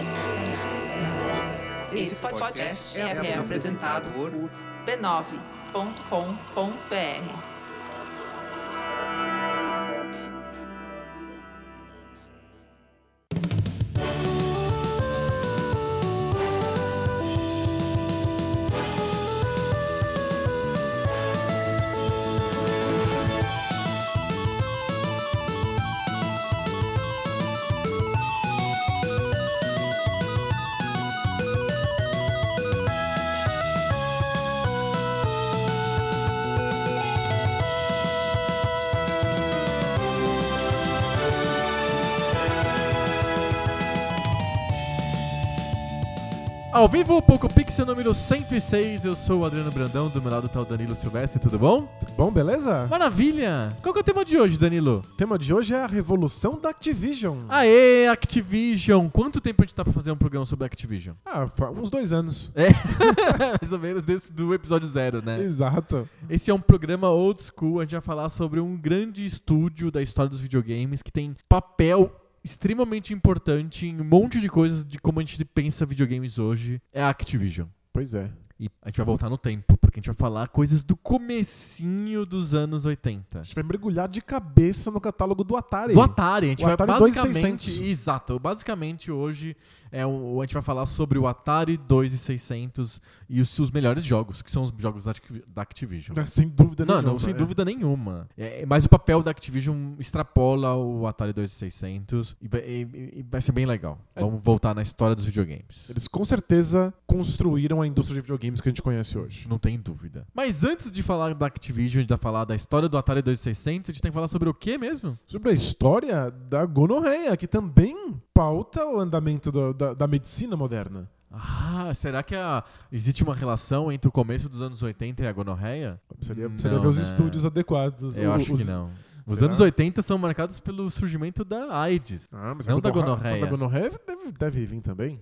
Esse podcast é apresentado por b9.com.br. Ao vivo, o Poco Pixel número 106, eu sou o Adriano Brandão, do meu lado tá o Danilo Silvestre, tudo bom? Tudo bom, beleza? Maravilha! Qual que é o tema de hoje, Danilo? O tema de hoje é a revolução da Activision. Aê, Activision! Quanto tempo a gente tá pra fazer um programa sobre Activision? Uns 2 anos. É, mais ou menos desde do episódio 0, né? Exato. Esse é um programa old school, a gente vai falar sobre um grande estúdio da história dos videogames que tem papel extremamente importante em um monte de coisas de como a gente pensa videogames hoje, é a Activision. Pois é. E a gente vai voltar no tempo, porque a gente vai falar coisas do comecinho dos anos 80. A gente vai mergulhar de cabeça no catálogo do Atari. Do Atari, a gente vai Atari basicamente... 2600. Exato, basicamente hoje a gente vai falar sobre o Atari 2600 e os melhores jogos, que são os jogos da Activision. Sem dúvida nenhuma. Não, sem dúvida nenhuma. Mas o papel da Activision extrapola o Atari 2600 e vai ser bem legal. Vamos voltar na história dos videogames. Eles com certeza construíram a indústria de videogames que a gente conhece hoje. Não tem dúvida. Mas antes de falar da Activision, de falar da história do Atari 2600, a gente tem que falar sobre o que mesmo? Sobre a história da gonorreia, que também pauta o andamento da medicina moderna. Ah, será que existe uma relação entre o começo dos anos 80 e a gonorreia? Precisaria ver os estúdios adequados. Eu acho que não. Os Será? anos 80 são marcados pelo surgimento da AIDS, mas não da gonorreia. Mas a gonorreia deve vir também.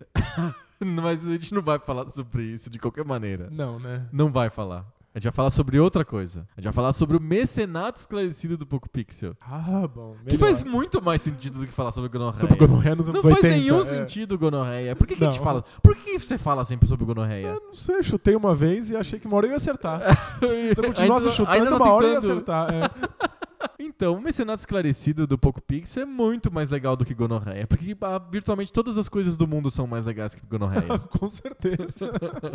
Mas a gente não vai falar sobre isso de qualquer maneira. Não, né? Não vai falar. A gente vai falar sobre outra coisa. A gente vai falar sobre o mecenato esclarecido do Poco Pixel. Ah, bom. Melhor. Que faz muito mais sentido do que falar sobre gonorreia. Sobre gonorreia nos anos 80. Não faz nenhum sentido gonorreia. Por que a gente fala? Por que você fala sempre sobre gonorreia? Eu não sei, eu chutei uma vez e achei que uma hora eu ia acertar. Se eu continuasse chutando, uma hora eu ia acertar. Então, o mecenato esclarecido do Poco Pixel é muito mais legal do que gonorreia. Porque virtualmente todas as coisas do mundo são mais legais que gonorreia. Com certeza.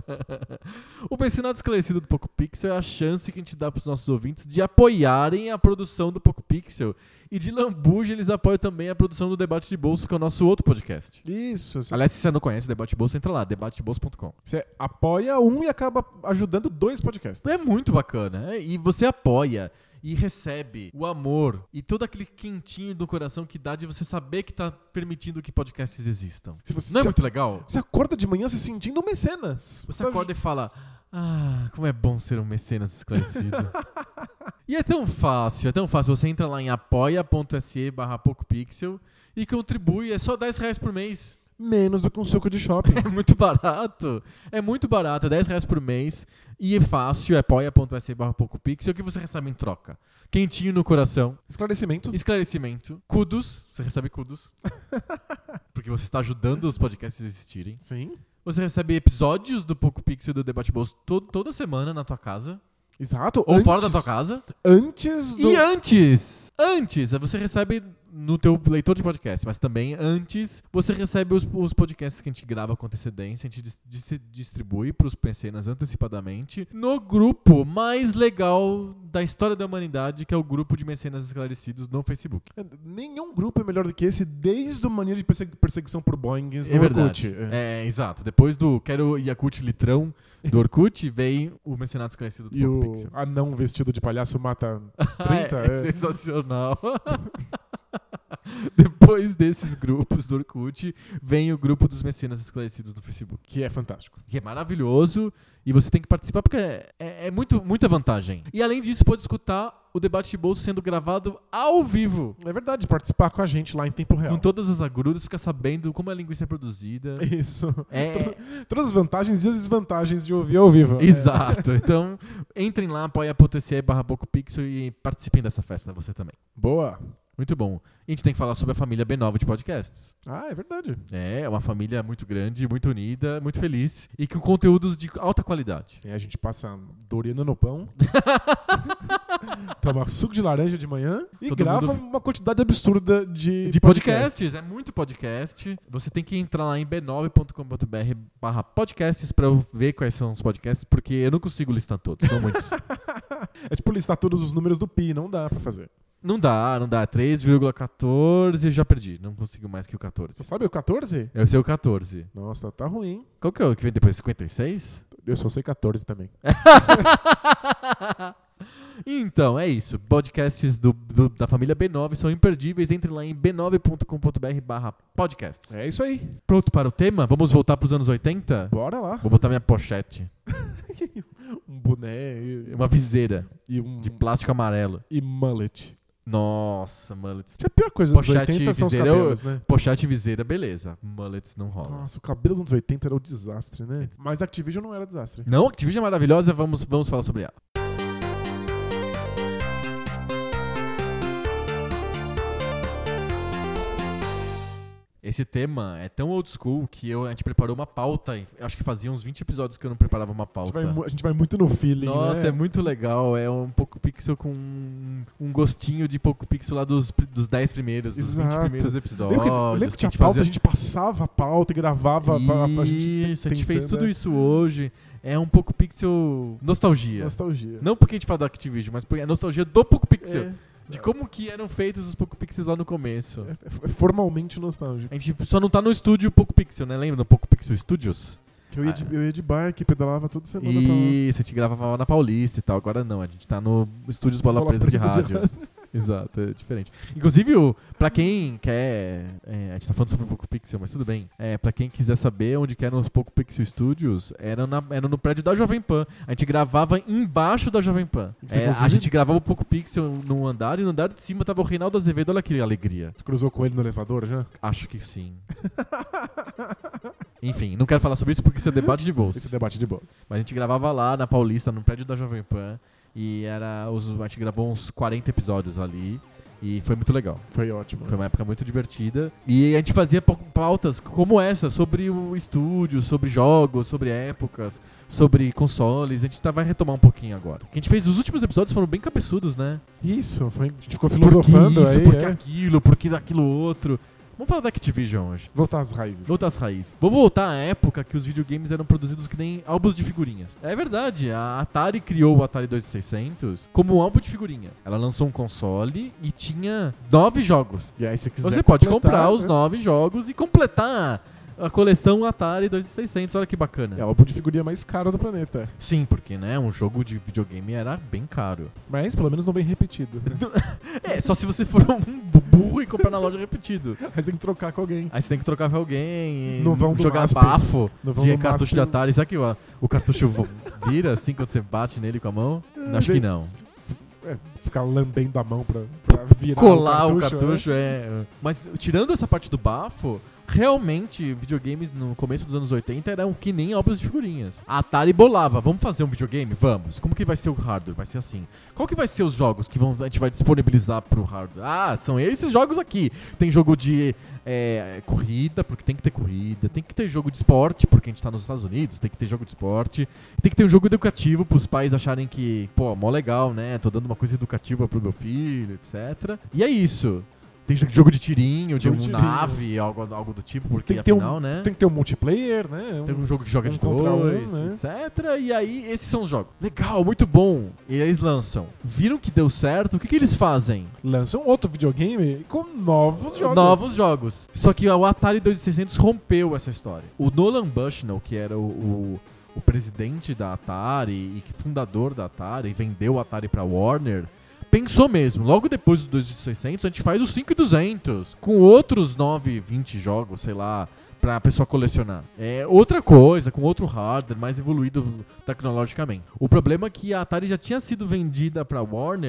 O mecenato esclarecido do Poco Pixel é a chance que a gente dá para os nossos ouvintes de apoiarem a produção do Poco Pixel. E de lambuja, eles apoiam também a produção do Debate de Bolso, que é o nosso outro podcast. Isso. Aliás, se você não conhece o Debate de Bolso, entra lá, debatedebolso.com. Você apoia um e acaba ajudando 2 podcasts. É muito bacana. E você apoia e recebe o amor e todo aquele quentinho do coração que dá de você saber que tá permitindo que podcasts existam. Não é muito legal? Você acorda de manhã se sentindo um mecenas. Você acorda e fala... como é bom ser um mecenas esclarecido. E é tão fácil. Você entra lá em apoia.se/PocoPixel e contribui. É só R$10 por mês. Menos do que um suco de shopping. É muito barato. É R$10 por mês. E é fácil. É apoia.se/PocoPixel. O que você recebe em troca? Quentinho no coração. Esclarecimento. Kudos. Você recebe kudos. Porque você está ajudando os podcasts a existirem. Sim. Você recebe episódios do Poco Pixel e do Debate Bolso toda semana na tua casa. Exato. Ou fora da tua casa. Antes do... E antes, você recebe no teu leitor de podcast, mas também antes você recebe os podcasts que a gente grava com antecedência, a gente distribui para os mecenas antecipadamente no grupo mais legal da história da humanidade, que é o grupo de mecenas esclarecidos no Facebook. Nenhum grupo é melhor do que esse, desde o mania de perseguição por Boeings no Orkut. Orkut. Exato. Depois do Quero Yakult Litrão do Orkut, vem o mecenato esclarecido do Poco Pixel. E o anão vestido de palhaço mata 30. É sensacional. Depois desses grupos do Orkut, vem o grupo dos mecenas esclarecidos do Facebook. Que é fantástico. Que é maravilhoso e você tem que participar porque é muita vantagem. E além disso, pode escutar o Debate de Bolso sendo gravado ao vivo. É verdade, participar com a gente lá em tempo real. Com todas as agruras, ficar sabendo como a linguiça é produzida. Isso. Todas as vantagens e as desvantagens de ouvir ao vivo. Exato. Então, entrem lá, apoia.se/PocoPixel e participem dessa festa, você também. Boa. Muito bom. E a gente tem que falar sobre a família B9 de podcasts. Ah, é verdade. É uma família muito grande, muito unida, muito feliz e com conteúdos de alta qualidade. A gente passa Doriana no pão, toma suco de laranja de manhã e Todo grava mundo- uma quantidade absurda de podcasts. É muito podcast. Você tem que entrar lá em b9.com.br/podcasts pra eu ver quais são os podcasts, porque eu não consigo listar todos, são muitos. É tipo listar todos os números do Pi, não dá pra fazer. Não dá. 3,14 já perdi. Não consigo mais que o 14. Você sabe o 14? Eu sei o 14. Nossa, tá ruim. Qual que é o que vem depois? 56? Eu só sei 14 também. Então, é isso. Podcasts da família B9 são imperdíveis. Entre lá em b9.com.br/podcasts. É isso aí. Pronto para o tema? Vamos voltar para os anos 80? Bora lá. Vou botar minha pochete. Um boné Uma viseira e um de plástico amarelo. e mullet. Nossa, mullets. A pior coisa dos Pochete 80 são os viseira, cabelos, né? Pochete e viseira, beleza. Mullets não rola. Nossa, o cabelo dos anos 80 era um desastre, né? Mas Activision não era desastre. Não, Activision é maravilhosa, vamos falar sobre ela. Esse tema é tão old school que a gente preparou uma pauta. Acho que fazia uns 20 episódios que eu não preparava uma pauta. A gente vai muito no feeling, Nossa, né? é muito legal. É um Poco Pixel com um gostinho de Poco Pixel lá dos 10 primeiros, dos 20 Exato. primeiros episódios. Eu lembro que tinha pauta, a gente passava a pauta e gravava a gente Isso, a gente fez tentando, tudo isso hoje. É um Poco Pixel nostalgia. Nostalgia. Não porque a gente fala da Activision, mas porque é nostalgia do Poco Pixel. É, De como que eram feitos os Poco Pixels lá no começo. é formalmente nostálgico. A gente só não tá no estúdio Poco Pixel, né? Lembra do Poco Pixel Studios? Eu ia de bike, pedalava toda semana pra lá. Isso, a gente gravava lá na Paulista e tal. Agora não, a gente tá no Estúdios Bola Presa de rádio. Exato, é diferente. Inclusive, pra quem quer... a gente tá falando sobre o Poco Pixel, mas tudo bem. Pra quem quiser saber onde que eram os Poco Pixel Studios, era no prédio da Jovem Pan. A gente gravava embaixo da Jovem Pan. A gente gravava o Poco Pixel num andar, e no andar de cima tava o Reinaldo Azevedo. Olha que alegria. Você cruzou com ele no elevador já? Acho que sim. Enfim, não quero falar sobre isso porque isso é debate de bolsa. Esse debate de boas. Mas a gente gravava lá na Paulista, no prédio da Jovem Pan. E a gente gravou uns 40 episódios ali. E foi muito legal. Foi ótimo. Foi uma época muito divertida. E a gente fazia pautas como essa, sobre o estúdio, sobre jogos, sobre épocas, sobre consoles. A gente vai retomar um pouquinho agora. O que a gente fez, os últimos episódios foram bem cabeçudos, né? Isso, a gente ficou filosofando por que isso, aí. por que aquilo, por que daquilo outro. Vamos falar da Activision hoje. Voltar às raízes. Voltar às raízes. Vamos voltar à época que os videogames eram produzidos que nem álbuns de figurinhas. É verdade, a Atari criou o Atari 2600 como um álbum de figurinha. Ela lançou um console e tinha 9 jogos. E aí, se quiser Você pode completar, comprar os né? 9 jogos e completar a coleção Atari 2600. Olha que bacana. É o álbum de figurinha mais caro do planeta. Sim, porque né, um jogo de videogame era bem caro. Mas pelo menos não vem repetido. Só se você for um burro e comprar na loja repetido. Mas tem que trocar com alguém. Aí você tem que trocar com alguém e No vão do jogar MASP. bafo No vão de do cartucho MASP. de Atari. Será que o cartucho vira assim quando você bate nele com a mão? Acho que não. Ficar lambendo a mão pra virar Colar o o cartucho. cartucho, Mas tirando essa parte do bafo, realmente videogames no começo dos anos 80 eram que nem álbuns de figurinhas. A Atari bolava, vamos fazer um videogame? Vamos. Como que vai ser o hardware? Vai ser assim. Qual que vai ser os jogos que a gente vai disponibilizar pro hardware? Ah, são esses jogos aqui. Tem jogo de corrida, porque tem que ter corrida. Tem que ter jogo de esporte, porque a gente tá nos Estados Unidos, tem que ter jogo de esporte. Tem que ter um jogo educativo pros pais acharem que, pô, mó legal, né? Tô dando uma coisa educativa pro meu filho, etc. E é isso. Tem jogo de tirinho, de Jogo uma de tirinho. nave, algo do tipo, porque Tem que ter afinal, né? Tem que ter um multiplayer, né? Tem um jogo que joga um de contra um, dois, né? etc. E aí, esses são os jogos. Legal, muito bom. E eles lançam. Viram que deu certo, o que eles fazem? Lançam outro videogame com novos jogos. Novos jogos. Só que o Atari 2600 rompeu essa história. O Nolan Bushnell, que era o presidente da Atari e fundador da Atari, e vendeu o Atari pra Warner, pensou mesmo, logo depois do 2600 a gente faz o 5200 com outros 9, 20 jogos, sei lá, pra pessoa colecionar. É outra coisa, com outro hardware, mais evoluído tecnologicamente. O problema é que a Atari já tinha sido vendida pra Warner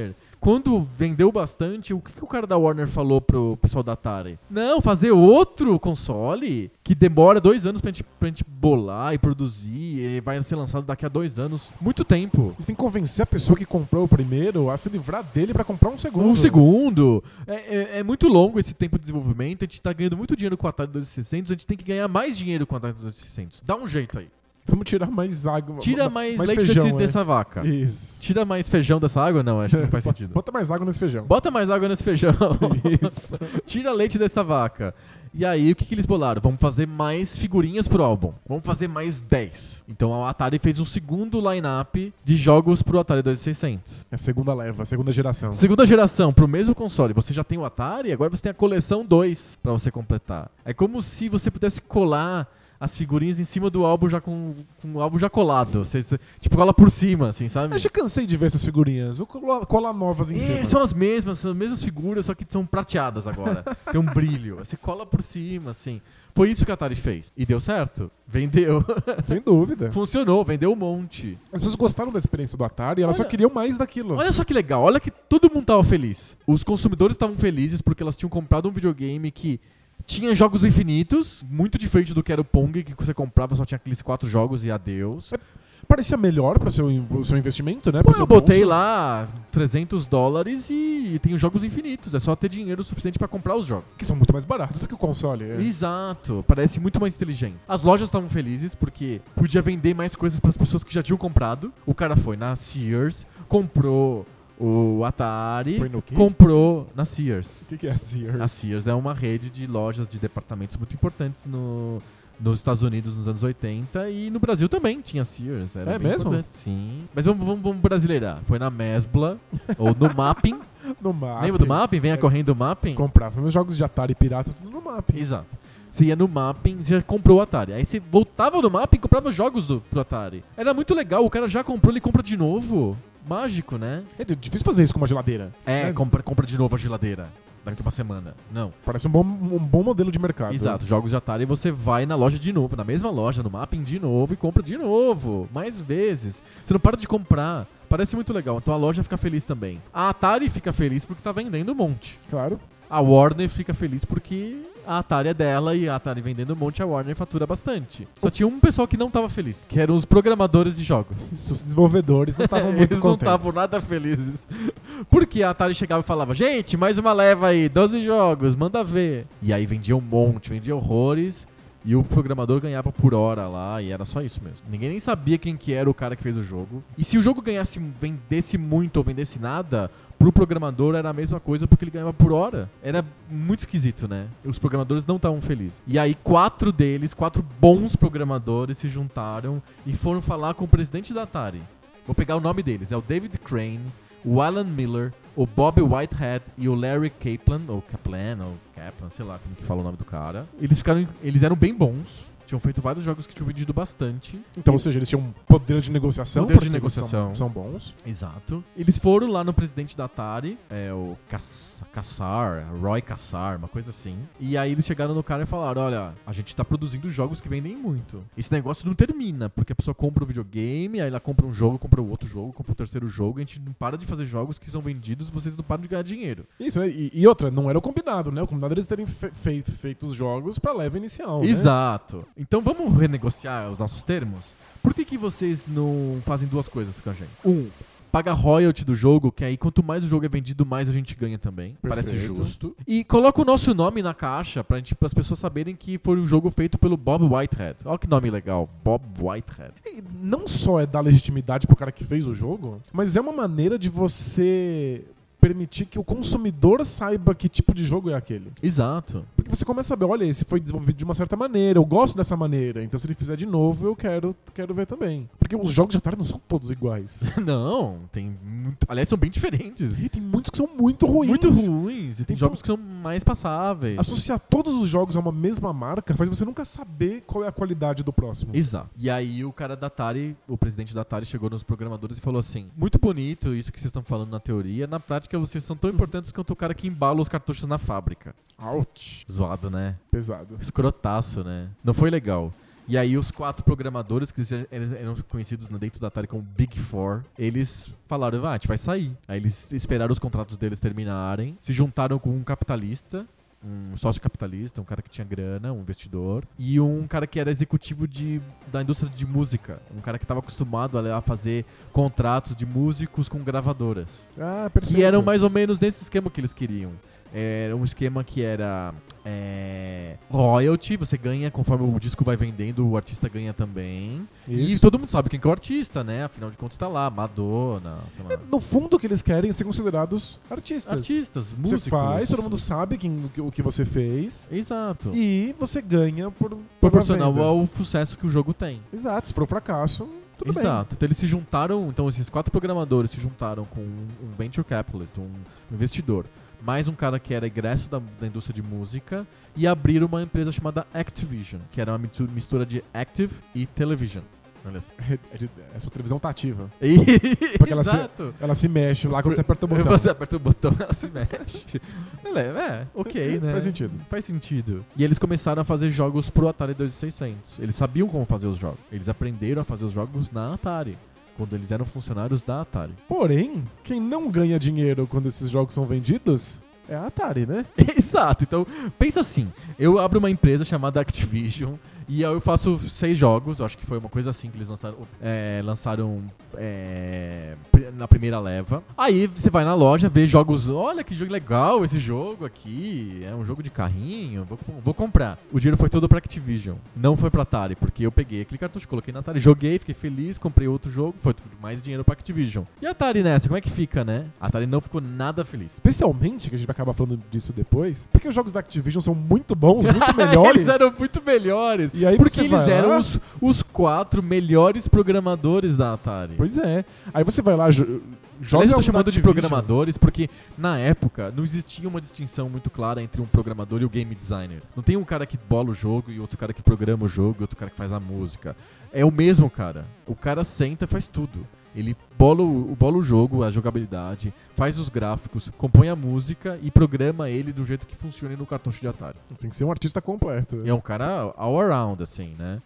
quando vendeu bastante, o que o cara da Warner falou pro pessoal da Atari? Não, fazer outro console que demora 2 anos pra gente bolar e produzir e vai ser lançado daqui a 2 anos. Muito tempo. Você tem que convencer a pessoa que comprou o primeiro a se livrar dele pra comprar um segundo. Um segundo. É muito longo esse tempo de desenvolvimento. A gente tá ganhando muito dinheiro com o Atari 2600. A gente tem que ganhar mais dinheiro com o Atari 2600. Dá um jeito aí. Vamos tirar mais água. Tira mais leite feijão, dessa vaca. Isso. Tira mais feijão dessa água? Não, acho que não faz sentido. Bota mais água nesse feijão. Bota mais água nesse feijão. Isso. Tira leite dessa vaca. E aí, o que eles bolaram? Vamos fazer mais figurinhas pro álbum. Vamos fazer mais 10. Então a Atari fez um segundo line-up de jogos pro Atari 2600. É a segunda leva, a segunda geração. Segunda geração, pro mesmo console. Você já tem o Atari, agora você tem a coleção 2 pra você completar. É como se você pudesse colar as figurinhas em cima do álbum já com o álbum já colado. Você, tipo, cola por cima, assim, sabe? Eu já cansei de ver essas figurinhas. Vou colar novas em cima. São as mesmas figuras, só que são prateadas agora. Tem um brilho. Você cola por cima, assim. Foi isso que a Atari fez. E deu certo. Vendeu. Sem dúvida. Funcionou, vendeu um monte. As pessoas gostaram da experiência do Atari e elas só queriam mais daquilo. Olha só que legal, olha que todo mundo tava feliz. Os consumidores estavam felizes porque elas tinham comprado um videogame que tinha jogos infinitos, muito diferente do que era o Pong, que você comprava, só tinha aqueles 4 jogos e adeus. Parecia melhor para o seu investimento, né? Pô, eu botei lá $300 e tenho jogos infinitos. É só ter dinheiro suficiente pra comprar os jogos. Que são muito mais baratos do que o console. Exato. Parece muito mais inteligente. As lojas estavam felizes porque podia vender mais coisas pras pessoas que já tinham comprado. O cara foi na Sears, comprou o Atari, Foi no quê? comprou na Sears. O que é a Sears? A Sears é uma rede de lojas de departamentos muito importantes nos Estados Unidos nos anos 80 e no Brasil também tinha Sears. Era bem mesmo? importante. Sim. Mas vamos brasileirar. Foi na Mesbla ou no Mapping. No Mapping. Lembra do Mapping? Venha correndo do Mapping? Comprava meus jogos de Atari pirata tudo no Mapping. Exato. Você ia no Mapping, você já comprou o Atari. Aí você voltava no Mapping e comprava jogos pro Atari. Era muito legal. O cara já comprou, ele compra de novo. Mágico, né? É difícil fazer isso com uma geladeira. É, né? compra de novo a geladeira. Daqui a uma semana. Não. Parece um bom modelo de mercado. Exato. Jogos de Atari você vai na loja de novo, na mesma loja, no Mapping de novo e compra de novo. Mais vezes. Você não para de comprar. Parece muito legal. Então a loja fica feliz também. A Atari fica feliz porque tá vendendo um monte. Claro. A Warner fica feliz porque a Atari é dela e a Atari vendendo um monte, a Warner fatura bastante. Só tinha um pessoal que não tava feliz, que eram os programadores de jogos. Os desenvolvedores não estavam muito Eles contentes. não estavam nada felizes. Porque a Atari chegava e falava, gente, mais uma leva aí, 12 jogos, manda ver. E aí vendia um monte, vendia horrores. E o programador ganhava por hora lá, e era só isso mesmo. Ninguém nem sabia quem que era o cara que fez o jogo. E se o jogo vendesse muito ou vendesse nada, pro programador era a mesma coisa porque ele ganhava por hora. Era muito esquisito, né? Os programadores não estavam felizes. E aí 4 bons programadores se juntaram e foram falar com o presidente da Atari. Vou pegar o nome deles, é o David Crane, o Alan Miller, o Bob Whitehead e o Larry Kaplan, sei lá como que fala o nome do cara. Eles eram bem bons, tinham feito vários jogos que tinham vendido bastante. Então, ou seja, eles tinham poder de negociação. Poder de porque negociação. São bons. Exato. Eles foram lá no presidente da Atari, o Roy Kassar, uma coisa assim. E aí eles chegaram no cara e falaram, olha, a gente tá produzindo jogos que vendem muito. Esse negócio não termina, porque a pessoa compra um videogame, aí ela compra um jogo, compra o outro jogo, compra o terceiro jogo, a gente não para de fazer jogos que são vendidos, vocês não param de ganhar dinheiro. Isso, né? E outra, não era o combinado, né? O combinado era eles terem feito os jogos pra leva inicial, né? Exato. Então vamos renegociar os nossos termos? Por que vocês não fazem 2 coisas com a gente? Paga royalty do jogo, que aí quanto mais o jogo é vendido, mais a gente ganha também. Perfeito. Parece justo. E coloca o nosso nome na caixa para as pessoas saberem que foi um jogo feito pelo Bob Whitehead. Olha que nome legal, Bob Whitehead. E não só é dar legitimidade pro cara que fez o jogo, mas é uma maneira de você permitir que o consumidor saiba que tipo de jogo é aquele. Exato. Porque você começa a saber, olha, esse foi desenvolvido de uma certa maneira, eu gosto dessa maneira, então se ele fizer de novo, eu quero ver também. Porque os jogos de Atari não são todos iguais. Não, tem muito... Aliás, são bem diferentes. E tem muitos que são muito ruins. Muito ruins. E tem Então, jogos que são mais passáveis. Associar todos os jogos a uma mesma marca faz você nunca saber qual é a qualidade do próximo. Exato. E aí o cara da Atari, o presidente da Atari, chegou nos programadores e falou assim, muito bonito isso que vocês estão falando na teoria, na prática vocês são tão importantes quanto o cara que embala os cartuchos na fábrica. Ouch. Zoado, né? Pesado. Escrotaço, né? Não foi legal. E aí os 4 programadores, que eles eram conhecidos dentro da Atari como Big Four, eles falaram, a gente vai sair. Aí eles esperaram os contratos deles terminarem, se juntaram com um capitalista, um sócio capitalista, um cara que tinha grana, um investidor, e um cara que era executivo da indústria de música, um cara que estava acostumado a fazer contratos de músicos com gravadoras. Ah, perfeito. Que eram mais ou menos nesse esquema que eles queriam. Era um esquema que era royalty, você ganha conforme o disco vai vendendo, o artista ganha também. Isso. E todo mundo sabe quem que é o artista, né? Afinal de contas tá lá, Madonna, sei lá. No fundo, o que eles querem é ser considerados artistas. Artistas, músicos. Você faz, todo mundo sabe o que você fez. Exato. E você ganha por Proporcional venda. ao sucesso que o jogo tem. Exato, se for um fracasso, tudo bem. Exato. Então eles se juntaram, então esses 4 programadores se juntaram com um venture capitalist, um investidor, mais um cara que era egresso da indústria de música, e abriram uma empresa chamada Activision, que era uma mistura de Active e Television. Olha assim. É sua televisão tá ativa. Porque Exato. Ela se mexe lá quando você aperta o botão. Você aperta o botão, ela se mexe. Ok, né? Faz sentido. Faz sentido. E eles começaram a fazer jogos pro Atari 2600. Eles sabiam como fazer os jogos. Eles aprenderam a fazer os jogos na Atari, quando eles eram funcionários da Atari. Porém, quem não ganha dinheiro quando esses jogos são vendidos é a Atari, né? Exato. Então, pensa assim. Eu abro uma empresa chamada Activision e eu faço 6 jogos. Eu acho que foi uma coisa assim que eles lançaram na primeira leva. Aí você vai na loja, vê jogos. Olha que jogo legal esse jogo aqui. É um jogo de carrinho. Vou comprar. O dinheiro foi todo pra Activision. Não foi pra Atari, porque eu peguei aquele cartucho, coloquei na Atari, joguei, fiquei feliz, comprei outro jogo. Foi mais dinheiro pra Activision. E a Atari nessa, como é que fica, né? A Atari não ficou nada feliz. Especialmente, que a gente vai acabar falando disso depois, porque os jogos da Activision são muito bons, muito melhores. Eles eram muito melhores. E aí porque você eles vai eram lá- os 4 melhores programadores da Atari. Pois é. Aí você vai lá, joga Aliás, eu tô um chamando de Activision. programadores porque, na época, não existia uma distinção muito clara entre um programador e o game designer. Não tem um cara que bola o jogo e outro cara que programa o jogo e outro cara que faz a música. É o mesmo cara. O cara senta e faz tudo. Ele bola o jogo, a jogabilidade, faz os gráficos, compõe a música e programa ele do jeito que funcione no cartucho de Atari. Tem que ser um artista completo. É um cara all around, assim, né?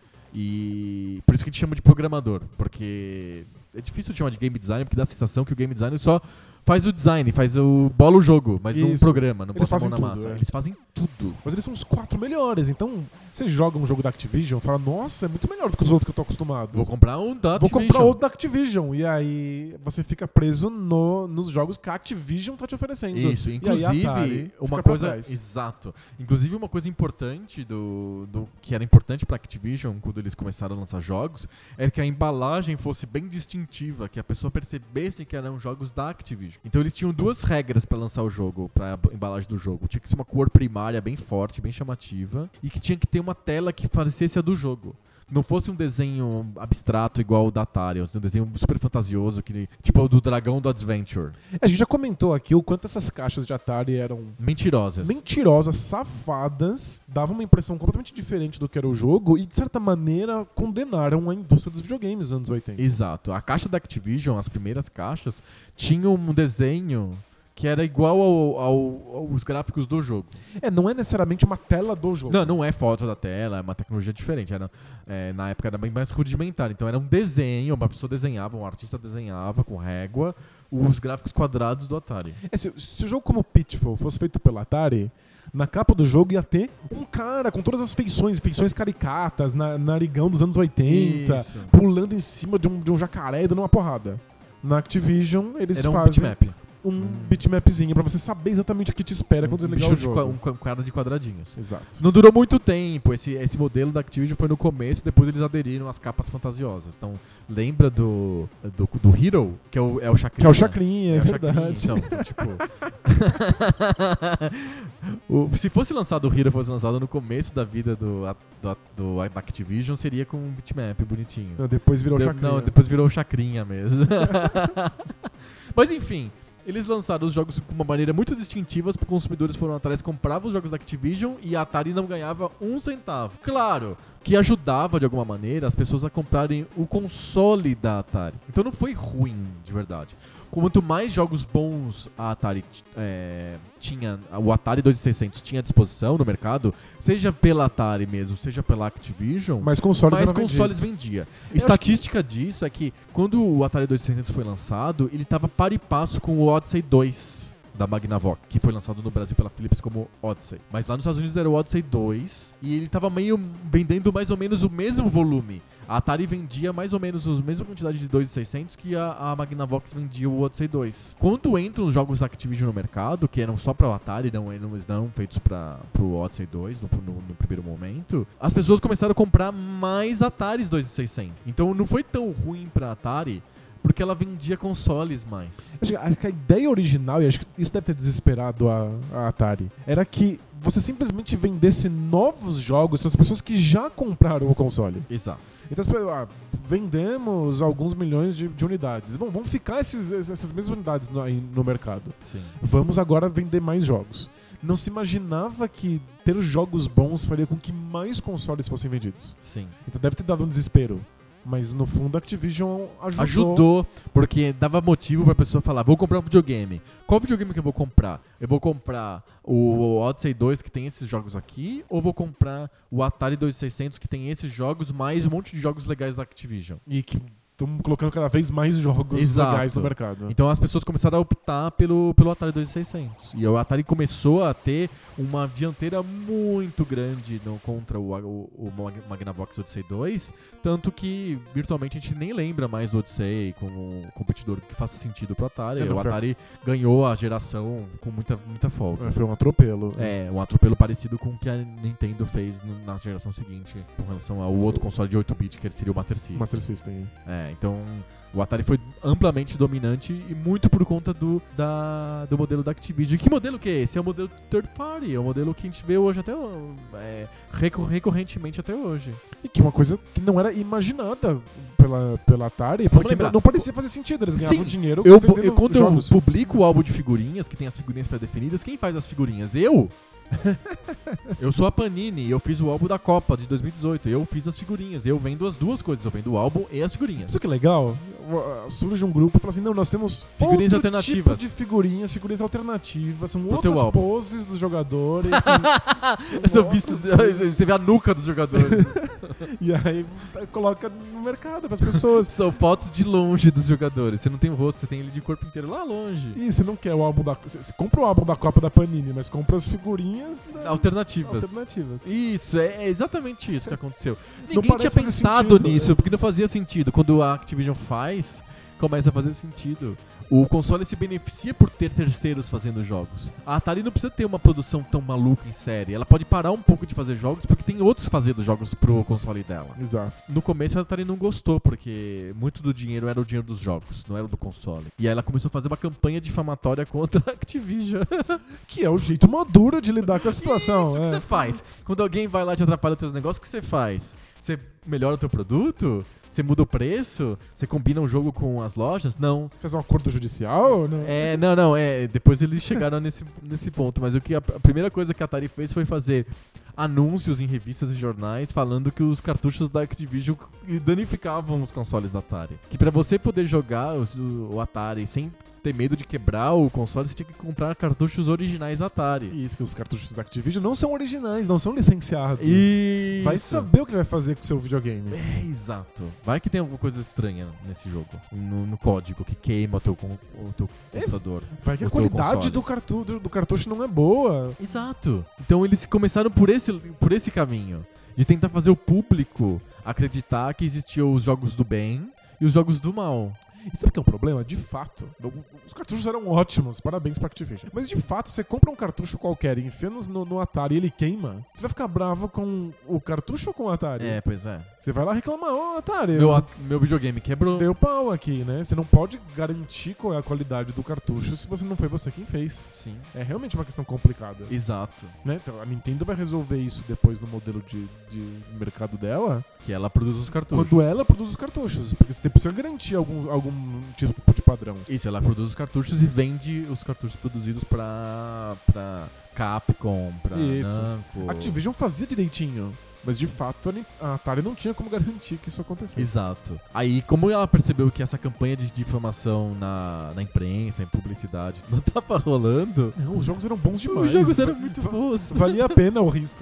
E por isso que a gente chama de programador, porque é difícil chamar de game designer, porque dá a sensação que o game designer só faz o design, bola o jogo, mas não Isso. programa, não Eles bota a mão fazem na tudo, massa. é. Eles fazem tudo. Mas eles são os 4 melhores. Então, você joga um jogo da Activision e fala, nossa, é muito melhor do que os outros que eu tô acostumado. Vou comprar um da Vou Activision. comprar outro da Activision. E aí você fica preso nos jogos que a Activision tá te oferecendo. Isso, E aí a inclusive Atari uma fica pra coisa, trás. exato. Inclusive uma coisa importante do que era importante pra Activision quando eles começaram a lançar jogos, era que a embalagem fosse bem distintiva, que a pessoa percebesse que eram jogos da Activision. Então eles tinham 2 regras pra lançar o jogo, pra embalagem do jogo. Tinha que ser uma cor primária bem forte, bem chamativa, e que tinha que ter uma tela que parecesse a do jogo. Não fosse um desenho abstrato igual o da Atari, um desenho super fantasioso, tipo o do dragão do Adventure. A gente já comentou aqui o quanto essas caixas de Atari eram Mentirosas. mentirosas, safadas, davam uma impressão completamente diferente do que era o jogo e, de certa maneira, condenaram a indústria dos videogames nos anos 80. Exato. A caixa da Activision, as primeiras caixas, tinham um desenho que era igual aos gráficos do jogo. Não é necessariamente uma tela do jogo. Não é foto da tela, é uma tecnologia diferente. Na época era bem mais rudimentar. Então era um desenho, uma pessoa desenhava, um artista desenhava com régua os gráficos quadrados do Atari. Se o jogo como Pitfall fosse feito pela Atari, na capa do jogo ia ter um cara com todas as feições caricatas, narigão dos anos 80, Isso. pulando em cima de um jacaré e dando uma porrada. Na Activision, eles Era um fazem bitmap. um bitmapzinho pra você saber exatamente o que te espera quando você ligar o bicho jogo. um cara de quadradinhos. Exato. Não durou muito tempo. Esse modelo da Activision foi no começo, depois eles aderiram às capas fantasiosas. Então, lembra do Hero? Que é o Chacrinha. Que é o Chacrinha, é o Chacrinha. verdade. Então, tipo... se fosse lançado o Hero, fosse lançado no começo da vida da Activision, seria com um bitmap bonitinho. Depois virou o Chacrinha. Não, depois virou o Chacrinha mesmo. Mas enfim... Eles lançaram os jogos com uma maneira muito distintiva, os consumidores foram atrás, compravam os jogos da Activision e a Atari não ganhava um centavo. Claro, que ajudava de alguma maneira as pessoas a comprarem o console da Atari. Então não foi ruim, de verdade. Quanto mais jogos bons a Atari tinha, o Atari 2600 tinha à disposição no mercado, seja pela Atari mesmo, seja pela Activision, mais consoles vendia. Estatística disso é que quando o Atari 2600 foi lançado, ele estava par e passo com o Odyssey 2 da Magnavox, que foi lançado no Brasil pela Philips como Odyssey. Mas lá nos Estados Unidos era o Odyssey 2 e ele estava meio vendendo mais ou menos o mesmo volume. A Atari vendia mais ou menos a mesma quantidade de 2600 que a Magnavox vendia o Odyssey 2. Quando entram os jogos Activision no mercado, que eram só para o Atari, não feitos para o Odyssey 2 no primeiro momento, as pessoas começaram a comprar mais Ataris 2600. Então não foi tão ruim para a Atari, porque ela vendia consoles mais. Acho que a ideia original, e acho que isso deve ter desesperado a Atari, era que você simplesmente vendesse novos jogos para as pessoas que já compraram o console. Exato. Então, vendemos alguns milhões de unidades. Vão ficar essas mesmas unidades no mercado. Sim. Vamos agora vender mais jogos. Não se imaginava que ter jogos bons faria com que mais consoles fossem vendidos. Sim. Então deve ter dado um desespero. Mas no fundo a Activision ajudou, porque dava motivo pra pessoa falar, vou comprar um videogame. Qual videogame que eu vou comprar? Eu vou comprar o Odyssey 2 que tem esses jogos aqui, ou vou comprar o Atari 2600 que tem esses jogos, mais um monte de jogos legais da Activision? E que estão colocando cada vez mais jogos legais no mercado. Então as pessoas começaram a optar pelo Atari 2600. E o Atari começou a ter uma dianteira muito grande contra o Magnavox Odyssey 2, tanto que virtualmente a gente nem lembra mais do Odyssey como competidor que faça sentido pro Atari. O Atari ganhou a geração com muita folga. Foi um atropelo. Um atropelo parecido com o que a Nintendo fez na geração seguinte, com relação ao outro console de 8-bit, que seria o Master System. Master System. Então o Atari foi amplamente dominante e muito por conta do modelo da Activision. Que modelo que é esse? É o modelo third party, é o modelo que a gente vê hoje até recorrentemente até hoje. E que é uma coisa que não era imaginada pela Atari, porque não parecia fazer sentido, eles ganhavam dinheiro quando jogos. Eu publico o álbum de figurinhas, que tem as figurinhas pré-definidas, quem faz as figurinhas? Eu sou a Panini, eu fiz o álbum da Copa de 2018, eu fiz as figurinhas, eu vendo as duas coisas, eu vendo o álbum e as figurinhas. Isso que é legal, surge um grupo e fala assim, não, nós temos figurinhas alternativas. Tipo de figurinhas alternativas, são outras poses dos jogadores. São vistas, você vê a nuca dos jogadores. E aí coloca no mercado para as pessoas. São fotos de longe dos jogadores, você não tem o rosto, você tem ele de corpo inteiro lá longe. E você não quer o álbum você compra o álbum da Copa da Panini, mas compra as figurinhas alternativas. Isso, é exatamente isso que aconteceu. Ninguém tinha pensado nisso, porque não fazia sentido. Quando a Activision faz, começa a fazer sentido. O console se beneficia por ter terceiros fazendo jogos. A Atari não precisa ter uma produção tão maluca em série. Ela pode parar um pouco de fazer jogos porque tem outros fazendo jogos pro console dela. Exato. No começo a Atari não gostou porque muito do dinheiro era o dinheiro dos jogos, não era do console. E aí ela começou a fazer uma campanha difamatória contra a Activision. Que é o jeito maduro de lidar com a situação. Isso que você faz. Quando alguém vai lá e te atrapalha os teus negócios, o que você faz? Você melhora o teu produto? Você muda o preço? Você combina um jogo com as lojas? Não. Você faz um acordo judicial? Não. Não. Depois eles chegaram nesse ponto. Mas a primeira coisa que a Atari fez foi fazer anúncios em revistas e jornais falando que os cartuchos da Activision danificavam os consoles da Atari. Que pra você poder jogar o Atari sem ter medo de quebrar o console, você tinha que comprar cartuchos originais Atari. Isso, que os cartuchos da Activision não são originais, não são licenciados. Isso. Vai saber o que ele vai fazer com o seu videogame. Exato. Vai que tem alguma coisa estranha nesse jogo, no código, que queima o teu computador. Vai que a qualidade do cartucho não é boa. Exato. Então eles começaram por esse caminho, de tentar fazer o público acreditar que existiam os jogos do bem e os jogos do mal. E sabe o que é um problema? De fato, os cartuchos eram ótimos, parabéns pra Activision. Mas de fato, você compra um cartucho qualquer e enfia no Atari e ele queima, você vai ficar bravo com o cartucho ou com o Atari? Pois é. Você vai lá reclamar, Atari, meu videogame quebrou. Deu pau aqui, né? Você não pode garantir qual é a qualidade do cartucho se não foi você quem fez. Sim. É realmente uma questão complicada. Exato. Né? Então, a Nintendo vai resolver isso depois no modelo de mercado dela. Que ela produz os cartuchos. Quando ela produz os cartuchos. Porque você precisa garantir algum tipo de padrão. Isso, ela produz os cartuchos e vende os cartuchos produzidos pra Capcom, pra Isso. Namco. Activision fazia direitinho. Mas de fato a Atari não tinha como garantir que isso acontecesse. Exato. Aí, como ela percebeu que essa campanha de difamação na imprensa, em publicidade, não tava rolando, Não, os jogos eram bons demais. os jogos eram muito bons. Valia a pena o risco.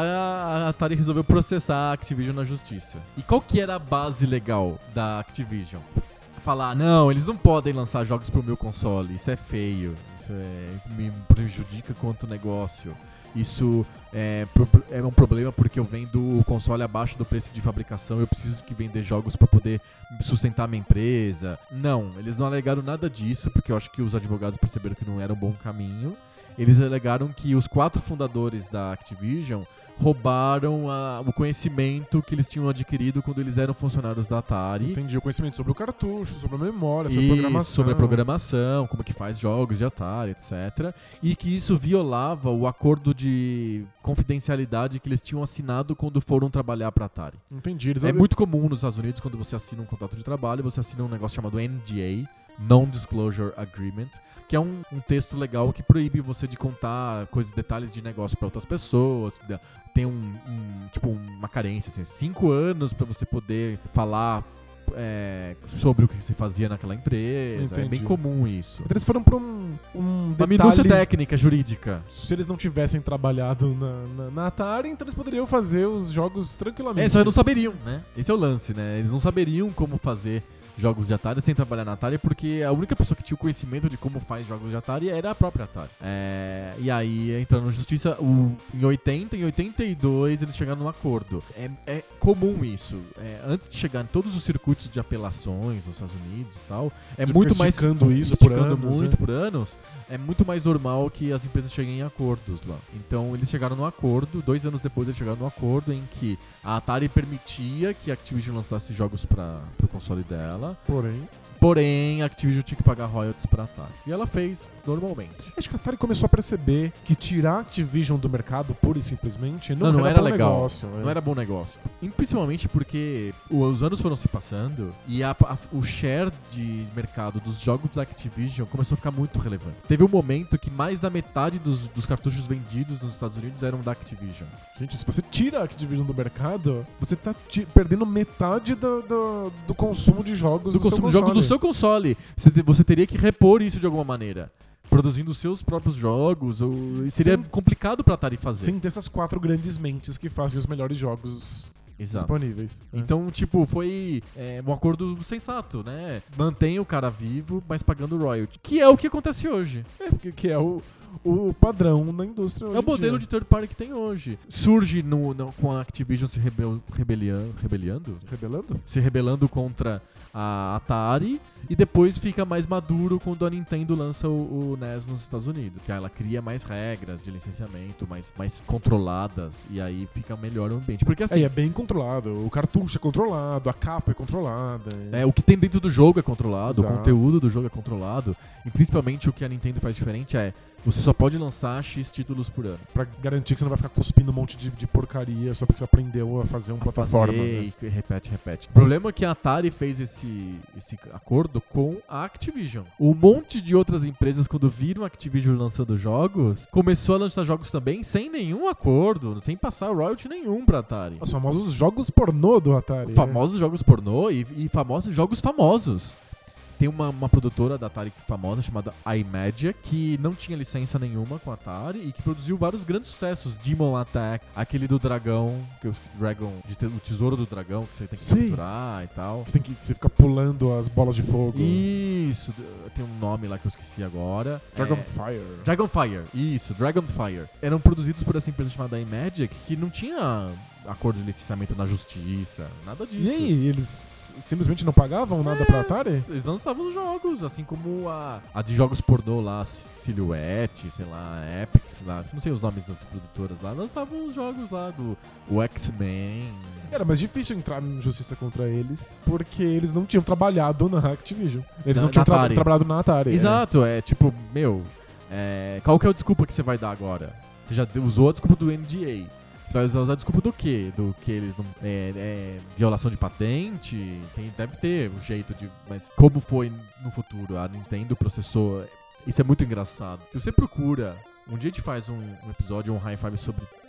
A Atari resolveu processar a Activision na justiça. E qual que era a base legal da Activision? Falar, não, eles não podem lançar jogos pro meu console, isso é feio, isso me prejudica quanto negócio. Isso é um problema porque eu vendo o console abaixo do preço de fabricação, eu preciso de vender jogos para poder sustentar minha empresa. Não, eles não alegaram nada disso, porque eu acho que os advogados perceberam que não era um bom caminho. Eles alegaram que os 4 fundadores da Activision roubaram o conhecimento que eles tinham adquirido quando eles eram funcionários da Atari. Entendi, o conhecimento sobre o cartucho, sobre a memória, sobre a programação. Sobre a programação, como que faz jogos de Atari, etc. E que isso violava o acordo de confidencialidade que eles tinham assinado quando foram trabalhar para a Atari. Entendi. É muito comum nos Estados Unidos, quando você assina um contrato de trabalho, você assina um negócio chamado NDA, Non-Disclosure Agreement, que é um texto legal que proíbe você de contar detalhes de negócio para outras pessoas. Tem uma carência, assim, 5 anos para você poder falar sobre o que você fazia naquela empresa. Entendi. É bem comum isso. Então eles foram pra um Uma detalhe... minúcia técnica, jurídica. Se eles não tivessem trabalhado na Atari, então eles poderiam fazer os jogos tranquilamente. Só eles não saberiam, né? Esse é o lance, né? Eles não saberiam como fazer jogos de Atari sem trabalhar na Atari, porque a única pessoa que tinha o conhecimento de como faz jogos de Atari era a própria Atari. E aí, entrando na justiça, em 80 e 82 eles chegaram num acordo. É comum isso. Antes de chegar em todos os circuitos de apelações nos Estados Unidos e tal, muito mais isso por anos, muito por anos, é muito mais normal que as empresas cheguem em acordos lá. Então eles chegaram num acordo, 2 anos depois eles chegaram num acordo em que a Atari permitia que a Activision lançasse jogos pro console dela. Porém, a Activision tinha que pagar royalties pra Atari. E ela fez normalmente. Acho que a Atari começou a perceber que tirar a Activision do mercado, pura e simplesmente, não era bom legal. Negócio, não era bom negócio. E principalmente porque os anos foram se passando e o share de mercado dos jogos da Activision começou a ficar muito relevante. Teve um momento que mais da metade dos cartuchos vendidos nos Estados Unidos eram da Activision. Gente, se você tira a Activision do mercado, você tá perdendo metade do consumo de jogos do consumo de jogos do seu console. Você teria que repor isso de alguma maneira. Produzindo os seus próprios jogos. Seria complicado pra Atari fazer. Sem ter essas 4 grandes mentes que fazem os melhores jogos disponíveis. Então, foi um acordo sensato, né? Mantém o cara vivo, mas pagando royalty. Que é o que acontece hoje. Que é o padrão na indústria hoje. É o modelo de third party que tem hoje. Surge com a Activision se rebelando contra a Atari, e depois fica mais maduro quando a Nintendo lança o NES nos Estados Unidos, que ela cria mais regras de licenciamento, mais controladas, e aí fica melhor o ambiente. Porque assim, é bem controlado, o cartucho é controlado, a capa é controlada. O que tem dentro do jogo é controlado, Exato. O conteúdo do jogo é controlado, e principalmente o que a Nintendo faz diferente você só pode lançar X títulos por ano. Pra garantir que você não vai ficar cuspindo um monte de porcaria só porque você aprendeu a fazer uma plataforma. Né? E repete. O problema é que a Atari fez esse acordo com a Activision. Um monte de outras empresas, quando viram a Activision lançando jogos, começou a lançar jogos também sem nenhum acordo, sem passar royalty nenhum pra Atari. Os famosos jogos pornô do Atari. Famosos jogos pornô e famosos jogos famosos. Tem uma produtora da Atari famosa chamada iMagic, que não tinha licença nenhuma com a Atari e que produziu vários grandes sucessos. Demon Attack, aquele do dragão, o tesouro do dragão que você tem que capturar e tal. Você fica pulando as bolas de fogo. Isso, tem um nome lá que eu esqueci agora. Dragonfire, isso, Dragonfire. Eram produzidos por essa empresa chamada iMagic, que não tinha acordo de licenciamento na justiça, nada disso. E aí, eles simplesmente não pagavam nada pra Atari? Eles lançavam os jogos, assim como a de jogos pornô lá, Silhouette, sei lá, Epics lá, não sei os nomes das produtoras lá, lançavam os jogos lá o X-Men. Era mais difícil entrar em justiça contra eles, porque eles não tinham trabalhado na Activision. Eles não tinham trabalhado na Atari. Exato, qual que é a desculpa que você vai dar agora? Você já usou a desculpa do NDA. Você vai usar a desculpa do quê? Do que eles não... violação de patente? Deve ter um jeito de... Mas como foi no futuro? A Nintendo processou... Isso é muito engraçado. Se você procura... Um dia a gente faz um episódio, um high five sobre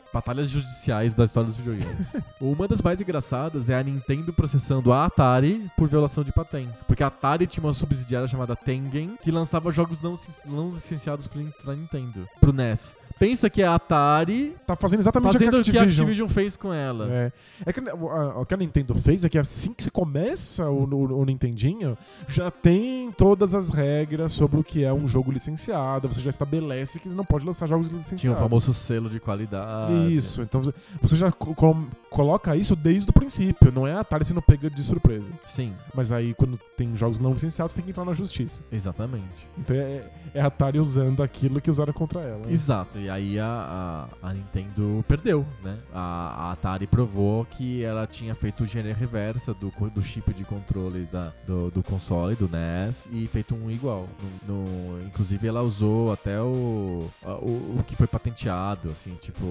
batalhas judiciais da história dos videogames. Uma das mais engraçadas é a Nintendo processando a Atari por violação de patente. Porque a Atari tinha uma subsidiária chamada Tengen que lançava jogos não licenciados pra Nintendo, pro NES. Pensa que a Atari Tá fazendo exatamente fazendo o o que a Activision fez com ela. É que o que a Nintendo fez é que assim que você começa o Nintendinho, já tem todas as regras sobre o que é um jogo licenciado. Você já estabelece que não pode lançar jogos licenciados. Tinha o famoso selo de qualidade. Isso, então você já coloca isso desde o princípio. Não é a Atari sendo pega de surpresa. Sim, Mas aí quando tem jogos não licenciados, tem que entrar na justiça. exatamente. Então é a Atari usando aquilo que usaram contra ela. Exato, e aí a Nintendo perdeu, né? A Atari provou que ela tinha feito engenharia reversa do chip de controle do console, do NES, e feito um igual. Inclusive ela usou até o que foi patenteado, assim, tipo,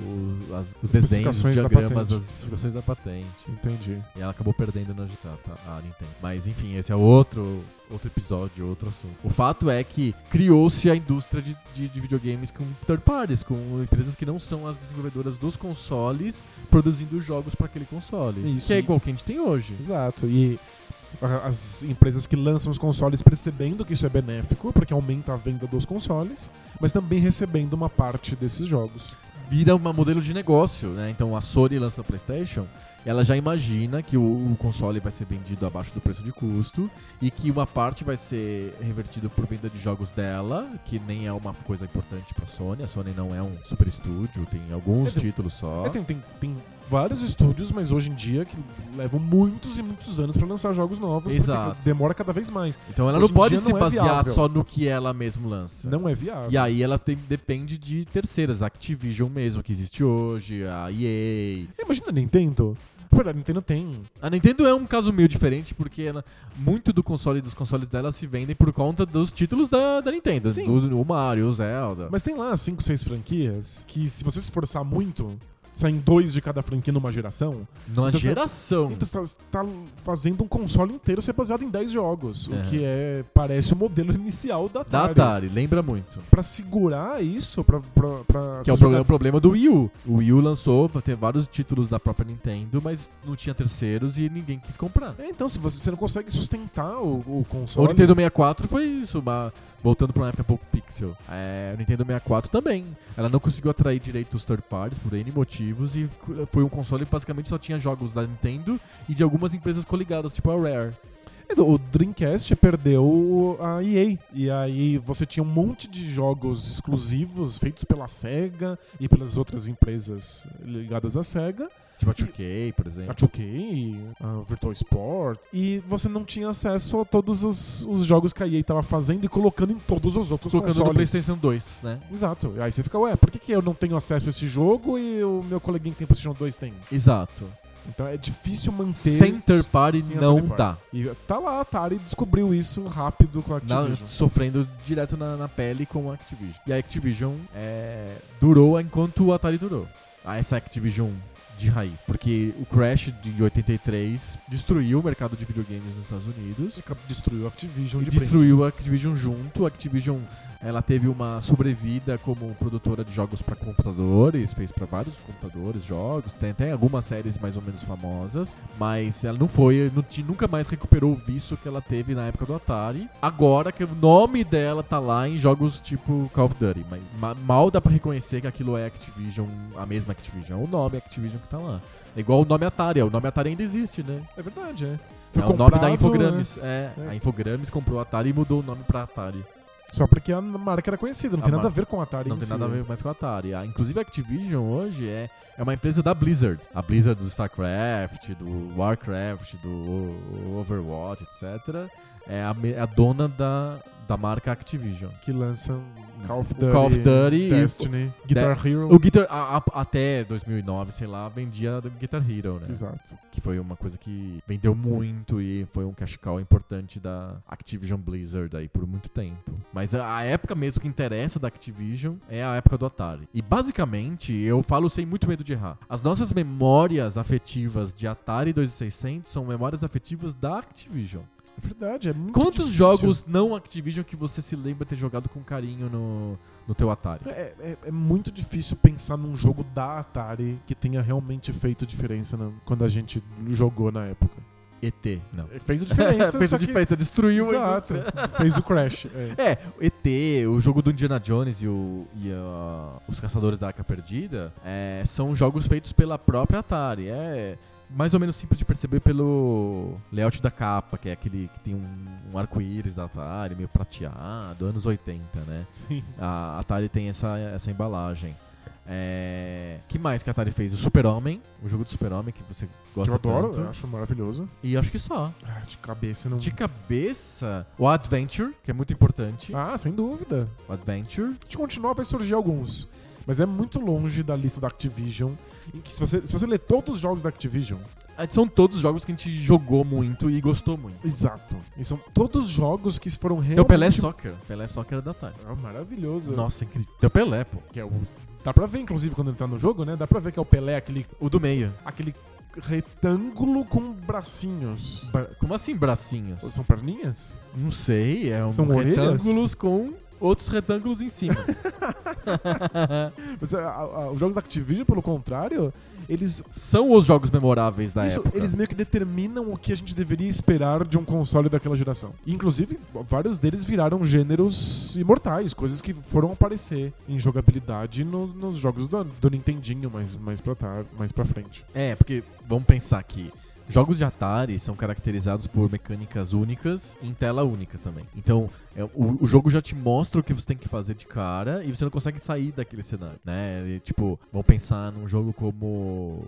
os desenhos, os diagramas, as especificações da patente. Entendi. E ela acabou perdendo na justiça, a Nintendo. Mas enfim, esse é outro episódio, outro assunto. O fato é que criou-se a indústria de videogames com third parties, com empresas que não são as desenvolvedoras dos consoles produzindo jogos para aquele console. Isso. Que é igual que a gente tem hoje. Exato. E as empresas que lançam os consoles percebendo que isso é benéfico, porque aumenta a venda dos consoles, mas também recebendo uma parte desses jogos. Vira um modelo de negócio, né? Então a Sony lança o PlayStation, ela já imagina que o console vai ser vendido abaixo do preço de custo e que uma parte vai ser revertida por venda de jogos dela, que nem é uma coisa importante pra Sony. A Sony não é um super estúdio, tem alguns títulos só. Tem vários estúdios, mas hoje em dia que levam muitos e muitos anos pra lançar jogos novos. Exato. Porque demora cada vez mais. Então ela Hoje não em pode dia se não é basear viável. só no que ela mesma lança. Não é viável. E aí ela depende de terceiras, a Activision mesmo, que existe hoje, a EA. Imagina a Nintendo. A Nintendo tem. A Nintendo é um caso meio diferente, porque muito dos consoles dela se vendem por conta dos títulos da Nintendo. Sim. O Mario, o Zelda. Mas tem lá 5, 6 franquias que, se você se esforçar muito, saem 2 de cada franquia numa geração. Numa Então, geração. Então você tá fazendo um console inteiro ser baseado em 10 jogos. É. O que parece o modelo inicial da Da Atari. Atari, lembra muito. Pra segurar isso, pra Que é o problema do Wii U. O Wii U lançou pra ter vários títulos da própria Nintendo, mas não tinha terceiros e ninguém quis comprar. Então, se você não consegue sustentar o console... O Nintendo 64 foi isso, voltando pra uma época pouco pixel. O Nintendo 64 também. Ela não conseguiu atrair direito os third parties por N motivos e foi um console que basicamente só tinha jogos da Nintendo e de algumas empresas coligadas, tipo a Rare. O Dreamcast perdeu a EA. E aí você tinha um monte de jogos exclusivos feitos pela SEGA e pelas outras empresas ligadas à SEGA. Tipo a 2K, por exemplo. A 2K, a Virtual Sport. E você não tinha acesso a todos os jogos que a EA estava fazendo e colocando em todos os outros Colocando consoles. no PlayStation 2, né? Exato. Aí você fica, por que eu não tenho acesso a esse jogo e o meu coleguinha que tem PlayStation 2 tem? Exato. Então é difícil manter... Sem third party sem a não third party. dá. E tá lá, a Atari descobriu isso rápido com a Activision. Sofrendo direto na pele com a Activision. E a Activision durou enquanto o Atari durou. Essa Activision de raiz. Porque o crash de 83 destruiu o mercado de videogames nos Estados Unidos. Destruiu a Activision E de destruiu a Activision junto. A Activision ela teve uma sobrevida como produtora de jogos para computadores, fez para vários computadores jogos, tem até algumas séries mais ou menos famosas, mas ela nunca mais recuperou o vício que ela teve na época do Atari. Agora que o nome dela tá lá em jogos tipo Call of Duty, mas mal dá para reconhecer que aquilo é Activision, a mesma Activision, o nome Activision que tá lá. É igual o nome Atari, o nome Atari ainda existe, né? É verdade, É o nome da Infogrames. A Infogrames comprou a Atari e mudou o nome pra Atari. Só porque a marca era conhecida, não tem nada a ver com a Atari. Não tem nada a ver mais com a Atari. Inclusive a Activision hoje é uma empresa da Blizzard. A Blizzard do StarCraft, do Warcraft, do Overwatch, etc. É a dona da marca Activision. Que lança Call of Duty, Destiny, Guitar Hero. O Guitar, até 2009, sei lá, vendia Guitar Hero, né? Exato. Que foi uma coisa que vendeu muito e foi um cash cow importante da Activision Blizzard aí por muito tempo. Mas a época mesmo que interessa da Activision é a época do Atari. E basicamente, eu falo sem muito medo de errar. As nossas memórias afetivas de Atari 2600 são memórias afetivas da Activision. É verdade, é muito Quantos difícil. jogos não Activision que você se lembra ter jogado com carinho no teu Atari? É muito difícil pensar num jogo da Atari que tenha realmente feito diferença quando a gente jogou na época. ET, não. Fez a diferença. Fez só a diferença, destruiu a Exato. indústria. Fez o Crash. ET, o jogo do Indiana Jones e os Caçadores da Arca Perdida são jogos feitos pela própria Atari. É mais ou menos simples de perceber pelo layout da capa, que é aquele que tem um arco-íris da Atari, meio prateado, anos 80, né? Sim. A Atari tem essa embalagem. Que mais que a Atari fez? O Super-Homem, o jogo do Super-Homem que você gosta Que eu adoro, tanto. eu acho maravilhoso. E acho que só. De cabeça não... De cabeça, o Adventure, que é muito importante. Sem dúvida. O Adventure. A gente continuar, vai surgir alguns. Mas é muito longe da lista da Activision. Em que se você ler todos os jogos da Activision... São todos jogos que a gente jogou muito e gostou muito. Exato. E são todos jogos que foram realmente... Tem o Pelé Soccer. Pelé Soccer é da Atari. Maravilhoso. Nossa, incrível. Tem o Pelé, pô. Que é dá pra ver, inclusive, quando ele tá no jogo, né? Dá pra ver que é o Pelé, O do meio. aquele retângulo com bracinhos. Como assim bracinhos? São perninhas? Não sei, São orelhas? retângulos com outros retângulos em cima. Os jogos da Activision, pelo contrário, eles... São os jogos memoráveis da época. Eles meio que determinam o que a gente deveria esperar de um console daquela geração. E, inclusive, vários deles viraram gêneros imortais, coisas que foram aparecer em jogabilidade nos jogos do Nintendinho mais pra frente. Porque vamos pensar que jogos de Atari são caracterizados por mecânicas únicas em tela única também. Então, o jogo já te mostra o que você tem que fazer de cara e você não consegue sair daquele cenário, né? Tipo, vamos pensar num jogo como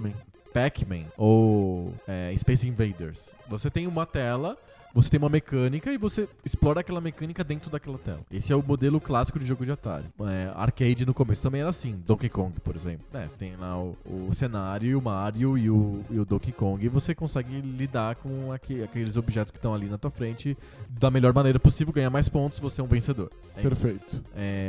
Pac-Man ou Space Invaders. Você tem uma tela, você tem uma mecânica e você explora aquela mecânica dentro daquela tela. Esse é o modelo clássico de jogo de Atari. Arcade no começo também era assim. Donkey Kong, por exemplo. Você tem lá o cenário, o Mario e o Donkey Kong e você consegue lidar com aqueles objetos que estão ali na tua frente da melhor maneira possível, ganhar mais pontos, você é um vencedor. Perfeito.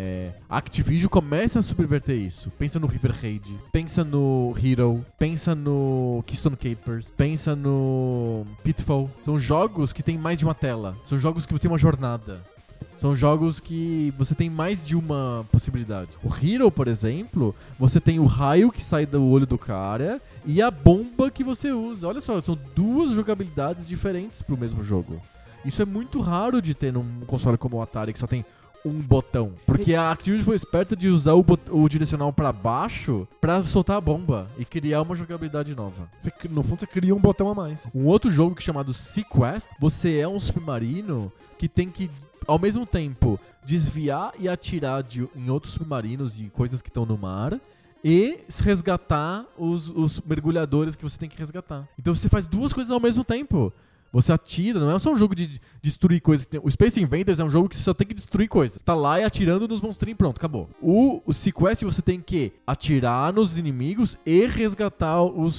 A Activision começa a subverter isso. Pensa no River Raid, pensa no Hero, pensa no Keystone Capers, pensa no Pitfall. São jogos que tem mais de uma tela. São jogos que você tem uma jornada. São jogos que você tem mais de uma possibilidade. O Hero, por exemplo, você tem o raio que sai do olho do cara e a bomba que você usa. Olha só, são duas jogabilidades diferentes pro mesmo jogo. Isso é muito raro de ter num console como o Atari, que só tem um botão. Porque a Activision foi esperta de usar o direcional pra baixo pra soltar a bomba e criar uma jogabilidade nova. No fundo, você cria um botão a mais. Um outro jogo chamado Sequest, você é um submarino que tem que, ao mesmo tempo, desviar e atirar em outros submarinos e coisas que estão no mar e resgatar os mergulhadores que você tem que resgatar. Então você faz duas coisas ao mesmo tempo. Você atira, não é só um jogo de destruir coisas. O Space Invaders é um jogo que você só tem que destruir coisas. Você tá lá e atirando nos monstrinhos, pronto, acabou. O Sequest você tem que atirar nos inimigos e resgatar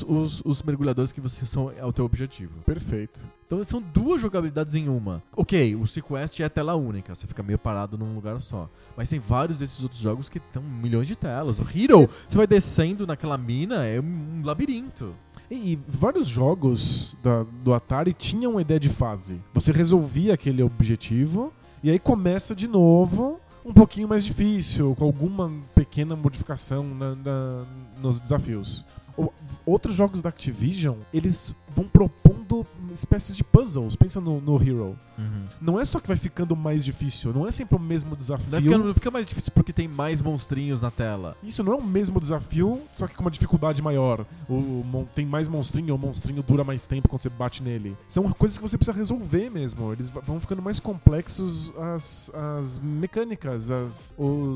os mergulhadores que é o teu objetivo. Perfeito. Então são duas jogabilidades em uma. Ok, o Sequest é tela única, você fica meio parado num lugar só. Mas tem vários desses outros jogos que estão milhões de telas. O Hero, você vai descendo naquela mina, é um labirinto. E vários jogos do Atari tinham uma ideia de fase. Você resolvia aquele objetivo e aí começa de novo um pouquinho mais difícil, com alguma pequena modificação nos desafios. Outros jogos da Activision, eles vão propondo espécies de puzzles. Pensa no Hero. Uhum. Não é só que vai ficando mais difícil, não é sempre o mesmo desafio. Não fica mais difícil porque tem mais monstrinhos na tela. Isso não é o mesmo desafio, só que com uma dificuldade maior. Tem mais monstrinho, o monstrinho dura mais tempo quando você bate nele. São coisas que você precisa resolver mesmo. Eles vão ficando mais complexos as mecânicas, as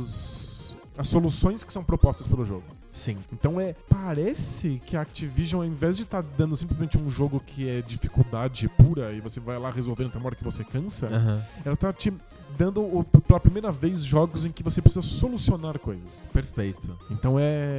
soluções que são propostas pelo jogo. Sim. Então parece que a Activision, ao invés de estar dando simplesmente um jogo que é dificuldade pura e você vai lá resolvendo até uma hora que você cansa, ela tá te dando pela primeira vez jogos em que você precisa solucionar coisas. Perfeito. Então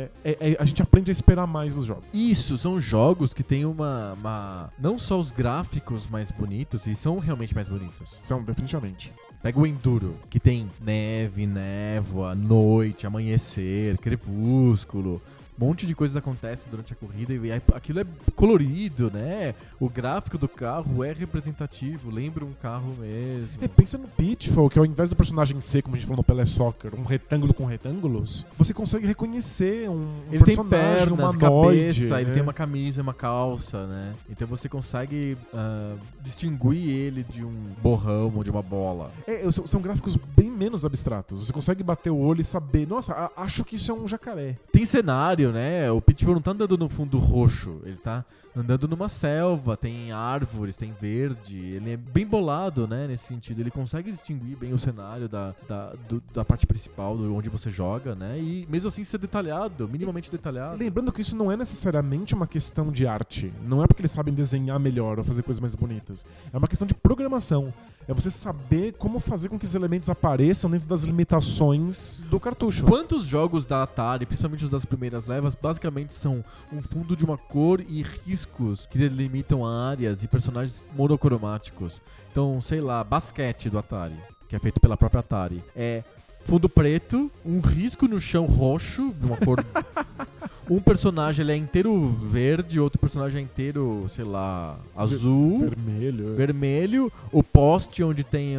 a gente aprende a esperar mais dos jogos. Isso, são jogos que tem não só os gráficos mais bonitos, e são realmente mais bonitos. São, definitivamente. Pega o Enduro, que tem neve, névoa, noite, amanhecer, crepúsculo. Um monte de coisas acontecem durante a corrida e aquilo é colorido, né? O gráfico do carro é representativo, lembra um carro mesmo. Pensa no Pitfall, que ao invés do personagem ser, como a gente falou no Pelé Soccer, um retângulo com retângulos, você consegue reconhecer um ele personagem, tem pernas, humanoide, cabeça, ele né? tem uma camisa, uma calça, né? Então você consegue distinguir ele de um borrão ou de uma bola. São gráficos bem menos abstratos. Você consegue bater o olho e saber, nossa, acho que isso é um jacaré. Tem cenário, né? O Pitbull não tá andando no fundo roxo, ele tá andando numa selva, tem árvores, tem verde, ele é bem bolado, né, nesse sentido. Ele consegue distinguir bem o cenário da parte principal, de onde você joga, né? E mesmo assim ser detalhado, minimamente detalhado. Lembrando que isso não é necessariamente uma questão de arte. Não é porque eles sabem desenhar melhor ou fazer coisas mais bonitas. É uma questão de programação. É você saber como fazer com que os elementos apareçam dentro das limitações do cartucho. Quantos jogos da Atari, principalmente os das primeiras levas, basicamente são um fundo de uma cor e riscos que delimitam áreas e personagens monocromáticos. Então, sei lá, basquete do Atari, que é feito pela própria Atari. É fundo preto, um risco no chão roxo, de uma cor... Um personagem ele é inteiro verde, outro personagem é inteiro, sei lá, azul, vermelho. O poste onde tem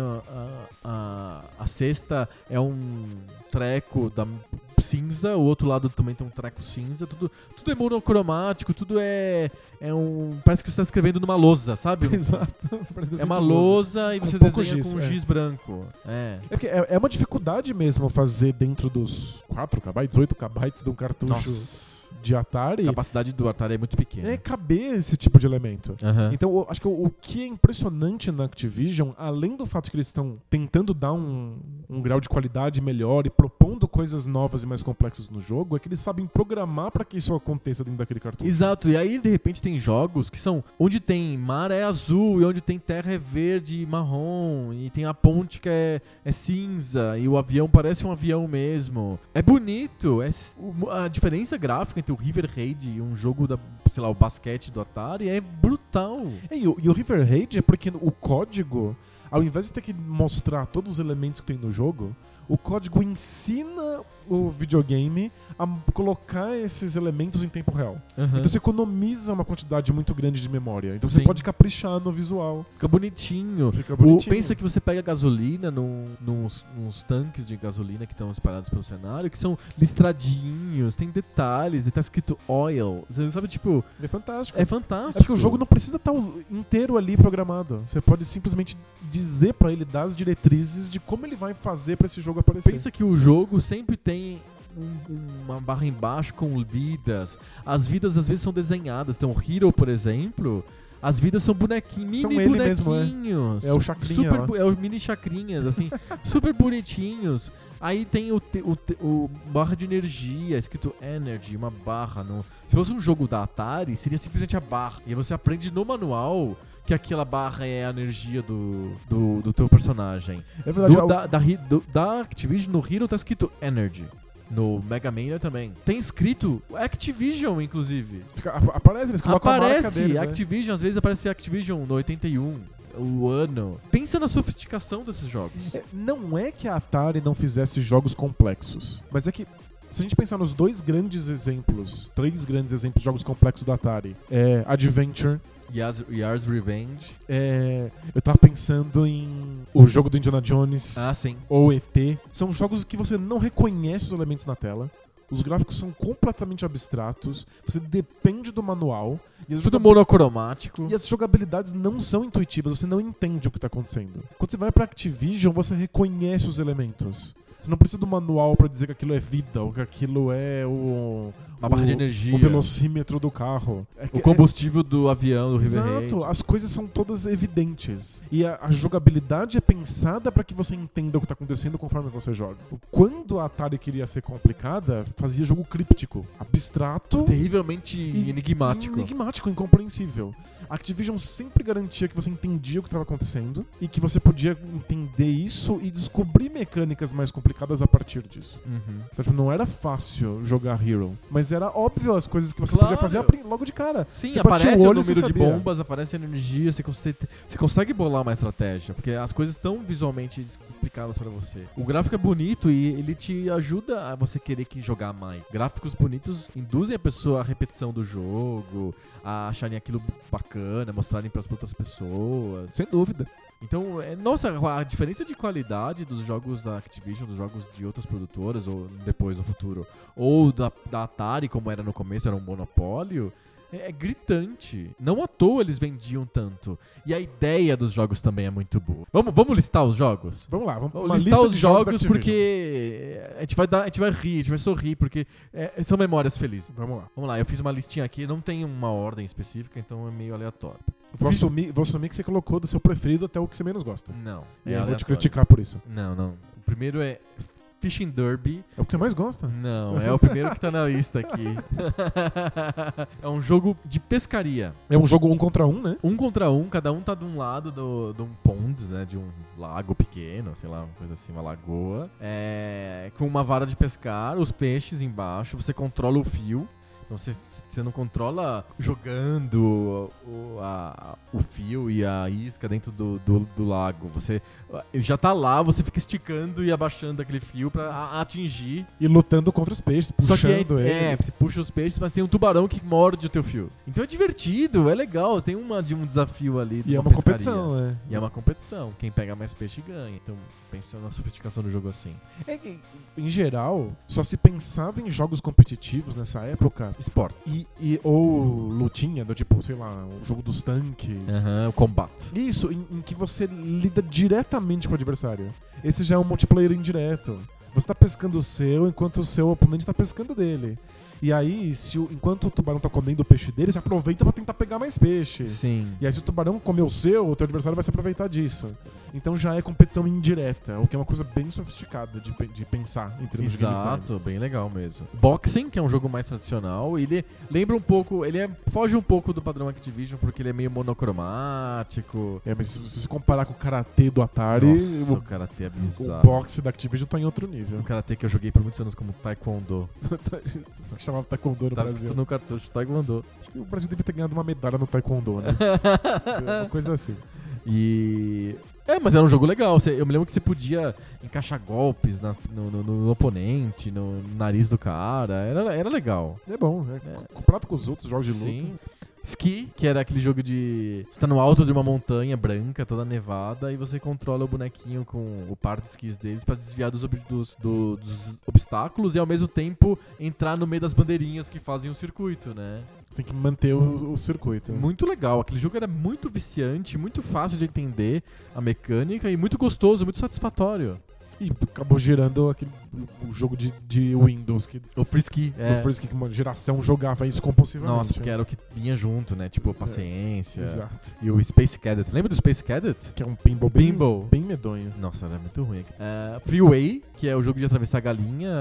a cesta é um treco da cinza, o outro lado também tem um treco cinza. Tudo é monocromático, tudo parece que você está escrevendo numa lousa, sabe? Exato. É uma lousa e você desenha com um giz branco. É uma dificuldade mesmo fazer dentro dos 4 KB, 8 KB de um cartucho. Nossa. De Atari. A capacidade do Atari é muito pequena. É caber esse tipo de elemento. Uhum. Então, eu acho que o que é impressionante na Activision, além do fato de que eles estão tentando dar um grau de qualidade melhor e propondo coisas novas e mais complexas no jogo, é que eles sabem programar para que isso aconteça dentro daquele cartucho. Exato. E aí, de repente, tem jogos que são onde tem mar é azul e onde tem terra é verde e marrom e tem a ponte que é cinza e o avião parece um avião mesmo. É bonito. A diferença gráfica entre o River Raid e um jogo sei lá, o basquete do Atari é brutal. E o River Raid é porque o código, ao invés de ter que mostrar todos os elementos que tem no jogo, o código ensina o videogame a colocar esses elementos em tempo real. Uhum. Então você economiza uma quantidade muito grande de memória. Então Sim. você pode caprichar no visual. Fica bonitinho. Pensa que você pega gasolina nos tanques de gasolina que estão espalhados pelo cenário, que são listradinhos, tem detalhes, e tá escrito oil. Você sabe, tipo... É fantástico. É fantástico. É porque o jogo não precisa estar inteiro ali programado. Você pode simplesmente dizer pra ele, dar as diretrizes de como ele vai fazer pra esse jogo aparecer. Pensa que o jogo sempre tem uma barra embaixo com vidas. As vidas às vezes são desenhadas. Então, o Hero, por exemplo, as vidas são bonequinhos, mini bonequinhos. Mesmo, é o chacrinha. É o mini chacrinhas, assim, super bonitinhos. Aí tem o barra de energia, escrito Energy, uma barra. Se fosse um jogo da Atari, seria simplesmente a barra. E aí você aprende no manual que aquela barra é a energia do teu personagem. É verdade. Da Activision, no Hero tá escrito Energy. No Mega Man também. Tem escrito Activision, inclusive. Aparece, eles colocam a marca deles, Activision, às vezes aparece Activision no 81. O ano. Pensa na sofisticação desses jogos. Não é que a Atari não fizesse jogos complexos, mas é que se a gente pensar nos 3 grandes exemplos de jogos complexos da Atari, Adventure, Yars Revenge. Eu tava pensando em o jogo do Indiana Jones. Sim. Ou ET. São jogos que você não reconhece os elementos na tela. Os gráficos são completamente abstratos. Você depende do manual. Tudo monocromático. E as jogabilidades não são intuitivas. Você não entende o que tá acontecendo. Quando você vai pra Activision, você reconhece os elementos. Você não precisa do manual pra dizer que aquilo é vida, ou que aquilo é uma barra de energia, o velocímetro do carro, o combustível do avião, do River Raid. Exato, as coisas são todas evidentes. E a jogabilidade é pensada pra que você entenda o que tá acontecendo conforme você joga. Quando a Atari queria ser complicada, fazia jogo críptico, abstrato, terrivelmente enigmático. Enigmático, incompreensível. A Activision sempre garantia que você entendia o que estava acontecendo e que você podia entender isso e descobrir mecânicas mais complicadas a partir disso. Uhum. Então, não era fácil jogar Hero, mas mas era óbvio as coisas que você Claro. podia fazer logo de cara. Sim, Você batia aparece o olho e número você de sabia. bombas, aparece a energia, você consegue bolar uma estratégia, porque as coisas estão visualmente explicadas pra você. O gráfico é bonito e ele te ajuda a você querer jogar mais. Gráficos bonitos induzem a pessoa à repetição do jogo, a acharem aquilo bacana, mostrarem pras outras pessoas. Sem dúvida. Então, nossa, a diferença de qualidade dos jogos da Activision, dos jogos de outras produtoras, ou depois no futuro, ou da Atari, como era no começo, era um monopólio, é gritante. Não à toa eles vendiam tanto. E a ideia dos jogos também é muito boa. Vamos listar os jogos? Vamos lá, vamos Vamos listar os jogos porque a gente vai rir, a gente vai sorrir, porque são memórias felizes. Vamos lá. Vamos lá, eu fiz uma listinha aqui, não tem uma ordem específica, então é meio aleatório. Vou assumir que você colocou do seu preferido até o que você menos gosta. Não. E eu vou te aleatório. criticar por isso. Não. O primeiro é Fishing Derby. É o que você mais gosta? Não, é o primeiro que tá na lista aqui. É um jogo de pescaria. É um jogo 1 contra 1, né? 1 contra 1, cada um tá de um lado de um pond, né? De um lago pequeno, sei lá, uma coisa assim, uma lagoa. Com uma vara de pescar, os peixes embaixo, você controla o fio. Então você não controla jogando o fio e a isca dentro do lago. Você já tá lá, você fica esticando e abaixando aquele fio pra atingir. E lutando contra os peixes, puxando Só que eles. você puxa os peixes, mas tem um tubarão que morde o teu fio. Então é divertido, é legal. Tem um desafio ali. E é uma uma pescaria. competição, né? E é uma competição. Quem pega mais peixe ganha. Então pensa na sofisticação do jogo assim. É que, em geral, só se pensava em jogos competitivos nessa época Esporte. ou lutinha, do tipo, sei lá, o jogo dos tanques. O combate. Isso, em que você lida diretamente com o adversário. Esse já é um multiplayer indireto. Você tá pescando o seu enquanto o seu oponente tá pescando dele. E aí, enquanto o tubarão tá comendo o peixe dele, você aproveita pra tentar pegar mais peixes. Sim. E aí, se o tubarão comer o teu adversário vai se aproveitar disso. Então já é competição indireta, o que é uma coisa bem sofisticada de pensar em termos de game design. Exato, bem legal mesmo. Boxing, que é um jogo mais tradicional, ele lembra um pouco, foge um pouco do padrão Activision, porque ele é meio monocromático. Mas se você comparar com o Karatê do Atari, Nossa, o Karatê é o bizarro. boxe da Activision tá em outro nível. O Karatê que eu joguei por muitos anos como Taekwondo. Chamava Taekwondo no Tava Brasil. escrito no cartucho Taekwondo. Acho que o Brasil devia ter ganhado uma medalha no Taekwondo, né? Uma coisa assim. Mas era um jogo legal. Eu me lembro que você podia encaixar golpes no oponente, no nariz do cara. Era legal. É bom, comparado com os outros jogos de luta. Sim. Ski, que era aquele jogo de... Você tá no alto de uma montanha branca, toda nevada, e você controla o bonequinho com o par de skis deles pra desviar dos obstáculos e ao mesmo tempo entrar no meio das bandeirinhas que fazem o circuito, né? Você tem que manter o circuito. Muito legal. Aquele jogo era muito viciante, muito fácil de entender a mecânica e muito gostoso, muito satisfatório. E acabou gerando o jogo de Windows. O Frisky. O Frisky, que uma geração jogava isso compulsivamente. Nossa, porque era o que vinha junto, né? Tipo, paciência. Exato. E o Space Cadet. Lembra do Space Cadet? Que é um pinball bem medonho. Nossa, era muito ruim. Freeway, que é o jogo de atravessar a galinha,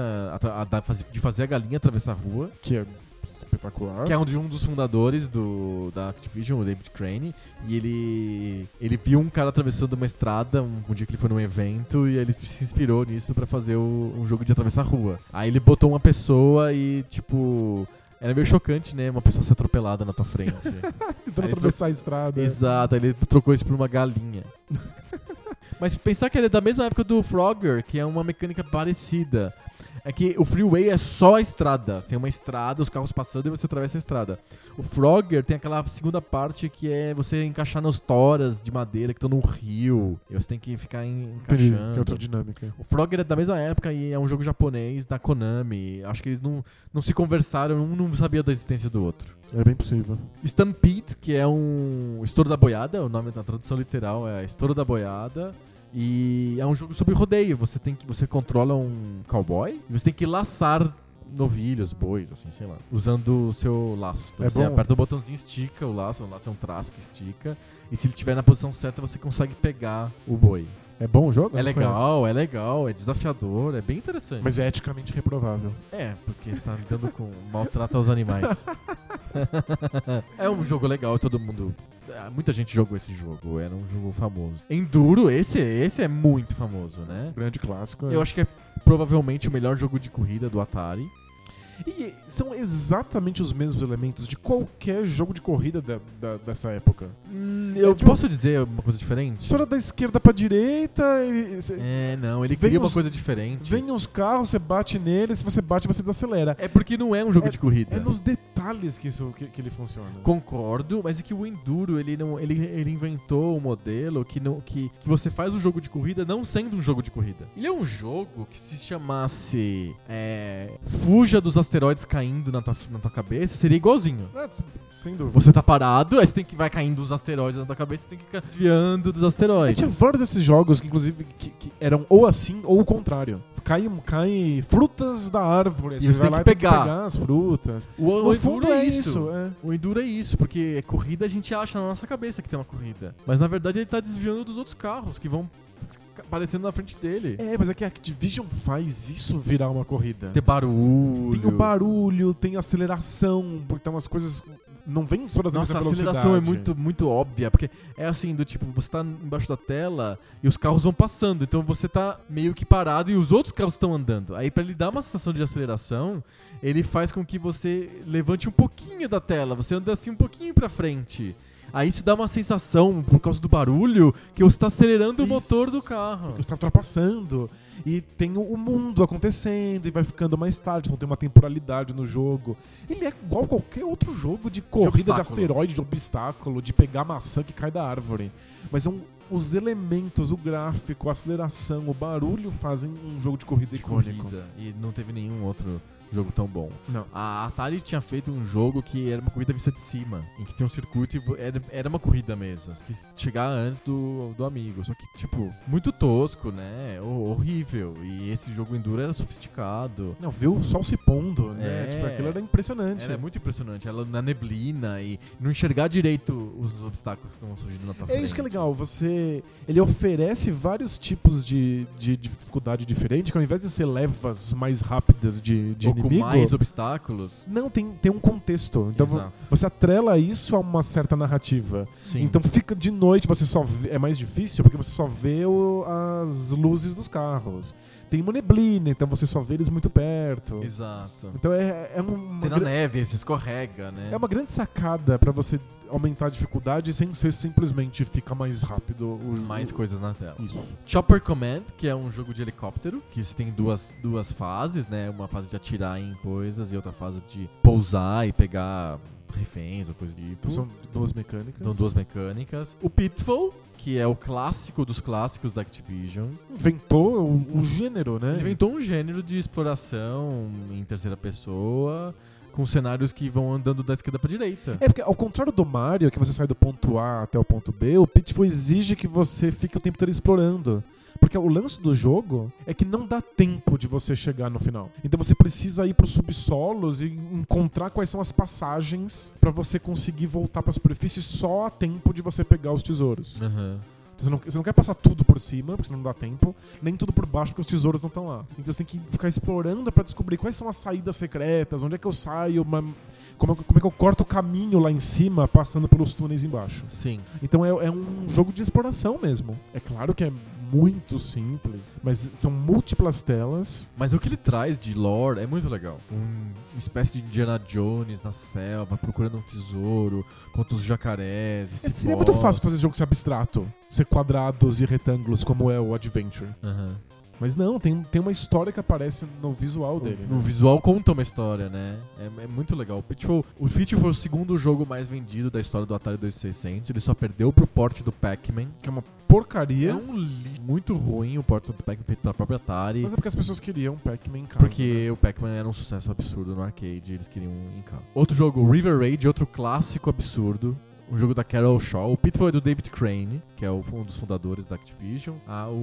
de fazer a galinha atravessar a rua. Que é espetacular. Que é um dos fundadores da Activision, o David Crane. E ele viu um cara atravessando uma estrada um dia que ele foi num evento e ele se inspirou nisso pra fazer um jogo de atravessar a rua. Aí ele botou uma pessoa e, tipo... Era meio chocante, né? Uma pessoa ser atropelada na tua frente. Tentando atravessar a estrada. Exato, aí ele trocou isso por uma galinha. Mas pensar que ele é da mesma época do Frogger, que é uma mecânica parecida. É que o Freeway é só a estrada. Tem uma estrada, os carros passando e você atravessa a estrada. O Frogger tem aquela segunda parte que é você encaixar nas toras de madeira que estão no rio. E você tem que ficar encaixando. Tem outra dinâmica. O Frogger é da mesma época e é um jogo japonês da Konami. Acho que eles não se conversaram, um não sabia da existência do outro. É bem possível. Stampede, que é um estouro da boiada. O nome da tradução literal é estouro da boiada. E é um jogo sobre rodeio. Você controla um cowboy e você tem que laçar novilhos, bois, assim, sei lá, usando o seu laço. Então você aperta o botãozinho, estica o laço é um traço que estica, e se ele estiver na posição certa, você consegue pegar o boi. É bom o jogo? É legal, é desafiador, é bem interessante. Mas é eticamente reprovável. Porque você tá lidando com maltrato aos animais. É um jogo legal, todo mundo... Muita gente jogou esse jogo, era um jogo famoso. Enduro, esse é muito famoso, né? Grande clássico. Eu acho que é provavelmente o melhor jogo de corrida do Atari. que são exatamente os mesmos elementos de qualquer jogo de corrida dessa época. Eu posso dizer uma coisa diferente? Só era da esquerda pra direita e... Não, ele Vem cria uma os- coisa diferente. Vem uns carros, você bate neles, se você bate, você desacelera. É porque não é um jogo de corrida. É nos detalhes que ele funciona. Concordo, mas é que o Enduro, ele inventou um modelo que você faz o jogo de corrida não sendo um jogo de corrida. Ele é um jogo que se chamasse Fuja dos asteroides caindo na tua cabeça, seria igualzinho. Sem dúvida. Você tá parado, aí você vai caindo os asteroides na tua cabeça, você tem que ficar desviando dos asteroides. Tinha vários desses jogos que, inclusive, que eram ou assim ou o contrário. Cai frutas da árvore. E você vai tem lá que e tem que pegar. pegar as frutas. O No Enduro fundo é isso. O Enduro é isso, porque corrida a gente acha na nossa cabeça que tem uma corrida. Mas na verdade ele tá desviando dos outros carros que vão aparecendo na frente dele. Mas é que a Activision faz isso virar uma corrida. Tem barulho. Tem o barulho, tem aceleração, porque tem umas coisas... Não vem só das Nossa, a mesmas velocidade. aceleração é muito, muito óbvia, porque é assim, do tipo, você tá embaixo da tela e os carros vão passando, então você tá meio que parado e os outros carros estão andando. Aí pra ele dar uma sensação de aceleração, ele faz com que você levante um pouquinho da tela, você anda assim um pouquinho pra frente. Aí isso dá uma sensação, por causa do barulho, que você tá acelerando o motor do carro. Você tá ultrapassando. E tem o mundo acontecendo e vai ficando mais tarde. Então tem uma temporalidade no jogo. Ele é igual qualquer outro jogo de corrida de asteroide, de obstáculo, de pegar maçã que cai da árvore. Mas os elementos, o gráfico, a aceleração, o barulho fazem um jogo de corrida icônico. E não teve nenhum outro jogo tão bom. Não. A Atari tinha feito um jogo que era uma corrida vista de cima, em que tinha um circuito e era uma corrida mesmo, que chegar antes do amigo, só que, tipo, muito tosco, né? Horrível. E esse jogo Enduro era sofisticado. Não, viu o sol se pondo, né? Tipo, aquilo era impressionante. Era muito impressionante. Ela na neblina e não enxergar direito os obstáculos que estão surgindo na tua frente. É isso que é legal, ele oferece vários tipos de dificuldade diferente, que ao invés de ser levas mais rápidas de ou inimigo, com mais obstáculos. Não, tem um contexto. Então Exato. você atrela isso a uma certa narrativa. Sim. Então fica de noite, você só vê, é mais difícil porque você só vê as luzes dos carros. Tem uma neblina, então você só vê eles muito perto. Exato. Então é uma Tem na neve, você escorrega, né? É uma grande sacada pra você aumentar a dificuldade sem ser simplesmente fica mais rápido. Mais coisas na tela. Isso. Chopper Command, que é um jogo de helicóptero, que você tem duas fases, né? Uma fase de atirar em coisas e outra fase de pousar e pegar reféns ou coisa do tipo. São duas mecânicas. São duas mecânicas. O Pitfall, que é o clássico dos clássicos da Activision. Inventou o gênero, né? Ele inventou um gênero de exploração em terceira pessoa, com cenários que vão andando da esquerda pra direita. É porque, ao contrário do Mario, que você sai do ponto A até o ponto B, o Pitfall exige que você fique o tempo todo explorando. Porque o lance do jogo é que não dá tempo de você chegar no final. Então você precisa ir pros subsolos e encontrar quais são as passagens pra você conseguir voltar pra superfície só a tempo de você pegar os tesouros. Uhum. Você não quer passar tudo por cima, porque senão não dá tempo, nem tudo por baixo, porque os tesouros não estão lá. Então você tem que ficar explorando pra descobrir quais são as saídas secretas, onde é que eu saio, como é que eu corto o caminho lá em cima, passando pelos túneis embaixo. Sim. Então é um jogo de exploração mesmo. É claro que é muito simples, mas são múltiplas telas. Mas o que ele traz de lore é muito legal. Uma espécie de Indiana Jones na selva, procurando um tesouro, contra os jacarés. Seria muito fácil fazer jogo ser abstrato, ser quadrados e retângulos, como é o Adventure. Uhum. Mas não, tem uma história que aparece no visual dele. O visual conta uma história, né? É muito legal. O Pitfall foi o segundo jogo mais vendido da história do Atari 2600. Ele só perdeu pro port do Pac-Man. Que é uma porcaria. É um muito ruim o port do Pac-Man feito pela própria Atari. Mas é porque as pessoas queriam Pac-Man em casa. Porque o Pac-Man era um sucesso absurdo no arcade e eles queriam em casa. Outro jogo, River Raid, outro clássico absurdo. Um jogo da Carol Shaw. O Pitfall é do David Crane, que é um dos fundadores da Activision.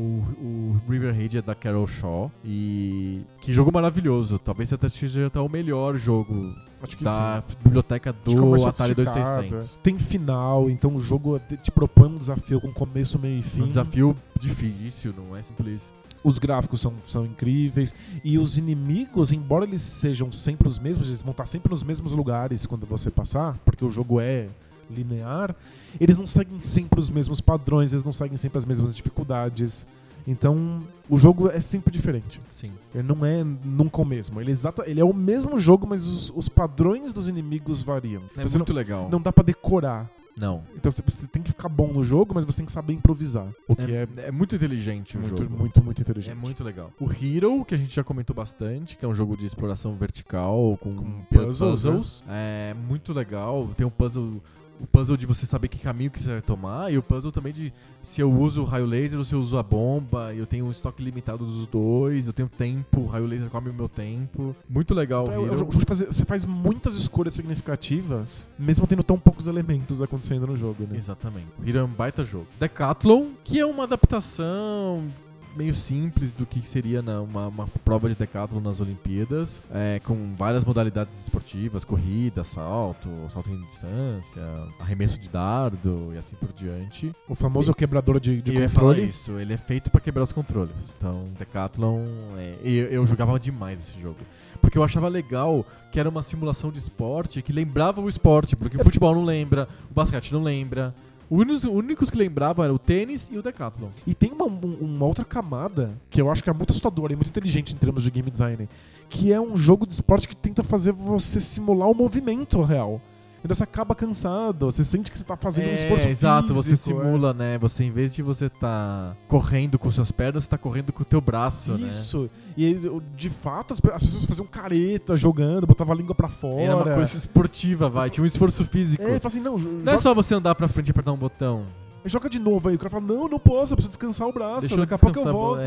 O River Raid é da Carol Shaw. E que jogo maravilhoso. Talvez seja até o melhor jogo da biblioteca do Atari 2600. Tem final, então o jogo te propõe um desafio com começo, meio e fim. Um desafio difícil, não é simples. Os gráficos são incríveis. E os inimigos, embora eles sejam sempre os mesmos, eles vão estar sempre nos mesmos lugares quando você passar, porque o jogo é linear, eles não seguem sempre os mesmos padrões, eles não seguem sempre as mesmas dificuldades. Então, o jogo é sempre diferente. Sim. Ele não é nunca o mesmo. Ele é o mesmo jogo, mas os padrões dos inimigos variam. É Você muito legal. não dá pra decorar. Não. Então você tem que ficar bom no jogo, mas você tem que saber improvisar. O que É muito inteligente o muito, jogo. muito inteligente. É muito legal. O Hero, que a gente já comentou bastante, que é um jogo de exploração vertical com puzzles, É muito legal. Tem um puzzle... O puzzle de você saber que caminho que você vai tomar, e o puzzle também de se eu uso o raio laser ou se eu uso a bomba. Eu tenho um estoque limitado dos dois, eu tenho tempo, o raio laser come o meu tempo. Muito legal. Então, você faz muitas escolhas significativas, mesmo tendo tão poucos elementos acontecendo no jogo, né? Exatamente. O Hero é um baita jogo. Decathlon, que é uma adaptação meio simples do que seria uma prova de decathlon nas Olimpíadas, com várias modalidades esportivas, corrida, salto em distância, arremesso de dardo e assim por diante. O famoso quebrador de eu ia falar isso, ele é feito pra quebrar os controles. Então, Decathlon, eu jogava demais esse jogo. Porque eu achava legal que era uma simulação de esporte que lembrava o esporte, porque o futebol não lembra, o basquete não lembra. Os únicos que lembravam eram o tênis e o Decathlon. E tem uma outra camada que eu acho que é muito assustadora e muito inteligente em termos de game design, que é um jogo de esporte que tenta fazer você simular o movimento real. Então você acaba cansado, você sente que você tá fazendo um esforço exato, físico. Você simula, né? Você, em vez de você tá correndo com suas pernas, você tá correndo com o teu braço, Isso. Né? E de fato as pessoas faziam careta jogando, botavam a língua pra fora. Era uma coisa esportiva, tinha um esforço físico. Fala assim, não é só você andar pra frente e apertar um botão. Joga de novo aí. O cara fala, não posso, eu preciso descansar o braço, daqui a pouco eu volto.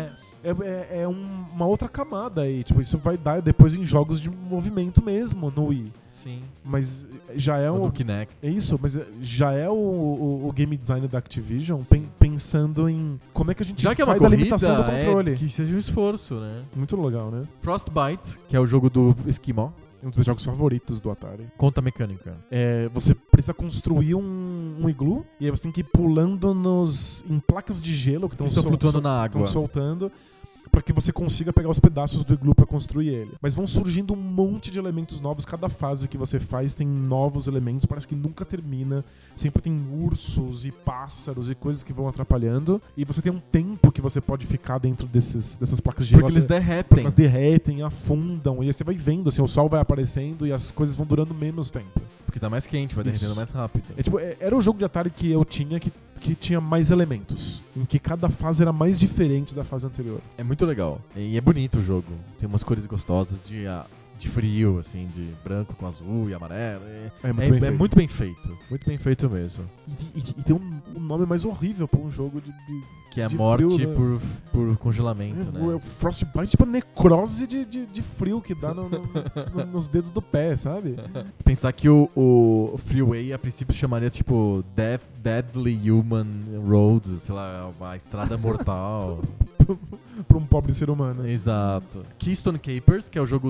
É uma outra camada aí, tipo, isso vai dar depois em jogos de movimento mesmo no Wii. Sim. Mas já é o Kinect. É isso, mas já é o game design da Activision pensando em como é que a gente sai da limitação do controle. Que seja um esforço, né? Muito legal, né? Frostbite, que é o jogo do Esquimó. Um dos meus jogos favoritos do Atari. Conta a mecânica. Você precisa construir um iglu e aí você tem que ir pulando em placas de gelo que estão flutuando na água. Estão soltando, para que você consiga pegar os pedaços do iglu para construir ele. Mas vão surgindo um monte de elementos novos. Cada fase que você faz tem novos elementos. Parece que nunca termina. Sempre tem ursos e pássaros e coisas que vão atrapalhando. E você tem um tempo que você pode ficar dentro dessas placas de gelo. Porque eles derretem. Elas derretem, afundam. E aí você vai vendo, assim, o sol vai aparecendo e as coisas vão durando menos tempo. Porque tá mais quente, vai derretendo mais rápido. Era o jogo de Atari que eu tinha que tinha mais elementos, em que cada fase era mais diferente da fase anterior. É muito legal. E é bonito o jogo. Tem umas cores gostosas de frio, assim, de branco com azul e amarelo. É muito bem feito. Muito bem feito mesmo. E tem um nome mais horrível pra um jogo que é a de morte frio, né? por congelamento, né? O Frostbite, tipo a necrose de frio que dá nos dedos do pé, sabe? Pensar que o Freeway a princípio chamaria tipo Deadly Human Roads, sei lá, uma estrada mortal. Pra um pobre ser humano. Exato. Keystone Capers, que é o jogo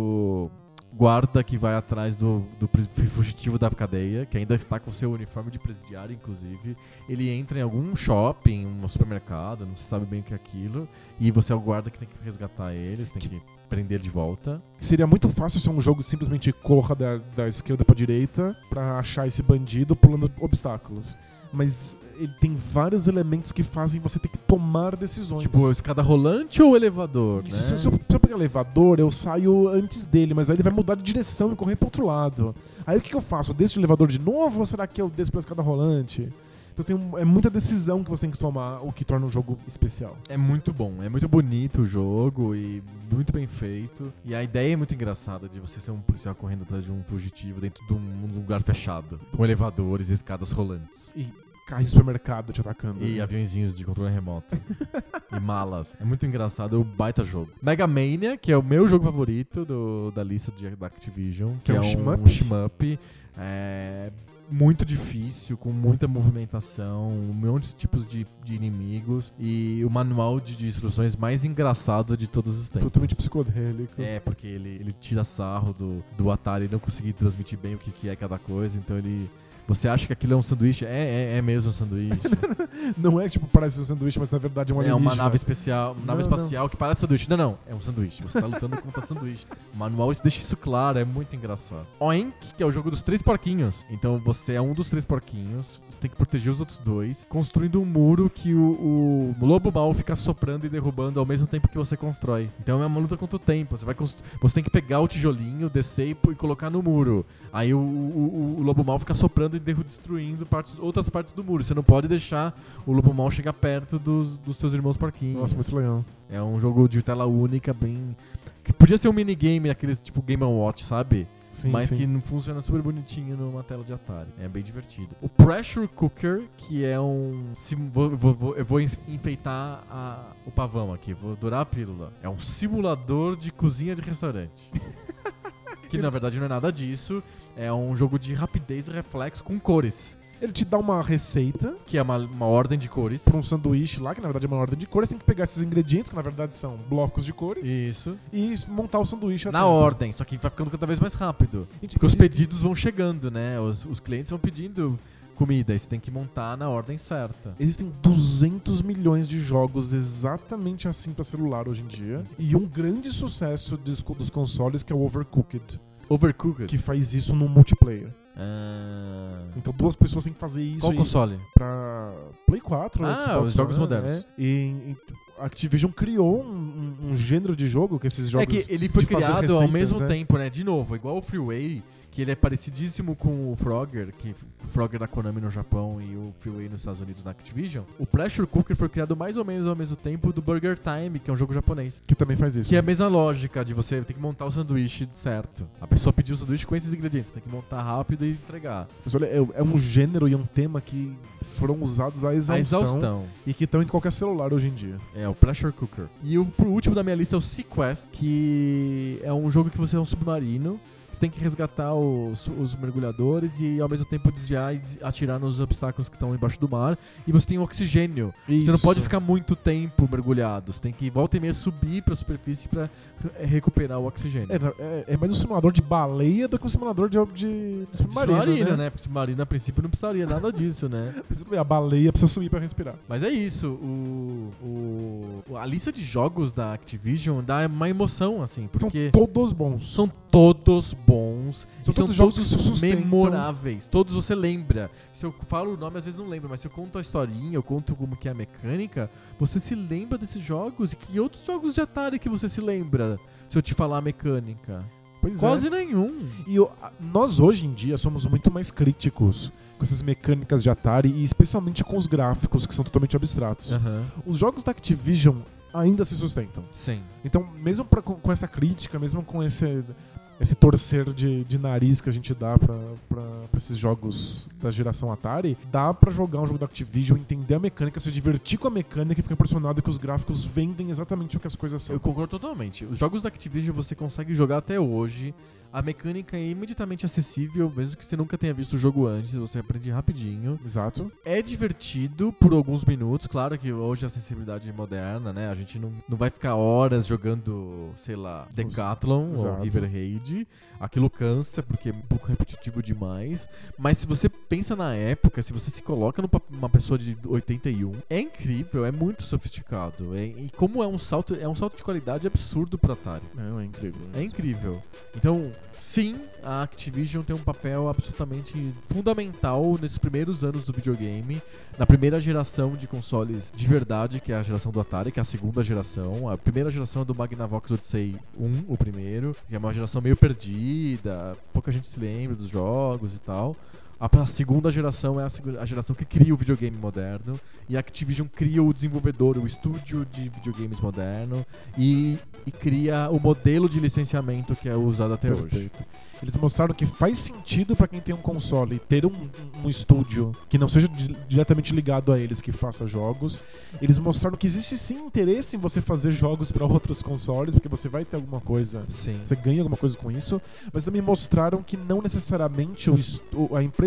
do guarda que vai atrás do fugitivo da cadeia, que ainda está com seu uniforme de presidiário, inclusive. Ele entra em algum shopping, um supermercado, não se sabe bem o que é aquilo, e você é o guarda que tem que resgatar ele, você tem que prender de volta. Seria muito fácil ser um jogo que simplesmente corra da esquerda pra direita pra achar esse bandido pulando obstáculos. Mas ele tem vários elementos que fazem você ter que tomar decisões. Tipo, escada rolante ou elevador, né? Se eu pegar elevador, eu saio antes dele, mas aí ele vai mudar de direção e correr pro outro lado. Aí o que eu faço? Eu desço o elevador de novo ou será que eu desço pela escada rolante? Então assim, é muita decisão que você tem que tomar, o que torna um jogo especial. É muito bom, é muito bonito o jogo e muito bem feito. E a ideia é muito engraçada de você ser um policial correndo atrás de um fugitivo dentro de um lugar fechado, com elevadores e escadas rolantes. E carro de supermercado te atacando. E aviãozinhos de controle remoto. E malas. É muito engraçado, é um baita jogo. Mega Mania, que é o meu jogo favorito da lista da Activision. Que é um shmup. É muito difícil, com muita movimentação, um monte de tipos de inimigos e o manual de instruções mais engraçado de todos os tempos. Totalmente psicodélico. Porque ele tira sarro do Atari não conseguir transmitir bem o que é cada coisa, então ele Você acha que aquilo é um sanduíche? É mesmo um sanduíche. Não é tipo, parece um sanduíche, mas na verdade é uma É uma alienígena. nave especial, uma nave espacial que parece sanduíche. Não, é um sanduíche. Você tá lutando contra sanduíche. O manual deixa isso claro, é muito engraçado. Oink, que é o jogo dos 3 porquinhos. Então você é um dos 3 porquinhos, você tem que proteger os outros 2, construindo um muro que o lobo mau fica soprando e derrubando ao mesmo tempo que você constrói. Então é uma luta contra o tempo. Você tem que pegar o tijolinho, descer e colocar no muro. Aí o lobo mau fica soprando e destruindo outras partes do muro. Você não pode deixar o lobo mau chegar perto dos seus irmãos porquinhos. Nossa, muito legal. É um jogo de tela única, bem... que podia ser um minigame, aqueles tipo Game & Watch, sabe? Sim, mas sim. que não funciona super bonitinho numa tela de Atari. É bem divertido. O Pressure Cooker, que é um... Eu vou enfeitar o pavão aqui, vou dourar a pílula. É um simulador de cozinha de restaurante. Que na verdade não é nada disso. É um jogo de rapidez e reflexo com cores. Ele te dá uma receita Que é uma ordem de cores. pra um sanduíche lá, que na verdade é uma ordem de cores. Você tem que pegar esses ingredientes, que na verdade são blocos de cores, Isso. e montar o sanduíche Na até. ordem, só que vai ficando cada vez mais rápido. Porque os pedidos vão chegando, né? Os clientes vão pedindo comida e você tem que montar na ordem certa. Existem 200 milhões de jogos exatamente assim pra celular hoje em dia. E um grande sucesso dos consoles que é o Overcooked, Overcooked. que faz isso no multiplayer. Ah. Então 2 pessoas têm que fazer isso. Qual console? Pra Play 4. Xbox os jogos One, modernos. né? E a Activision criou um gênero de jogo, que esses jogos É que ele foi de fazer criado ao receitas, mesmo né? tempo, né? De novo, igual o Freeway, que ele é parecidíssimo com o Frogger, que o Frogger da Konami no Japão e o Freeway nos Estados Unidos na Activision. O Pressure Cooker foi criado mais ou menos ao mesmo tempo do Burger Time, que é um jogo japonês. Que também faz isso. Que é a mesma lógica de você ter que montar o sanduíche certo. A pessoa pediu o sanduíche com esses ingredientes, você tem que montar rápido e entregar. Mas olha, é um gênero e um tema que foram usados à exaustão. A exaustão. E que estão em qualquer celular hoje em dia. É, o Pressure Cooker. E o último da minha lista é o Sequest, que é um jogo que você é um submarino. Você tem que resgatar os mergulhadores e ao mesmo tempo desviar e atirar nos obstáculos que estão embaixo do mar. E você tem oxigênio. Isso. Você não pode ficar muito tempo mergulhado. Você tem que volta e meia subir pra superfície pra recuperar o oxigênio. É mais um simulador de baleia do que um simulador de submarino, né? Porque submarino a princípio não precisaria nada disso, né? A baleia precisa subir pra respirar. Mas é isso. A lista de jogos da Activision dá uma emoção, assim. Porque São todos bons. são todos bons. São E todos jogos que se sustentam. memoráveis. Todos você lembra. Se eu falo o nome, às vezes não lembro, mas se eu conto a historinha, eu conto como que é a mecânica, você se lembra desses jogos. E que outros jogos de Atari que você se lembra se eu te falar a mecânica? Pois Quase nenhum. E nós hoje em dia somos muito mais críticos com essas mecânicas de Atari e especialmente com os gráficos que são totalmente abstratos. Os jogos da Activision ainda se sustentam. Sim. Então, mesmo com essa crítica, mesmo com esse torcer de nariz que a gente dá pra esses jogos da geração Atari, dá pra jogar um jogo da Activision, entender a mecânica, se divertir com a mecânica e ficar impressionado que os gráficos vendem exatamente o que as coisas são. Eu concordo totalmente. Os jogos da Activision você consegue jogar até hoje. A mecânica é imediatamente acessível, mesmo que você nunca tenha visto o jogo antes, você aprende rapidinho. Exato. É divertido por alguns minutos, claro que hoje a sensibilidade é moderna, né? A gente não vai ficar horas jogando, sei lá, Decathlon Exato. ou River Raid. Aquilo cansa porque é um pouco repetitivo demais. Mas se você pensa na época, se você se coloca numa pessoa de 81, é incrível, é muito sofisticado. E como é um salto de qualidade absurdo pra Atari. É incrível. É incrível. Então, sim, a Activision tem um papel absolutamente fundamental nesses primeiros anos do videogame, na primeira geração de consoles de verdade, que é a geração do Atari, que é a segunda geração. A primeira geração é do Magnavox Odyssey 1, o primeiro, que é uma geração meio perdida, pouca gente se lembra dos jogos e tal. A segunda geração é a geração que cria o videogame moderno, e a Activision cria o desenvolvedor, o estúdio de videogames moderno e cria o modelo de licenciamento que é usado até hoje. Eles mostraram que faz sentido pra quem tem um console ter um estúdio que não seja diretamente ligado a eles, que faça jogos. Eles mostraram que existe sim interesse em você fazer jogos pra outros consoles, porque você vai ter alguma coisa, Sim. você ganha alguma coisa com isso, mas também mostraram que não necessariamente a empresa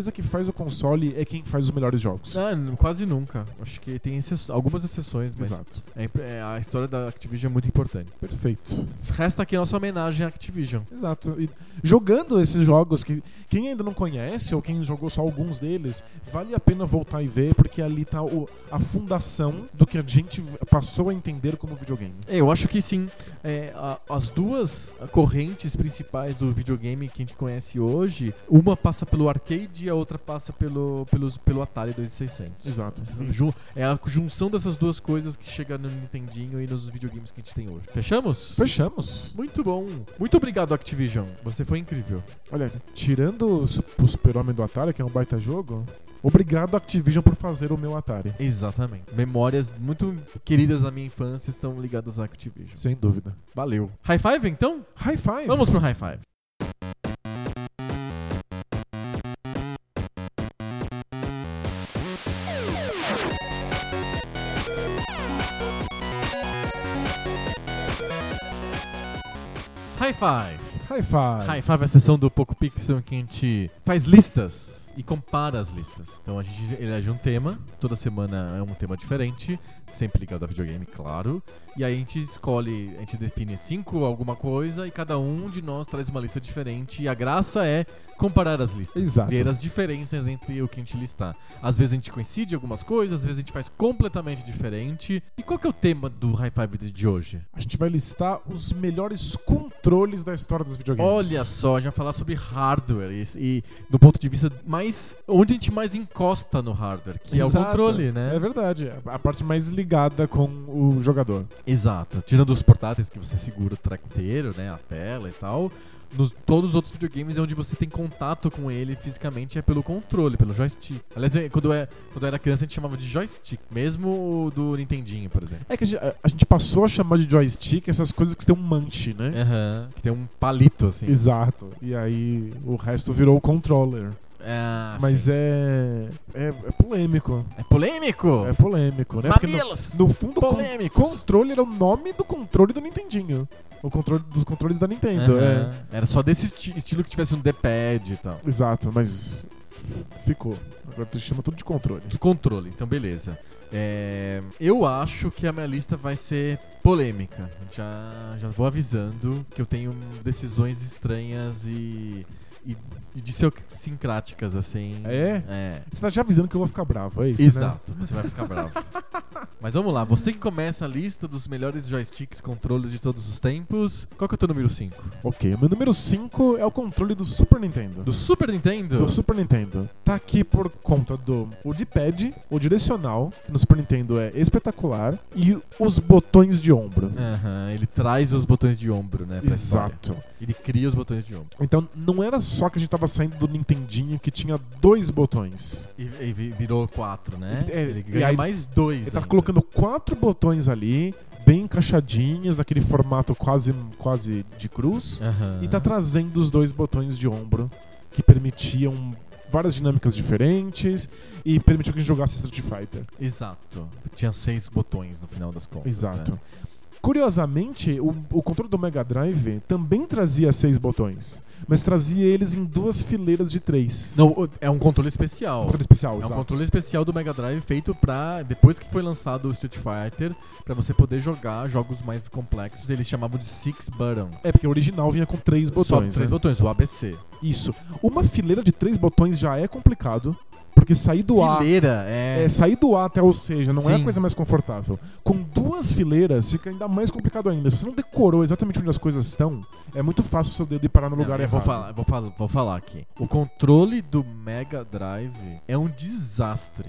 empresa que faz o console é quem faz os melhores jogos. Quase nunca. Acho que tem algumas exceções, mas Exato. a história da Activision é muito importante. Perfeito. Resta aqui a nossa homenagem à Activision. Exato. E jogando esses jogos que quem ainda não conhece ou quem jogou só alguns deles, vale a pena voltar e ver, porque ali tá a fundação do que a gente passou a entender como videogame. Eu acho que sim. As duas correntes principais do videogame que a gente conhece hoje, uma passa pelo arcade e a outra passa pelo Atari 2600. Exato. É a junção dessas duas coisas que chega no Nintendinho e nos videogames que a gente tem hoje. Fechamos? Fechamos. Muito bom. Muito obrigado, Activision. Você foi incrível. Olha, tirando o Super-Homem do Atari, que é um baita jogo, obrigado, Activision, por fazer o meu Atari. Exatamente. Memórias muito queridas da minha infância estão ligadas à Activision. Sem dúvida. Valeu. High five, então? High five. Vamos pro high five. High five. High five. High five é a sessão do Poco Pixel que a gente faz listas e compara as listas. Então a gente elege um tema, toda semana é um tema diferente, sempre ligado a videogame, claro. E aí a gente escolhe, a gente define 5 alguma coisa e cada um de nós traz uma lista diferente. E a graça é comparar as listas. Exato. Ver as diferenças entre o que a gente listar. Às vezes a gente coincide em algumas coisas, às vezes a gente faz completamente diferente. E qual que é o tema do High Five de hoje? A gente vai listar os melhores controles da história dos videogames. Olha só, a gente vai falar sobre hardware e do ponto de vista mais... onde a gente mais encosta no hardware, que Exato. é o controle, né? É verdade, a parte mais ligada com o jogador. Exato. Tirando os portáteis que você segura o track inteiro, né? A tela e tal. Todos os outros videogames é onde você tem contato com ele fisicamente é pelo controle, pelo joystick. Aliás, quando eu era criança a gente chamava de joystick, mesmo do Nintendinho, por exemplo. É que a gente passou a chamar de joystick essas coisas que tem um manche, né? Que tem um palito, assim. Exato. E aí o resto virou o controller. Mas sim. é polêmico. É polêmico? É polêmico, né? Mamilos! Porque no fundo, polêmicos. controle era o nome do controle do Nintendinho. O controle dos controles da Nintendo. Era só desse estilo que tivesse um D-pad e tal. Exato, mas ficou. Agora tu chama tudo de controle. Do controle, então beleza. Eu acho que a minha lista vai ser polêmica. Já vou avisando que eu tenho decisões estranhas e idiosincráticas, assim. Você tá já avisando que eu vou ficar bravo, é isso? Exato, né? você vai ficar bravo. Mas vamos lá, você que começa a lista dos melhores joysticks, controles de todos os tempos. Qual que é o teu número 5? Ok, o meu número 5 é o controle do Super Nintendo. Do Super Nintendo? Do Super Nintendo. Tá aqui por conta do D-pad, o direcional, que no Super Nintendo é espetacular, e os botões de ombro. Ele traz os botões de ombro, né? Pra Exato. História. Ele cria os botões de ombro. Então não era só que a gente tava saindo do Nintendinho que tinha 2 botões. E virou 4, né? Ele e ganha aí, mais 2. Ele tava colocando 4 botões ali, bem encaixadinhos, naquele formato quase de cruz. E tá trazendo os 2 botões de ombro que permitiam várias dinâmicas diferentes e permitiu que a gente jogasse Street Fighter. Exato. Tinha 6 botões no final das contas. Exato. Né? Curiosamente, o controle do Mega Drive também trazia 6 botões, mas trazia eles em 2 fileiras de 3. Não, é um controle especial. Controle especial, exato. Um controle especial do Mega Drive feito pra, depois que foi lançado o Street Fighter, pra você poder jogar jogos mais complexos. Eles chamavam de 6 button. Porque o original vinha com 3 botões. Só 3 botões, o ABC. Isso. Uma fileira de 3 botões já é complicado. Porque sair do fileira, A. Sair do A até o C já não é a Sim. coisa mais confortável. Com 2 fileiras fica ainda mais complicado ainda. Se você não decorou exatamente onde as coisas estão, é muito fácil o seu dedo ir parar no lugar errado. Vou falar aqui. O controle do Mega Drive é um desastre.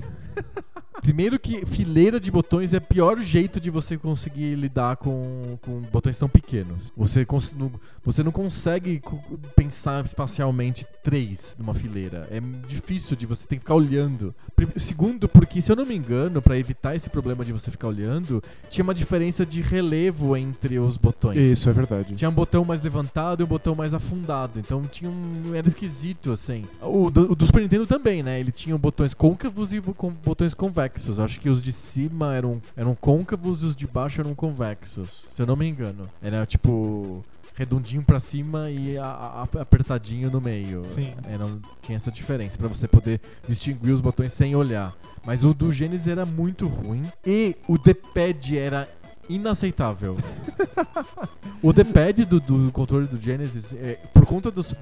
Primeiro que fileira de botões é o pior jeito de você conseguir lidar com botões tão pequenos. Você não consegue pensar espacialmente 3 numa fileira. É difícil de você ter que ficar olhando. Segundo, porque se eu não me engano, pra evitar esse problema de você ficar olhando, tinha uma diferença de relevo entre os botões. Isso, é verdade. Tinha um botão mais levantado e um botão mais afundado. Então era esquisito, assim. O do Super Nintendo também, né? Ele tinha botões côncavos e botões convexos. Acho que os de cima eram côncavos e os de baixo eram convexos. Se eu não me engano. Era tipo redondinho pra cima e apertadinho no meio. Sim. Não tinha essa diferença pra você poder distinguir os botões sem olhar. Mas o do Genesis era muito ruim e o D-pad era inaceitável. O D-pad do controle do Genesis, por conta da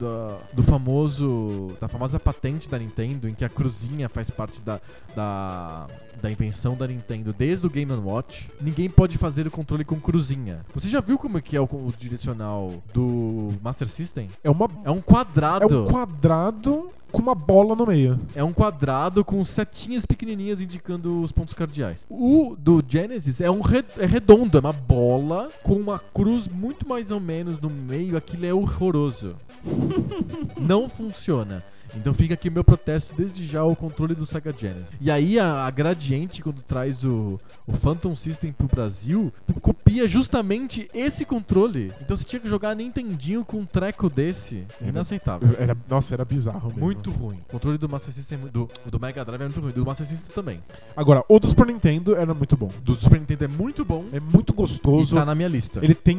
famosa patente da Nintendo, em que a cruzinha faz parte da invenção da Nintendo desde o Game & Watch, ninguém pode fazer o controle com cruzinha. Você já viu como é que é o direcional do Master System? É um quadrado. É um quadrado com uma bola no meio. É um quadrado com setinhas pequenininhas indicando os pontos cardeais. O do Genesis é redondo, é uma bola com uma cruz muito mais ou menos no meio. Aquilo é horroroso. Não funciona. Então fica aqui o meu protesto desde já ao controle do Sega Genesis. E aí a Gradiente, quando traz o Phantom System pro Brasil, copia justamente esse controle. Então você tinha que jogar Nintendinho com um treco desse. Inaceitável. Nossa, era bizarro mesmo. Muito ruim. O controle do Master System, do Mega Drive era muito ruim. Do Master System também. Agora, o do Super Nintendo era muito bom. Do Super Nintendo é muito bom. É muito gostoso. E tá na minha lista. Ele tem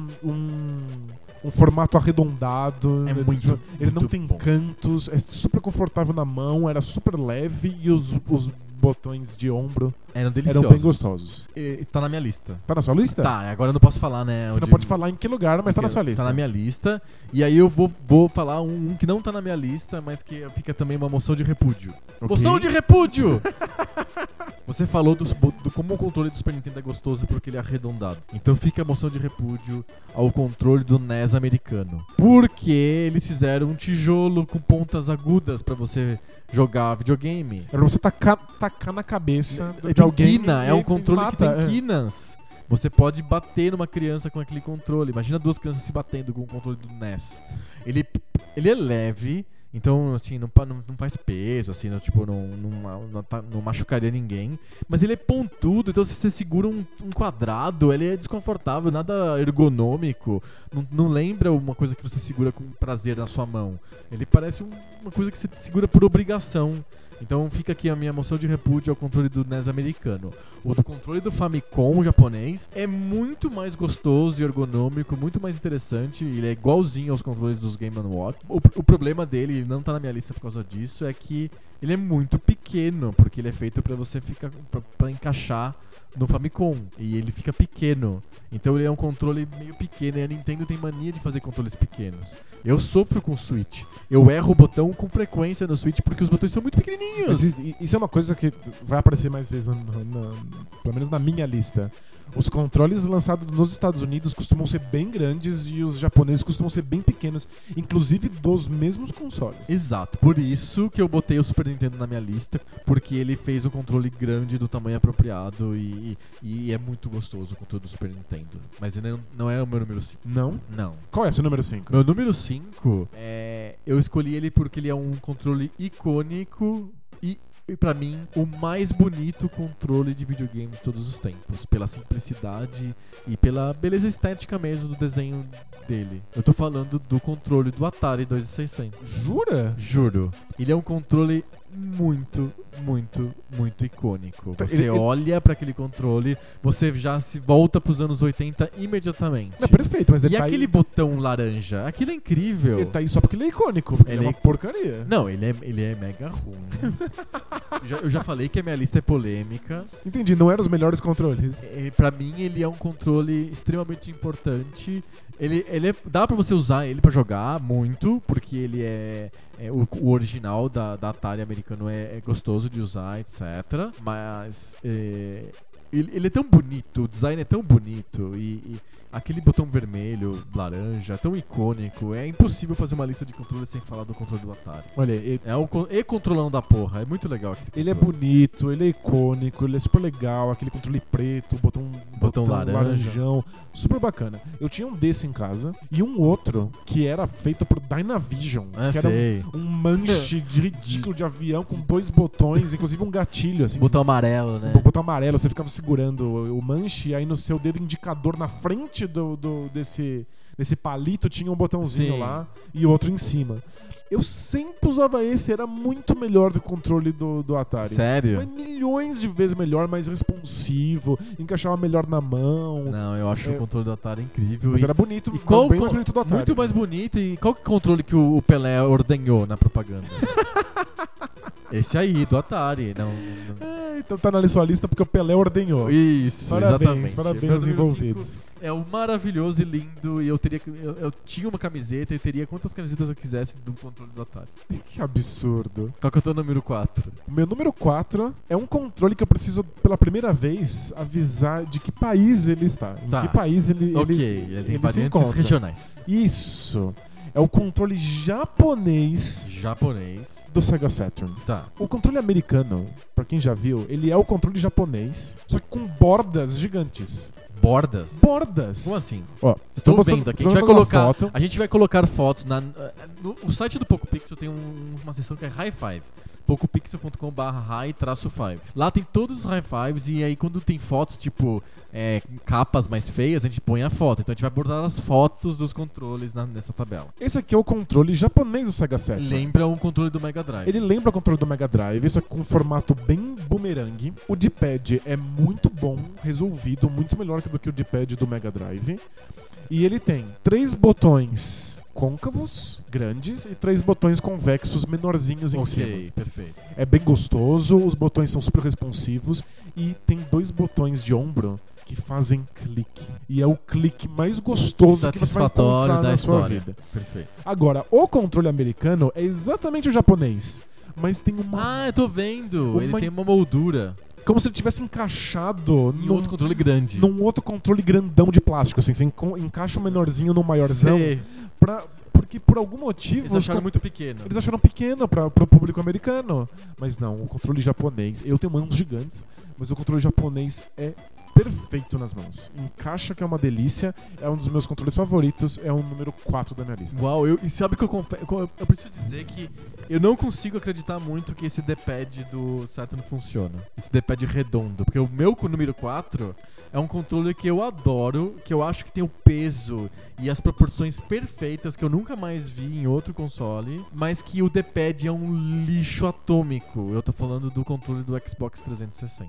um formato arredondado. Ele não tem bom. cantos. É super confortável na mão. Era super leve. E os botões de ombro eram deliciosos. Eram bem gostosos. Tá na minha lista. Tá na sua lista? Tá, agora eu não posso falar, né? Você não pode falar em que lugar, mas tá na sua lista. Tá na minha lista. E aí eu vou falar um que não tá na minha lista, mas que fica também uma moção de repúdio. Okay. Moção de repúdio! Você falou do como o controle do Super Nintendo é gostoso porque ele é arredondado. Então fica a moção de repúdio ao controle do NES americano. Porque eles fizeram um tijolo com pontas agudas pra você jogar videogame. É pra você tacar na cabeça de alguém. É um controle que tem quinas. Você pode bater numa criança com aquele controle. Imagina duas crianças se batendo com o controle do NES. Ele é leve. Então, assim, não faz peso, assim, não machucaria ninguém. Mas ele é pontudo, então se você segura um quadrado, ele é desconfortável, nada ergonômico. Não lembra uma coisa que você segura com prazer na sua mão. Ele parece uma coisa que você segura por obrigação. Então fica aqui a minha moção de repúdio ao controle do NES americano. O do controle do Famicom japonês é muito mais gostoso e ergonômico, muito mais interessante. Ele é igualzinho aos controles dos Game & Watch. O problema dele, ele não tá na minha lista por causa disso, é que ele é muito pequeno, porque ele é feito pra você ficar pra encaixar no Famicom, e ele fica pequeno. Então ele é um controle meio pequeno, e a Nintendo tem mania de fazer controles pequenos. Eu sofro com o Switch. Eu erro o botão com frequência no Switch porque os botões são muito pequenininhos. Isso é uma coisa que vai aparecer mais vezes, pelo menos na minha lista. Os controles lançados nos Estados Unidos costumam ser bem grandes e os japoneses costumam ser bem pequenos, inclusive dos mesmos consoles. Exato, por isso que eu botei o Super Nintendo na minha lista, porque ele fez o controle grande do tamanho apropriado e é muito gostoso o controle do Super Nintendo. Mas ele não é o meu número 5. Não? Não. Qual é o seu número 5? Meu número 5 eu escolhi ele porque ele é um controle icônico e pra mim, o mais bonito controle de videogame de todos os tempos. Pela simplicidade e pela beleza estética mesmo do desenho dele. Eu tô falando do controle do Atari 2600. Jura? Juro. Ele é um controle muito, muito, muito icônico. Você olha pra aquele controle, você já se volta pros anos 80 imediatamente. É perfeito, mas e aquele botão laranja, aquilo é incrível. Ele tá aí só porque ele é icônico, porque ele é uma porcaria. Não, ele é mega ruim. Eu já falei que a minha lista é polêmica. Entendi, não eram os melhores controles. Pra mim, ele é um controle extremamente importante. Dá pra você usar ele pra jogar muito, porque ele o original da Atari americano é gostoso de usar, etc. Mas ele é tão bonito, o design é tão bonito e aquele botão vermelho, laranja, é tão icônico. É impossível fazer uma lista de controles sem falar do controle do Atari. Olha, é o controlão da porra, é muito legal aquele controle. Ele é bonito, ele é icônico, ele é super legal, aquele controle preto, botão laranjão, super bacana. Eu tinha um desse em casa e um outro que era feito por Dynavision, que era um manche de ridículo de avião com 2 botões, inclusive um gatilho assim. Botão amarelo, né? Botão amarelo, você ficava segurando o manche e aí no seu dedo indicador na frente desse palito tinha um botãozinho lá e outro em cima. Eu sempre usava esse, era muito melhor do controle do Atari. Sério? Mas milhões de vezes melhor, mais responsivo, encaixava melhor na mão. Não, eu acho o controle do Atari incrível. Mas era bonito, E qual, bem mais bonito do Atari. muito mais bonito. E qual que é o controle que o Pelé ordenhou na propaganda? Esse aí, do Atari. Então tá na sua lista porque o Pelé ordenhou. Isso, Parabéns, exatamente. parabéns Meu aos número envolvidos. 5 é o maravilhoso e lindo. E eu tinha uma camiseta e teria quantas camisetas eu quisesse do controle do Atari. Que absurdo. Qual que é o teu número 4? O meu número 4 é um controle que eu preciso, pela primeira vez, avisar de que país ele está. Em Tá. que país ele Ok, ele tem ele se variantes encontra. regionais. Isso. É o controle japonês Japonês. do Sega Saturn. Tá. O controle americano, pra quem já viu, ele é o controle japonês, só que com bordas gigantes. Bordas? Bordas! Como assim? Ó, Estou mostrando- vendo aqui. tô mostrando uma foto. A gente vai colocar fotos no site do PocoPixel tem uma seção que é High Five. PocoPixel.com/high-5. Lá tem todos os high fives e aí quando tem fotos tipo capas mais feias, a gente põe a foto. Então a gente vai abordar as fotos dos controles nessa tabela. Esse aqui é o controle japonês do Sega Saturn. Lembra um controle do Mega Drive. Ele lembra o controle do Mega Drive, isso é com um formato bem boomerang. O D-pad é muito bom, resolvido, muito melhor do que o D-pad do Mega Drive. E ele tem 3 botões côncavos, grandes, e 3 botões convexos, menorzinhos em cima. Ok, perfeito. É bem gostoso, os botões são super responsivos e tem 2 botões de ombro que fazem clique. E é o clique mais gostoso que você vai Satisfatório encontrar da na sua história. vida. Perfeito. Agora, o controle americano é exatamente o japonês, mas tem uma... Ah, eu tô vendo. Ele Uma- tem uma moldura. Como se ele tivesse encaixado E outro controle grande. num outro controle grandão de plástico, assim. Você encaixa o menorzinho no maiorzão. Sei. Porque por algum motivo... Eles acharam muito pequeno. Eles acharam pequeno pro público americano. Mas não, o controle japonês... Eu tenho mãos gigantes, mas o controle japonês é perfeito nas mãos. Encaixa, que é uma delícia. É um dos meus controles favoritos. É o número 4 da minha lista. Uau, e sabe que eu preciso dizer que eu não consigo acreditar muito que esse D-pad do Saturn funciona. Esse D-pad redondo. Porque o meu número 4 é um controle que eu adoro, que eu acho que tem o peso e as proporções perfeitas que eu nunca mais vi em outro console, mas que o D-pad é um lixo atômico. Eu tô falando do controle do Xbox 360.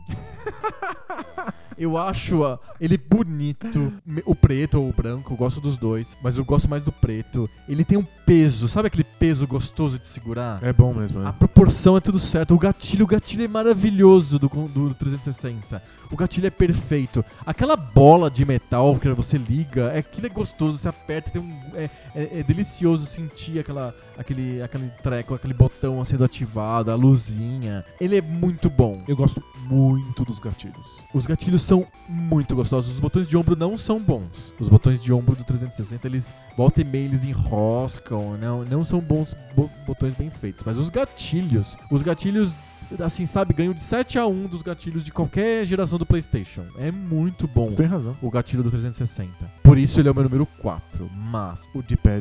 Eu acho ele bonito, o preto ou o branco, eu gosto dos dois, mas eu gosto mais do preto. Ele tem um peso, sabe aquele peso gostoso de segurar? É bom mesmo, A né? proporção é tudo certo. O gatilho é maravilhoso do 360. O gatilho é perfeito. Aquela bola de metal que você liga, aquilo é gostoso, você aperta, é delicioso sentir aquele treco, aquele botão sendo ativado, a luzinha. Ele é muito bom. Eu gosto muito dos gatilhos. Os gatilhos são muito gostosos. Os botões de ombro não são bons. Os botões de ombro do 360, eles volta e meia, eles enroscam. Não são bons botões bem feitos. Mas os gatilhos, assim, sabe, ganham de 7-1 dos gatilhos de qualquer geração do PlayStation. É muito bom Você tem razão. o gatilho do 360. Por isso ele é o meu número 4. Mas O D-pad.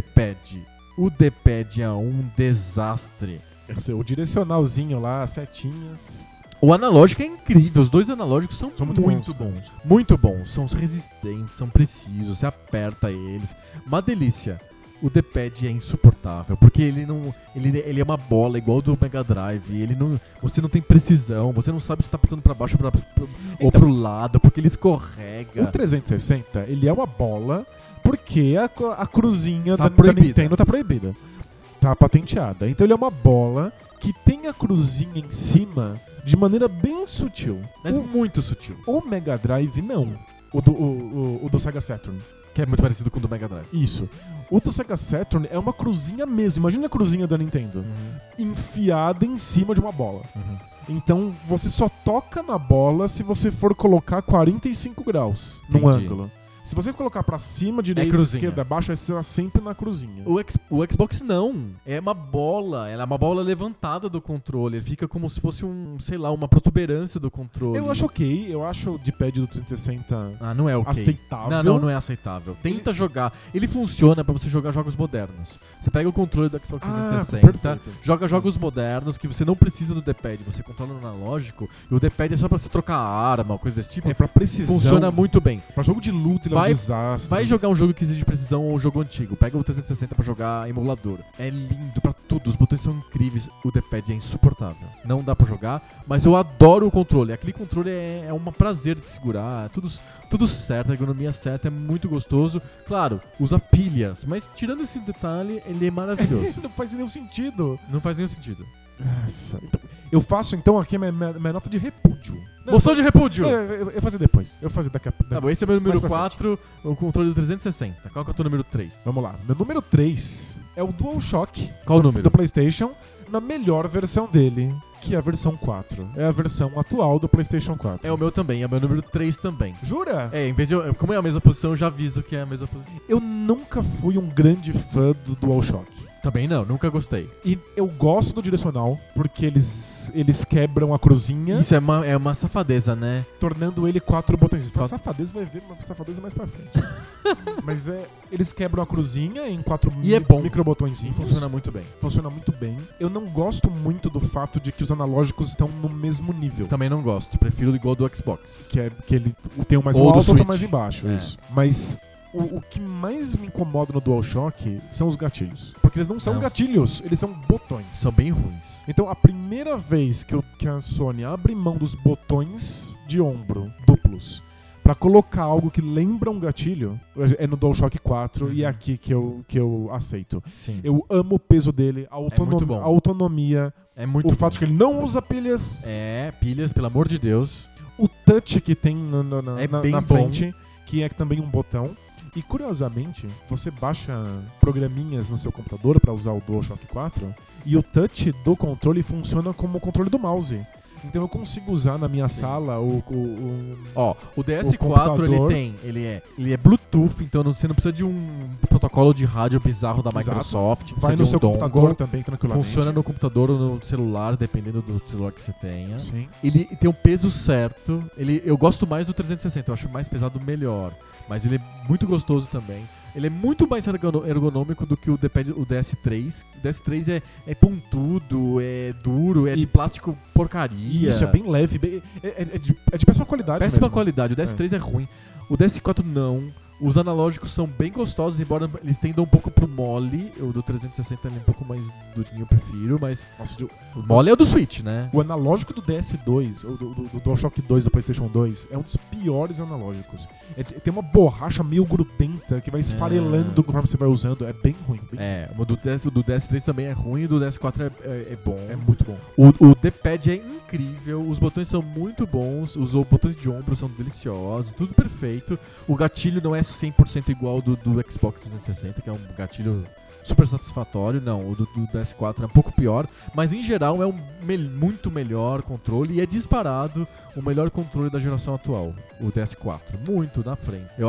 o D-pad é um desastre. O direcionalzinho lá, setinhas. O analógico é incrível, os dois analógicos são São muito muito bons. Muito bons, são resistentes, são precisos, você aperta eles. Uma delícia. O D-pad é insuportável, porque ele é uma bola igual do Mega Drive, você não tem precisão, você não sabe se tá apertando pra baixo ou pro lado, porque ele escorrega. O 360, ele é uma bola porque a cruzinha Tá da proibida. Nintendo tá proibida. Tá patenteada. Então ele é uma bola que tem a cruzinha em cima de maneira bem sutil. Mas muito sutil. O Mega Drive não. O do Sega Saturn. Que é muito parecido com o do Mega Drive. Isso. O do Sega Saturn é uma cruzinha mesmo. Imagina a cruzinha da Nintendo. Enfiada em cima de uma bola. Então você só toca na bola se você for colocar 45 graus num Entendi. ângulo. Se você colocar pra cima, direita, cruzinha. esquerda, baixo, vai ser sempre na cruzinha. O Xbox não. É uma bola. Ela é uma bola levantada do controle. Ele fica como se fosse uma protuberância do controle. Eu acho ok. Eu acho o D-pad do 360 Ah, não é ok. aceitável. Não é aceitável. Tenta jogar. Ele funciona pra você jogar jogos modernos. Você pega o controle do Xbox 360, perfeito. joga jogos modernos que você não precisa do D-pad. Você controla no analógico e o D-pad é só pra você trocar a arma, coisa desse tipo. É pra precisão. Funciona muito bem. Pra jogo de luta, ele Aquilo é um desastre. Vai jogar um jogo que exige precisão ou um jogo antigo. Pega o 360 pra jogar emulador. É lindo pra tudo, os botões são incríveis. O D-pad é insuportável. Não dá pra jogar, mas eu adoro o controle. Aquele controle é um prazer de segurar. Tudo certo, a ergonomia certa, é muito gostoso. Claro, usa pilhas, mas tirando esse detalhe, ele é maravilhoso. Não faz nenhum sentido. Não faz nenhum sentido. Nossa. Eu faço então aqui minha nota de repúdio. Moção de repúdio! Eu vou fazer depois. Eu vou fazer daqui a pouco. Tá bom, esse é meu número Mais pra 4, o controle do 360. Qual que é o teu número 3? Vamos lá. Meu número 3 é o DualShock. Qual o número? Do PlayStation, na melhor versão dele, que é a versão 4. É a versão atual do PlayStation 4. É o meu também, é o meu número 3 também. Jura? É, em vez de como é a mesma posição, eu já aviso que é a mesma posição. Eu nunca fui um grande fã do DualShock. Também não, nunca gostei. E eu gosto do direcional, porque eles quebram a cruzinha, Isso é uma safadeza, né? tornando ele 4 botões. Safadeza vai ver, uma safadeza mais pra frente. Mas eles quebram a cruzinha em 4 E é bom. microbotões. E funciona muito bem. Funciona muito bem. Eu não gosto muito do fato de que os analógicos estão no mesmo nível. Também não gosto, prefiro igual do Xbox. Que ele tem um mais Ou do alto e outro Switch. mais embaixo. É. Isso. Mas o que mais me incomoda no DualShock são os gatilhos. Porque eles não são Não. gatilhos, eles são botões. São bem ruins. Então, a primeira vez que a Sony abre mão dos botões de ombro duplos pra colocar algo que lembra um gatilho, é no DualShock 4 e é aqui que eu aceito. Sim. Eu amo o peso dele, a muito bom. autonomia, É muito o bom. fato de que ele não usa pilhas, É, pilhas, pelo amor de Deus. o touch que tem É na bem frente, que é também um botão. E curiosamente, você baixa programinhas no seu computador para usar o DualShock 4 e o touch do controle funciona como o controle do mouse. Então eu consigo usar na minha sala Ó, o DS4 computador. ele é Bluetooth, então você não precisa de um protocolo de rádio bizarro da Exato. Microsoft. vai precisa no de um seu dongle. computador também tranquilamente. Funciona no computador ou no celular, dependendo do celular que você tenha. Sim. Ele tem um peso certo. Eu gosto mais do 360, eu acho mais pesado melhor. Mas ele é muito gostoso também. Ele é muito mais ergonômico do que o D-pad, o DS3. O DS3 é pontudo, é duro, é de plástico porcaria. Isso, é bem leve, é de péssima qualidade Péssima mesmo. qualidade. O DS3 é ruim. O DS4 não. Os analógicos são bem gostosos, embora eles tendam um pouco pro mole. O do 360 ele é um pouco mais durinho, eu prefiro, mas Nossa, o mole é o do Switch, né? o analógico do DS2, ou do DualShock 2 do PlayStation 2, é um dos piores analógicos. Tem uma borracha meio grudenta que vai esfarelando conforme você vai usando. É bem ruim. O do DS3 também é ruim, o do DS4 é bom. É muito bom. O D-pad é incrível, os botões são muito bons, os botões de ombro são deliciosos, tudo perfeito. O gatilho não é 100% igual do Xbox 360, que é um gatilho super satisfatório. Não, o do DS4 é um pouco pior, mas em geral é um muito melhor controle e é disparado o melhor controle da geração atual, o DS4, muito na frente. Eu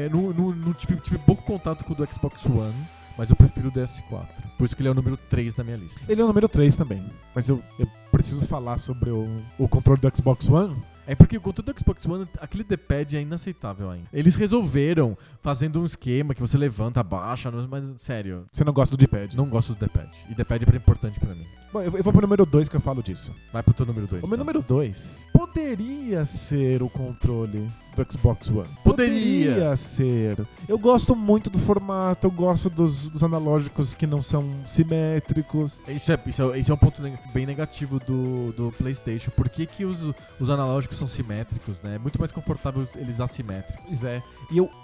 não tive pouco contato com o do Xbox One, mas eu prefiro o DS4, por isso que ele é o número 3 na minha lista. Ele é o número 3 também. Mas eu preciso falar sobre o controle do Xbox One. É porque o controle do Xbox One, aquele D-pad é inaceitável ainda. Eles resolveram fazendo um esquema que você levanta, abaixa, mas sério, Você não gosta do D-pad? não gosto do D-pad. E D-pad é importante pra mim. Bom, eu vou pro número 2 que eu falo disso. Vai pro teu número 2. O meu número 2 poderia ser o controle do Xbox One. Poderia. Poderia ser. Eu gosto muito do formato, eu gosto dos analógicos que não são simétricos. Isso é um ponto bem negativo do PlayStation. Por que os analógicos são simétricos, né? É muito mais confortável eles assimétricos. Pois é. E eu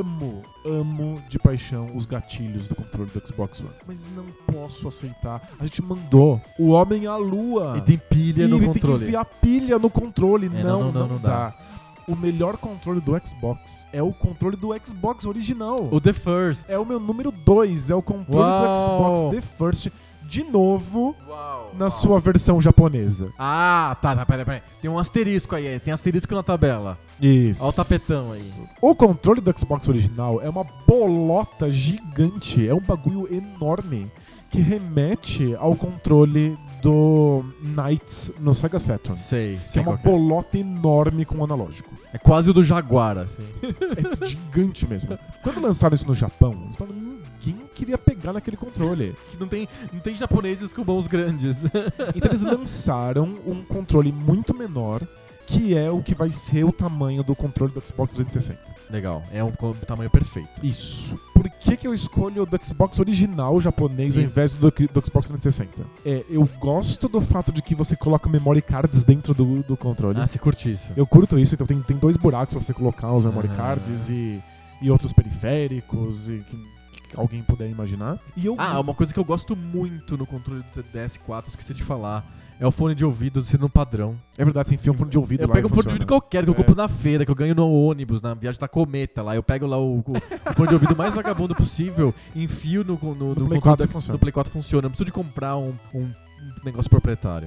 amo de paixão os gatilhos do controle do Xbox One. Mas não posso aceitar. A gente mandou o homem à lua. E tem pilha no ele controle. tem que enfiar pilha no controle. Não dá. O melhor controle do Xbox é o controle do Xbox original. O The First. É o meu número 2. É o controle do Xbox The First. De novo, na sua versão japonesa. Ah, tá, peraí. Tem um asterisco aí, tem asterisco na tabela. Isso. Olha o tapetão aí. O controle do Xbox original é uma bolota gigante. É um bagulho enorme que remete ao controle do Knights no Sega Saturn. Sei Que é uma qual bolota enorme com analógico. é quase o do Jaguar, assim. É gigante mesmo. Quando lançaram isso no Japão, eles falaram, ninguém queria pegar naquele controle. Não tem japoneses com mãos grandes. Então eles lançaram um controle muito menor que é o que vai ser o tamanho do controle do Xbox 360. Legal, é um tamanho perfeito. Isso. Por que eu escolho o do Xbox original japonês ao invés do Xbox 360? Eu gosto do fato de que você coloca memory cards dentro do controle. Ah, você curte isso? Eu curto isso, então tem 2 buracos pra você colocar os memory cards e outros periféricos e que alguém puder imaginar. Uma coisa que eu gosto muito no controle do DS4, esqueci de falar, é o fone de ouvido sendo um padrão. É verdade, você enfia um fone de ouvido eu lá. Eu pego um fone de ouvido qualquer, que eu compro na feira, que eu ganho no ônibus, na viagem da Cometa lá. Eu pego lá o fone de ouvido mais vagabundo possível, enfio no Play 4 funciona. No Play 4 funciona. Não preciso de comprar um negócio proprietário.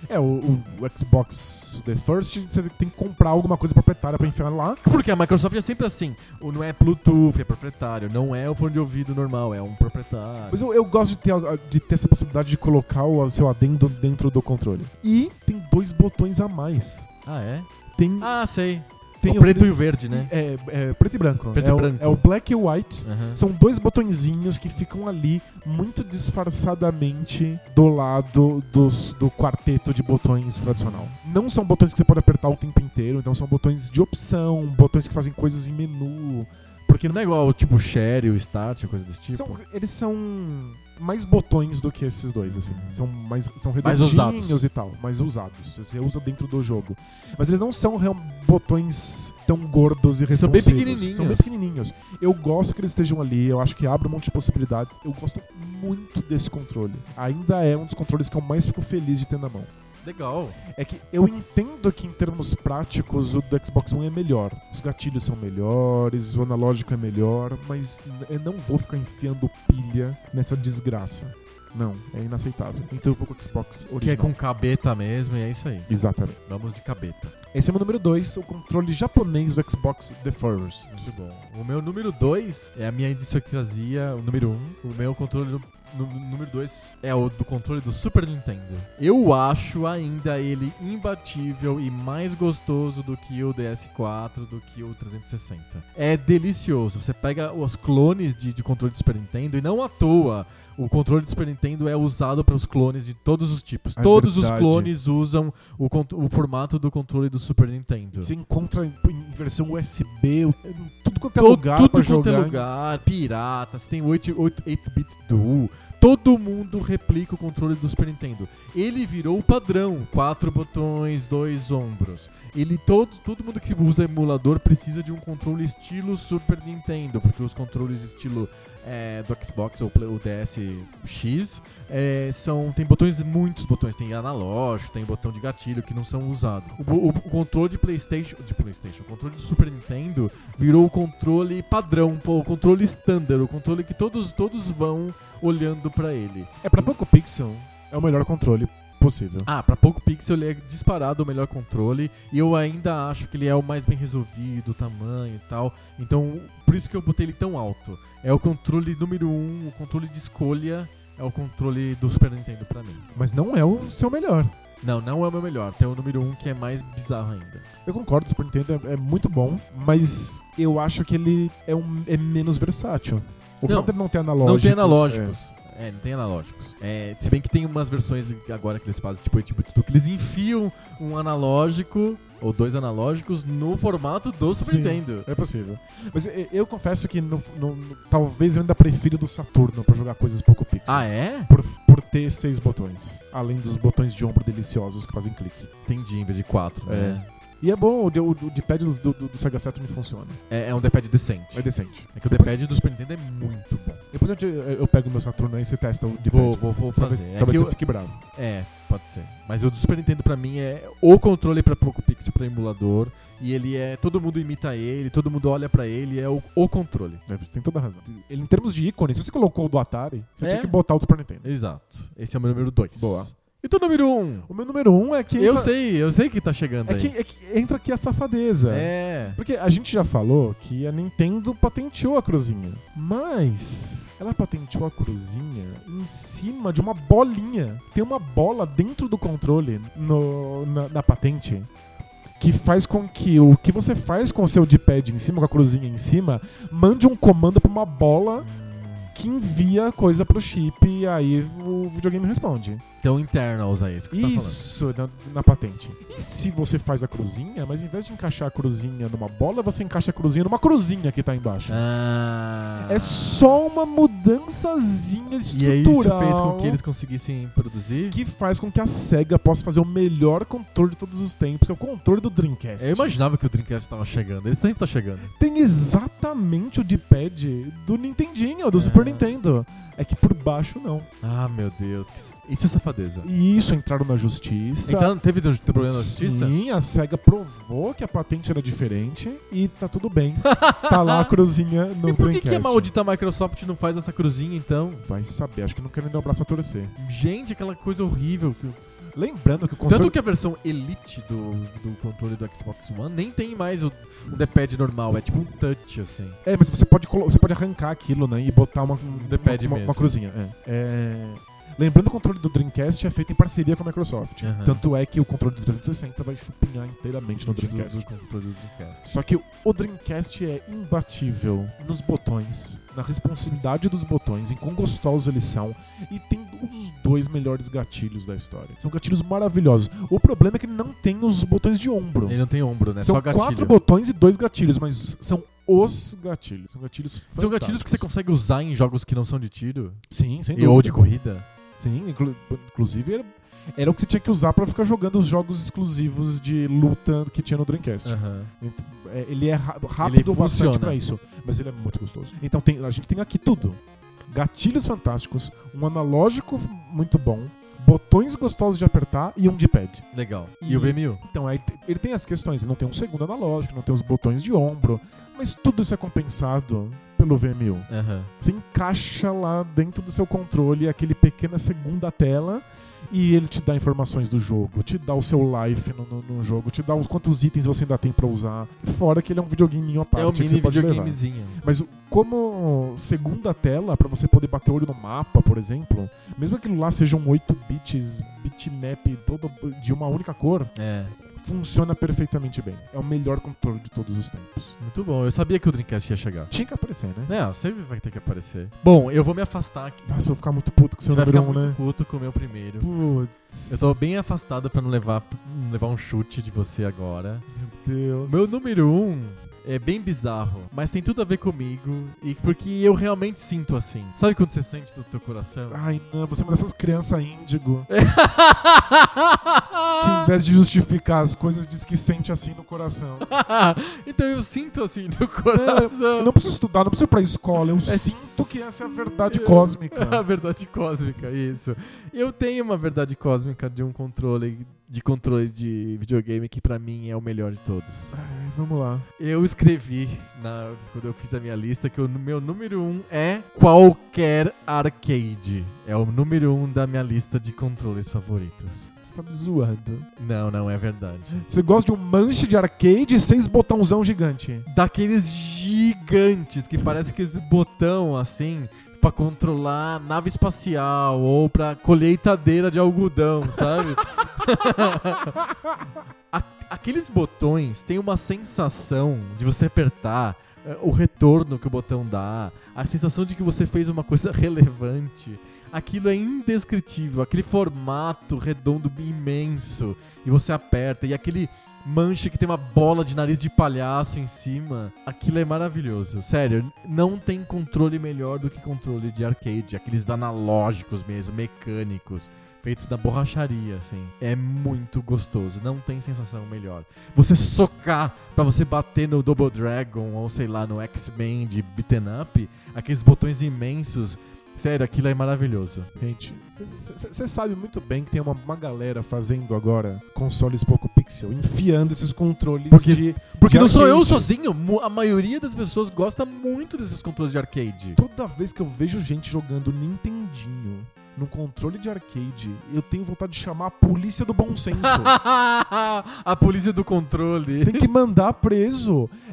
O Xbox The First, você tem que comprar alguma coisa proprietária pra enfiar lá. Porque a Microsoft é sempre assim. Não é Bluetooth, é proprietário. Não é o fone de ouvido normal, é um proprietário. Mas eu gosto de ter essa possibilidade de colocar o seu adendo dentro do controle. E tem 2 botões a mais. Ah, é? Sei. Tem o preto e o verde, né? É preto e branco. Preto e branco. É o black e white. Uhum. São 2 botõezinhos que ficam ali muito disfarçadamente do lado do quarteto de botões tradicional. Não são botões que você pode apertar o tempo inteiro, então são botões de opção, botões que fazem coisas em menu. Porque não é igual tipo Share e o Start, coisa desse tipo? Eles são mais botões do que esses 2, assim. São redondinhos mais usados. E tal, mais usados. Você usa dentro do jogo. Mas eles não são botões tão gordos e responsivos. São bem pequenininhos. Eu gosto que eles estejam ali, eu acho que abre um monte de possibilidades. Eu gosto muito desse controle. Ainda é um dos controles que eu mais fico feliz de ter na mão. Legal. É que eu entendo que em termos práticos o do Xbox One é melhor. Os gatilhos são melhores, o analógico é melhor, mas eu não vou ficar enfiando pilha nessa desgraça. Não, é inaceitável. Então eu vou com o Xbox original. Que é com cabeta mesmo, e é isso aí. Exatamente. Vamos de cabeta. Esse é o meu número 2, o controle japonês do Xbox The First. Muito bom. O meu número 2 é a minha idiosincrasia, o número 1. O meu controle número 2 é o do controle do Super Nintendo. Eu acho ainda ele imbatível e mais gostoso do que o DS4, do que o 360. É delicioso. Você pega os clones de controle do Super Nintendo e não à toa o controle do Super Nintendo é usado para os clones de todos os tipos. Todos os clones usam o formato do controle do Super Nintendo. Você encontra em versão USB, tudo quanto é lugar pra jogar. Tudo quanto é lugar, pirata, você tem 8-bit dual. Todo mundo replica o controle do Super Nintendo. Ele virou o padrão, 4 botões, 2 ombros. Todo mundo que usa emulador precisa de um controle estilo Super Nintendo, porque os controles estilo do Xbox ou o DSX tem muitos botões, tem analógico, tem botão de gatilho que não são usados. O controle de PlayStation, o controle do Super Nintendo virou o controle padrão, o controle standard, o controle que todos vão olhando pra ele. Pra pouco pixel, é o melhor controle possível. Pra pouco pixel ele é disparado o melhor controle, e eu ainda acho que ele é o mais bem resolvido, o tamanho e tal. Então, por isso que eu botei ele tão alto. É o controle número 1, o controle de escolha é o controle do Super Nintendo pra mim. Mas não é o seu melhor. Não é o meu melhor. Tem o número 1 que é mais bizarro ainda. Eu concordo, o Super Nintendo é muito bom, mas eu acho que ele é menos versátil. O fato de ele não ter analógicos. Não tem analógicos. Não tem analógicos. Se bem que tem umas versões agora que eles fazem, tipo que eles enfiam um analógico ou 2 analógicos no formato do Super Nintendo. É possível. Mas eu confesso que talvez eu ainda prefiro do Saturno pra jogar coisas pouco pixel. Ah, é? Por ter 6 botões. Além dos botões de ombro deliciosos que fazem clique. Entendi, em vez de 4, né? E é bom, o D-pad do Sega Saturn funciona. É um D-pad decente. É decente. É que o D-pad do Super Nintendo é muito bom. Depois eu pego o meu Saturno aí e você testa o D-pad. Vou fazer. Talvez você fique bravo. Pode ser. Mas o do Super Nintendo pra mim é o controle pra pouco pixel pra emulador. E ele todo mundo imita ele, todo mundo olha pra ele, é o controle. Você tem toda a razão. Ele, em termos de ícone, se você colocou o do Atari, você tinha que botar o do Super Nintendo. Exato. Esse é o meu número 2. Boa. E teu número 1? O meu número 1 é que... Eu sei que tá chegando aí. Que entra aqui a safadeza. Porque a gente já falou que a Nintendo patenteou a cruzinha. Mas ela patenteou a cruzinha em cima de uma bolinha. Tem uma bola dentro do controle na patente que faz com que o que você faz com o seu D-pad em cima, com a cruzinha em cima, mande um comando pra uma bola que envia coisa pro chip e aí o videogame responde. Tem um internals aí, isso que você tá falando. Isso, na patente. E se você faz a cruzinha, mas em vez de encaixar a cruzinha numa bola, você encaixa a cruzinha numa cruzinha que tá embaixo. É só uma mudançazinha estrutural. E aí isso fez com que eles conseguissem produzir? Que faz com que a SEGA possa fazer o melhor controle de todos os tempos, que é o controle do Dreamcast. Eu imaginava que o Dreamcast tava chegando, ele sempre tá chegando. Tem exatamente o D-pad do Nintendinho, do Super Nintendo. É que por baixo não. Ah, meu Deus. Isso é safadeza. E isso, entraram na justiça. Teve problema na justiça? Sim, a SEGA provou que a patente era diferente e tá tudo bem. Tá lá a cruzinha no E por que, Dreamcast. a maldita Microsoft não faz essa cruzinha, então? Vai saber, acho que não querem dar o braço a torcer. Gente, aquela coisa horrível. Lembrando que o console... Tanto que a versão Elite do controle do Xbox One nem tem mais o D-pad normal, é tipo um touch, assim. Mas você pode arrancar aquilo, né, e botar uma D-pad mesmo. uma cruzinha. Lembrando que o controle do Dreamcast é feito em parceria com a Microsoft. Uhum. Tanto é que o controle do 360 vai chupinhar inteiramente no Dreamcast. Só que o Dreamcast é imbatível nos botões, na responsividade dos botões, em quão gostosos eles são, e tem os 2 melhores gatilhos da história. São gatilhos maravilhosos. O problema é que ele não tem os botões de ombro. Ele não tem ombro, né? São Só gatilho. 4 botões e 2 gatilhos, mas são os gatilhos. São gatilhos fantásticos. São gatilhos que você consegue usar em jogos que não são de tiro? Sim, sem E dúvida. ou de corrida? Sim, inclusive era o que você tinha que usar pra ficar jogando os jogos exclusivos de luta que tinha no Dreamcast. Ele é rápido Ele bastante funciona. pra isso, mas ele é muito gostoso. Então a gente tem aqui tudo. Gatilhos fantásticos, um analógico muito bom, botões gostosos de apertar e um D-pad. Legal. E o VMU? Então, ele tem as questões, ele não tem um segundo analógico, não tem os botões de ombro, mas tudo isso é compensado pelo VMU. Você encaixa lá dentro do seu controle aquele pequena segunda tela e ele te dá informações do jogo, te dá o seu life no jogo, te dá quantos itens você ainda tem pra usar. Fora que ele é um videogaminho à parte. É um que mini você pode levar. videogamezinho. Mas como segunda tela, pra você poder bater o olho no mapa, por exemplo, mesmo que aquilo lá sejam 8 bits, bitmap todo de uma única cor, funciona perfeitamente bem. É o melhor controle de todos os tempos. Muito bom. Eu sabia que o Dreamcast ia chegar. Tinha que aparecer, né? Não, sempre vai ter que aparecer. Bom, eu vou me afastar aqui. Nossa, eu vou ficar muito puto com o seu Você vai número ficar 1, muito né? puto com o meu primeiro. Putz. Eu tô bem afastado pra não levar um chute de você agora. Meu Deus. Meu número 1 é bem bizarro, mas tem tudo a ver comigo e porque eu realmente sinto assim. Sabe quando você sente do teu coração? Ai, não, você é uma dessas crianças índigo. Que em vez de justificar as coisas, diz que sente assim no coração. Então eu sinto assim no coração. Eu não preciso estudar, não preciso ir pra escola. Eu sinto que essa é a verdade cósmica. A verdade cósmica, isso. Eu tenho uma verdade cósmica de um controle de videogame que pra mim é o melhor de todos. Ai, vamos lá. Eu escrevi, quando eu fiz a minha lista, que o meu número 1 é qualquer arcade. É o número 1 da minha lista de controles favoritos. Você tá me zoando. Não é verdade. Você gosta de um manche de arcade e 6 botãozão gigante? Daqueles gigantes que parece que esse botão assim pra controlar nave espacial ou pra colheitadeira de algodão, sabe? Aqueles botões têm uma sensação de você apertar, o retorno que o botão dá, a sensação de que você fez uma coisa relevante. Aquilo é indescritível, aquele formato redondo imenso, e você aperta, e aquele manche que tem uma bola de nariz de palhaço em cima, aquilo é maravilhoso. Sério, não tem controle melhor do que controle de arcade, aqueles analógicos mesmo, mecânicos, feitos na borracharia, assim. É muito gostoso, não tem sensação melhor. Você socar pra você bater no Double Dragon, ou sei lá, no X-Men de beaten up, aqueles botões imensos. Sério, aquilo é maravilhoso. Gente, você sabe muito bem que tem uma galera fazendo agora consoles pouco pixel, enfiando esses controles Porque não de sou eu arcade. sozinho, a maioria das pessoas gosta muito desses controles de arcade. Toda vez que eu vejo gente jogando Nintendinho no controle de arcade, eu tenho vontade de chamar a polícia do bom senso. A polícia do controle. Tem que mandar preso.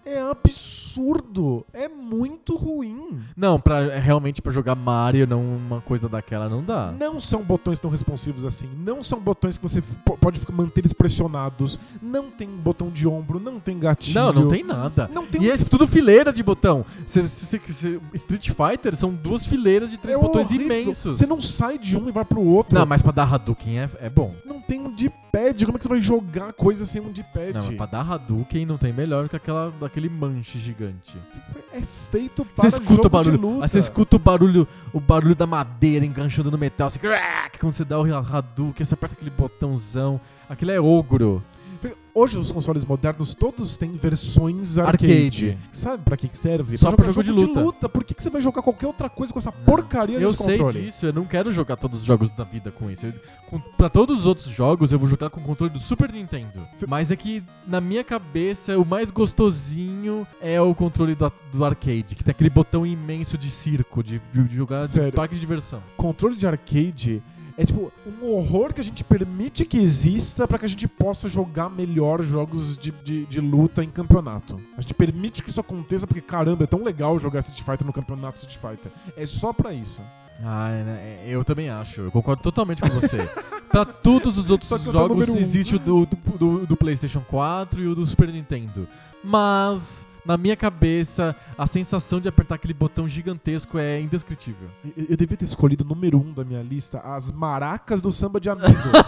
É absurdo. É muito ruim. Não, realmente pra jogar Mario, não, uma coisa daquela não dá. Não são botões tão responsivos assim. Não são botões que você pode manter eles pressionados. Não tem botão de ombro, não tem gatilho. Não tem nada. Não tem E é tudo fileira de botão. Street Fighter são 2 fileiras de 3 botões horrível. imensos. Você não sai de um e vai pro outro. Não, mas pra dar Hadouken é bom. Não tem um D-pad. Como é que você vai jogar coisa sem um D-pad? Não, mas pra dar Hadouken não tem melhor que aquele manche gigante. É feito para Você escuta jogo o barulho, de luta. aí você escuta o barulho da madeira enganchando no metal, assim, quando você dá o Hadouken, você aperta aquele botãozão, aquilo é ogro. Hoje os consoles modernos todos têm versões arcade. Sabe pra que serve? Só pra jogar jogo de luta. Por que você vai jogar qualquer outra coisa com essa porcaria desse controle? Eu sei disso, eu não quero jogar todos os jogos da vida com isso. Pra todos os outros jogos eu vou jogar com o controle do Super Nintendo. Mas é que na minha cabeça o mais gostosinho é o controle do arcade, que tem aquele botão imenso de circo, de jogar de parque de diversão. Controle de arcade é tipo um horror que a gente permite que exista pra que a gente possa jogar melhor jogos de luta em campeonato. A gente permite que isso aconteça porque, caramba, é tão legal jogar Street Fighter no campeonato Street Fighter. É só pra isso. Eu também acho, eu concordo totalmente com você. Pra todos os outros jogos existe o do PlayStation 4 e o do Super Nintendo. Mas na minha cabeça, a sensação de apertar aquele botão gigantesco é indescritível. Eu devia ter escolhido o número 1 da minha lista, as maracas do samba de amigo.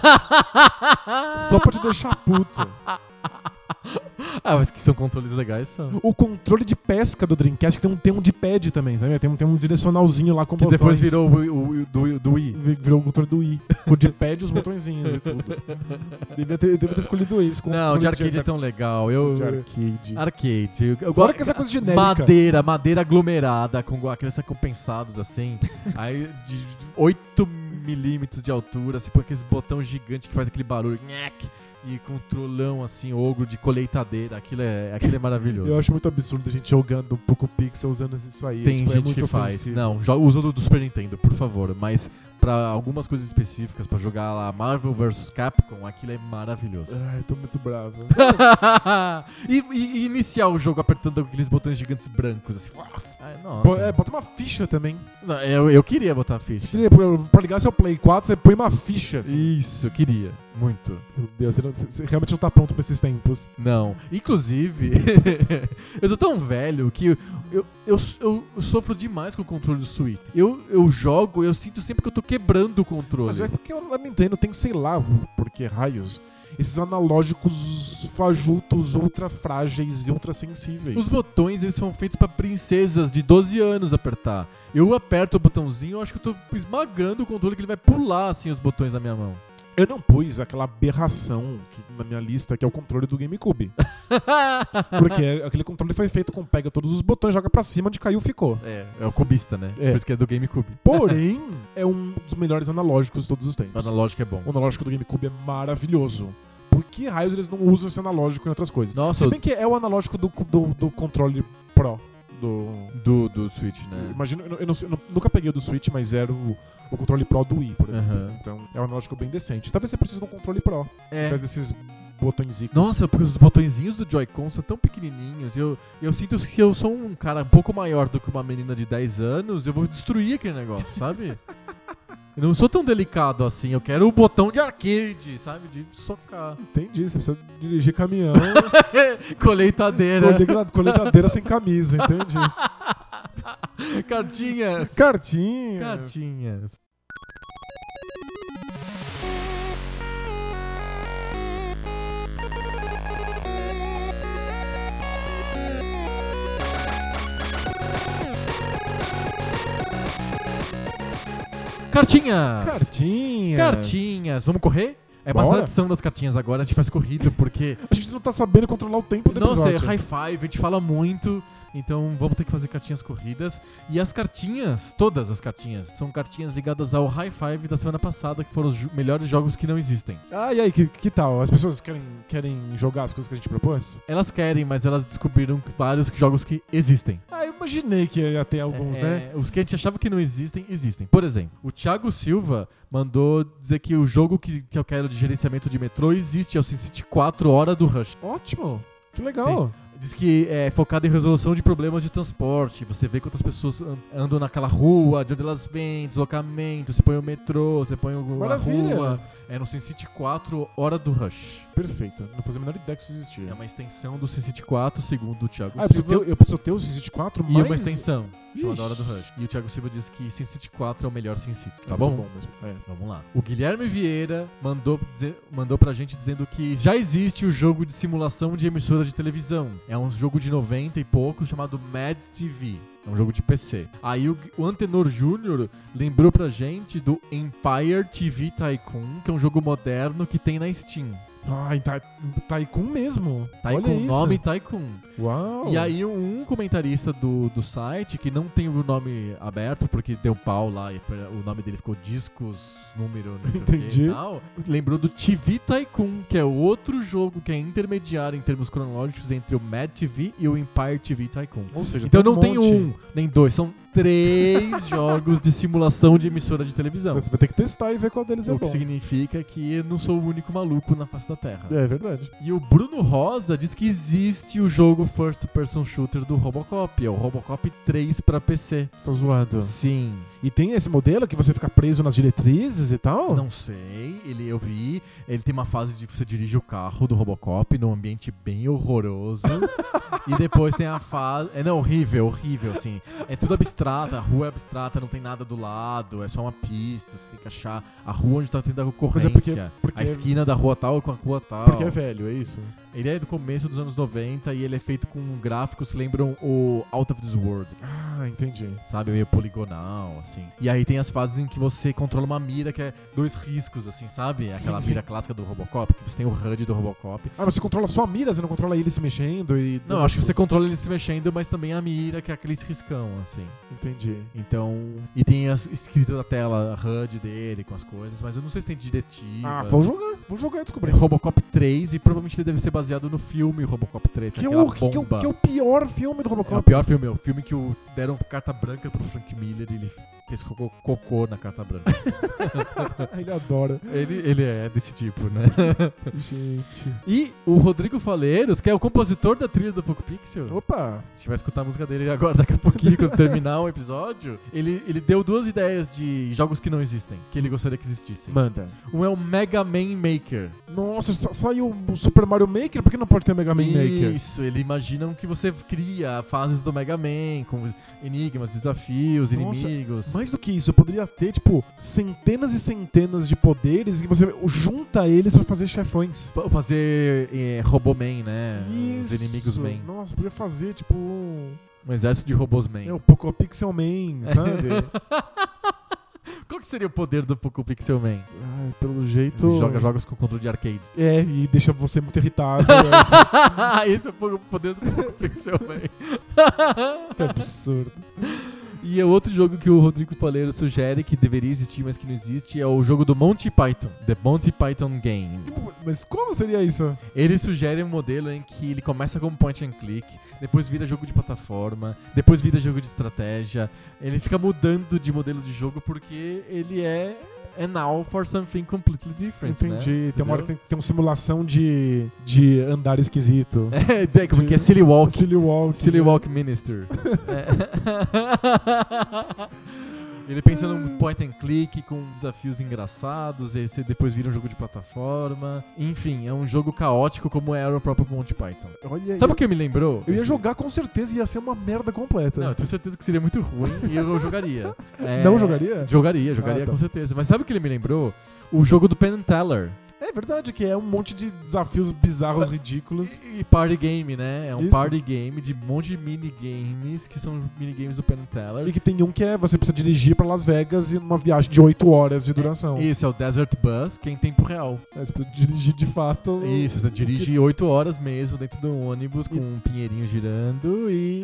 Só pra te deixar puto. Mas que são controles legais, são. O controle de pesca do Dreamcast que tem um D-pad também, sabe? Tem um direcionalzinho lá com botões. Que depois virou o do Wii. Virou o controle do Wii. O D-pad e os botõezinhos e tudo. Devia ter escolhido isso. Não, de arcade é tão legal. De Arcade. Eu Fora que essa coisa genérica. Madeira aglomerada, com aqueles compensados assim. Aí de 8 milímetros de altura, assim, põe aquele botão gigante que faz aquele barulho. E controlão assim, ogro de colheitadeira. Aquilo é maravilhoso. Eu acho muito absurdo a gente jogando um pouco pixel usando isso aí. Tem gente muito que faz. ofensivo. Não, usa o do Super Nintendo, por favor. Mas pra algumas coisas específicas, pra jogar lá Marvel vs Capcom, aquilo é maravilhoso. Ai, tô muito bravo. e iniciar o jogo apertando aqueles botões gigantes brancos, assim. Ai, nossa. Bota uma ficha também. Não, eu queria botar a ficha. Pra ligar seu Play 4, você põe uma ficha. Assim. Isso, eu queria. Muito. Meu Deus, você realmente não tá pronto pra esses tempos. Não. Inclusive, eu sou tão velho que eu sofro demais com o controle do Switch. Eu jogo, eu sinto sempre que eu tô quebrando o controle. Mas é porque a Nintendo tem, sei lá, por que raios, esses analógicos fajutos, ultra frágeis e ultra sensíveis. Os botões, eles são feitos pra princesas de 12 anos apertar. Eu aperto o botãozinho, eu acho que eu tô esmagando o controle, que ele vai pular, assim, os botões na minha mão. Eu não pus aquela aberração na minha lista, que é o controle do GameCube. Porque aquele controle foi feito com pega todos os botões, joga pra cima, onde caiu, ficou. É o cubista, né? Por isso que é do GameCube. Porém, é um dos melhores analógicos de todos os tempos. O analógico é bom. O analógico do GameCube é maravilhoso. Por que raios eles não usam esse analógico em outras coisas? Nossa, se bem que é o analógico do controle Pro. Do Switch, né? Imagino, eu nunca peguei o do Switch, mas era o controle Pro do Wii, por exemplo. Então é um analógico bem decente. Talvez você precise de um controle Pro. Faz desses botõezinhos. Nossa, porque os botõezinhos do Joy-Con são tão pequenininhos. Eu sinto que se eu sou um cara um pouco maior do que uma menina de 10 anos, eu vou destruir aquele negócio, sabe? Eu não sou tão delicado assim, eu quero o botão de arcade, sabe? De socar. Entendi, você precisa dirigir caminhão. Colheitadeira. Colheitadeira sem camisa, entendi. Cartinhas. Cartinhas. Vamos correr? É uma tradição das cartinhas agora, a gente faz corrida, porque... A gente não tá sabendo controlar o tempo do episódio. Nossa, é high five, a gente fala muito... Então vamos ter que fazer cartinhas corridas. E as cartinhas, todas as cartinhas, são cartinhas ligadas ao High Five da semana passada, que foram os melhores jogos que não existem. Ah, e aí, que tal? As pessoas querem jogar as coisas que a gente propôs? Elas querem, mas elas descobriram vários jogos que existem. Ah, eu imaginei que ia ter alguns, né? Os que a gente achava que não existem, existem. Por exemplo, o Thiago Silva mandou dizer que o jogo que eu quero de gerenciamento de metrô existe, é o SimCity 4 Hora do Rush. Ótimo! Que legal! Diz que é focado em resolução de problemas de transporte. Você vê quantas pessoas andam naquela rua, de onde elas vêm, deslocamento, você põe o metrô, você põe a Maravilha. rua. É no SimCity 4, Hora do Rush. Perfeito. Não fazia a menor ideia que isso existia. É uma extensão do SimCity 4, segundo o Thiago eu Silva. preciso ter o SimCity 4, E mas... uma extensão, chamada Ixi. Hora do Rush. E o Thiago Silva diz que SimCity 4 é o melhor SimCity. Tá É bom? muito bom mesmo. É. Vamos lá. O Guilherme Vieira mandou pra gente dizendo que já existe o jogo de simulação de emissora de televisão. É um jogo de 90 e pouco chamado Mad TV. É um jogo de PC. Aí o Antenor Júnior lembrou pra gente do Empire TV Tycoon, que é um jogo moderno que tem na Steam. Ai, Tycoon mesmo. Olha Tycoon, isso. nome Tycoon. Uau. E aí um comentarista do site, que não tem o nome aberto, porque deu pau lá, e o nome dele ficou Discos, número, não sei o que Entendi. e tal, lembrou do TV Tycoon, que é outro jogo que é intermediário em termos cronológicos entre o Mad TV e o Empire TV Tycoon. Ou seja, Então tem não tem monte. um, nem dois, são 3 jogos de simulação de emissora de televisão. Você vai ter que testar e ver qual deles é O bom. que significa que eu não sou o único maluco na face da Terra. É verdade. E o Bruno Rosa diz que existe o jogo First Person Shooter do Robocop. É o Robocop 3 pra PC. Você tá zoado. Sim. E tem esse modelo que você fica preso nas diretrizes e tal? Não sei, eu vi. Ele tem uma fase de você dirige o carro do Robocop num ambiente bem horroroso. E depois tem a fase... Não, horrível, assim. É tudo abstrato, a rua é abstrata, não tem nada do lado, é só uma pista, você tem que achar a rua onde tá tendo a Mas concorrência. é porque a esquina da rua tal com a rua tal. Porque é velho, é isso? Ele é do começo dos anos 90 e ele é feito com gráficos que lembram o Out of This World. Ah, entendi. Sabe, meio poligonal, assim. E aí tem as fases em que você controla uma mira que é 2 riscos, assim, sabe? Aquela Sim, mira sim. clássica do Robocop, que você tem o HUD do Robocop. Ah, mas você controla só a mira, você não controla ele se mexendo e... Não, acho que você controla ele se mexendo, mas também a mira, que é aquele riscão, assim. Entendi. Então... E tem escrito na tela a HUD dele com as coisas, mas eu não sei se tem diretiva. Ah, vou jogar e descobrir. Robocop 3, e provavelmente ele deve ser baseado no filme Robocop 3, Que é, aquela o, bomba. que é o pior filme do Robocop. É o pior filme, é o filme que deram carta branca pro Frank Miller e ele fez cocô na carta branca. Ele adora. ele é desse tipo, né? Gente. E o Rodrigo Faleiros, que é o compositor da trilha do Poco Pixel, Opa. a gente vai escutar a música dele agora, daqui a pouquinho, quando terminar o episódio. Ele deu 2 ideias de jogos que não existem, que ele gostaria que existissem. Manda. Um é o Mega Man Maker. Nossa, saiu o Super Mario Maker? Por que não pode ter Mega Man Maker? Isso, ele imagina que você cria fases do Mega Man, com enigmas, desafios, Nossa, inimigos. Mais do que isso, eu poderia ter, tipo, centenas e centenas de poderes que você junta eles pra fazer chefões. Fazer Roboman, né? Isso. Os inimigos Man. Nossa, poderia fazer, tipo... Um exército de robôs Man. o Poco Pixel Man, sabe? Qual que seria o poder do Poco Pixel Man? Ai, pelo jeito... Ele joga jogos com controle de arcade. É, e deixa você muito irritado. Esse é o poder do Poco Pixel Man. Que absurdo. E o outro jogo que o Rodrigo Paleiro sugere que deveria existir, mas que não existe, é o jogo do Monty Python. The Monty Python Game. Mas como seria isso? Ele sugere um modelo em que ele começa como point and click, depois vira jogo de plataforma, depois vira jogo de estratégia. Ele fica mudando de modelo de jogo porque ele é now for something completely different. Entendi. Né? Tem uma hora que tem uma simulação de andar esquisito. Como que é Silly Walk. Silly Walk. Silly Walk Minister. Ele pensa num point and click com desafios engraçados, e você depois vira um jogo de plataforma. Enfim, é um jogo caótico como era o próprio Monty Python. Olha, Sabe o que me lembrou? eu ia jogar com certeza e ia ser uma merda completa. Não, eu tenho certeza que seria muito ruim e eu jogaria. Não jogaria? Jogaria Ah, tá. com certeza. Mas sabe o que ele me lembrou? O jogo do Penn and Teller. É verdade que é um monte de desafios bizarros, ridículos. E party game, né? É um Isso. party game de um monte de minigames, que são minigames do Penn and Teller. E que tem um que é você precisa dirigir pra Las Vegas e numa viagem de 8 horas de duração. Isso, é o Desert Bus, que é em tempo real. Você precisa dirigir de fato. Isso, você dirige 8 horas mesmo dentro do ônibus com um pinheirinho girando e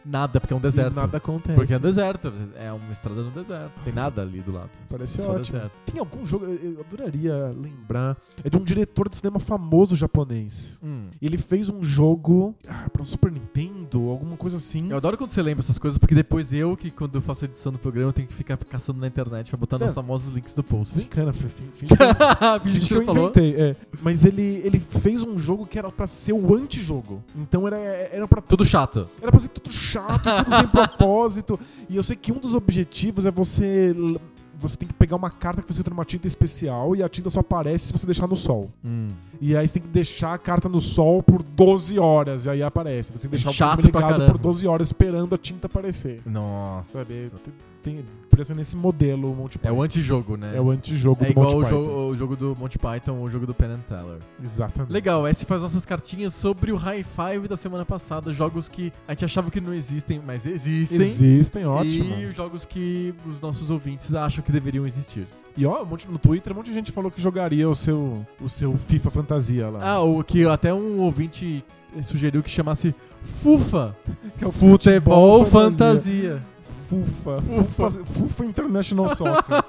nada, porque é um deserto. E nada acontece. Porque é um deserto, é uma estrada no deserto. Tem nada ali do lado. Parece Só ótimo. deserto. Tem algum jogo, eu adoraria lembrar, é de um diretor de cinema famoso japonês. Ele fez um jogo pra Super Nintendo, alguma coisa assim. Eu adoro quando você lembra essas coisas, porque depois quando eu faço edição do programa, eu tenho que ficar caçando na internet pra botar nos famosos links do post. Desencana, Finge que eu você falou. inventei. Mas ele fez um jogo que era pra ser o antijogo. Então era pra... Tudo chato. Era pra ser tudo chato, tudo sem propósito. E eu sei que um dos objetivos é você tem que pegar uma carta que foi escrita numa tinta especial e a tinta só aparece se você deixar no sol. E aí você tem que deixar a carta no sol por 12 horas e aí aparece. Você tem que deixar chato o filme pra ligado caramba. por 12 horas esperando a tinta aparecer. Nossa. Sabe? Por isso nesse modelo o Monty Python. É o antijogo, né? É o antijogo É do igual Monty Python. o jogo do Monty Python, o jogo do Penn and Teller. Exatamente. Legal, esse faz nossas cartinhas sobre o High Five da semana passada. Jogos que a gente achava que não existem, mas existem. Existem, ótimo. E os jogos que os nossos ouvintes acham que deveriam existir. E ó, no Twitter um monte de gente falou que jogaria o seu FIFA Fantasia lá. O que até um ouvinte sugeriu que chamasse FUFA, que é o Futebol Fantasia. Fufa International Soccer.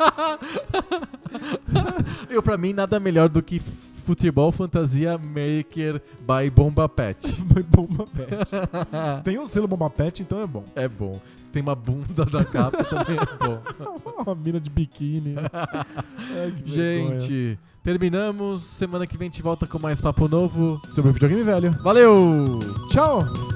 Pra mim, nada melhor do que Futebol Fantasia Maker by Bomba Pet. Bomba Pet. Se tem um selo Bomba Pet, então é bom. É bom. Se tem uma bunda na capa, também é bom. Uma mina de biquíni. Ai, que vergonha. Gente, terminamos. Semana que vem a gente volta com mais papo novo Sobre o videogame velho. Valeu! Tchau!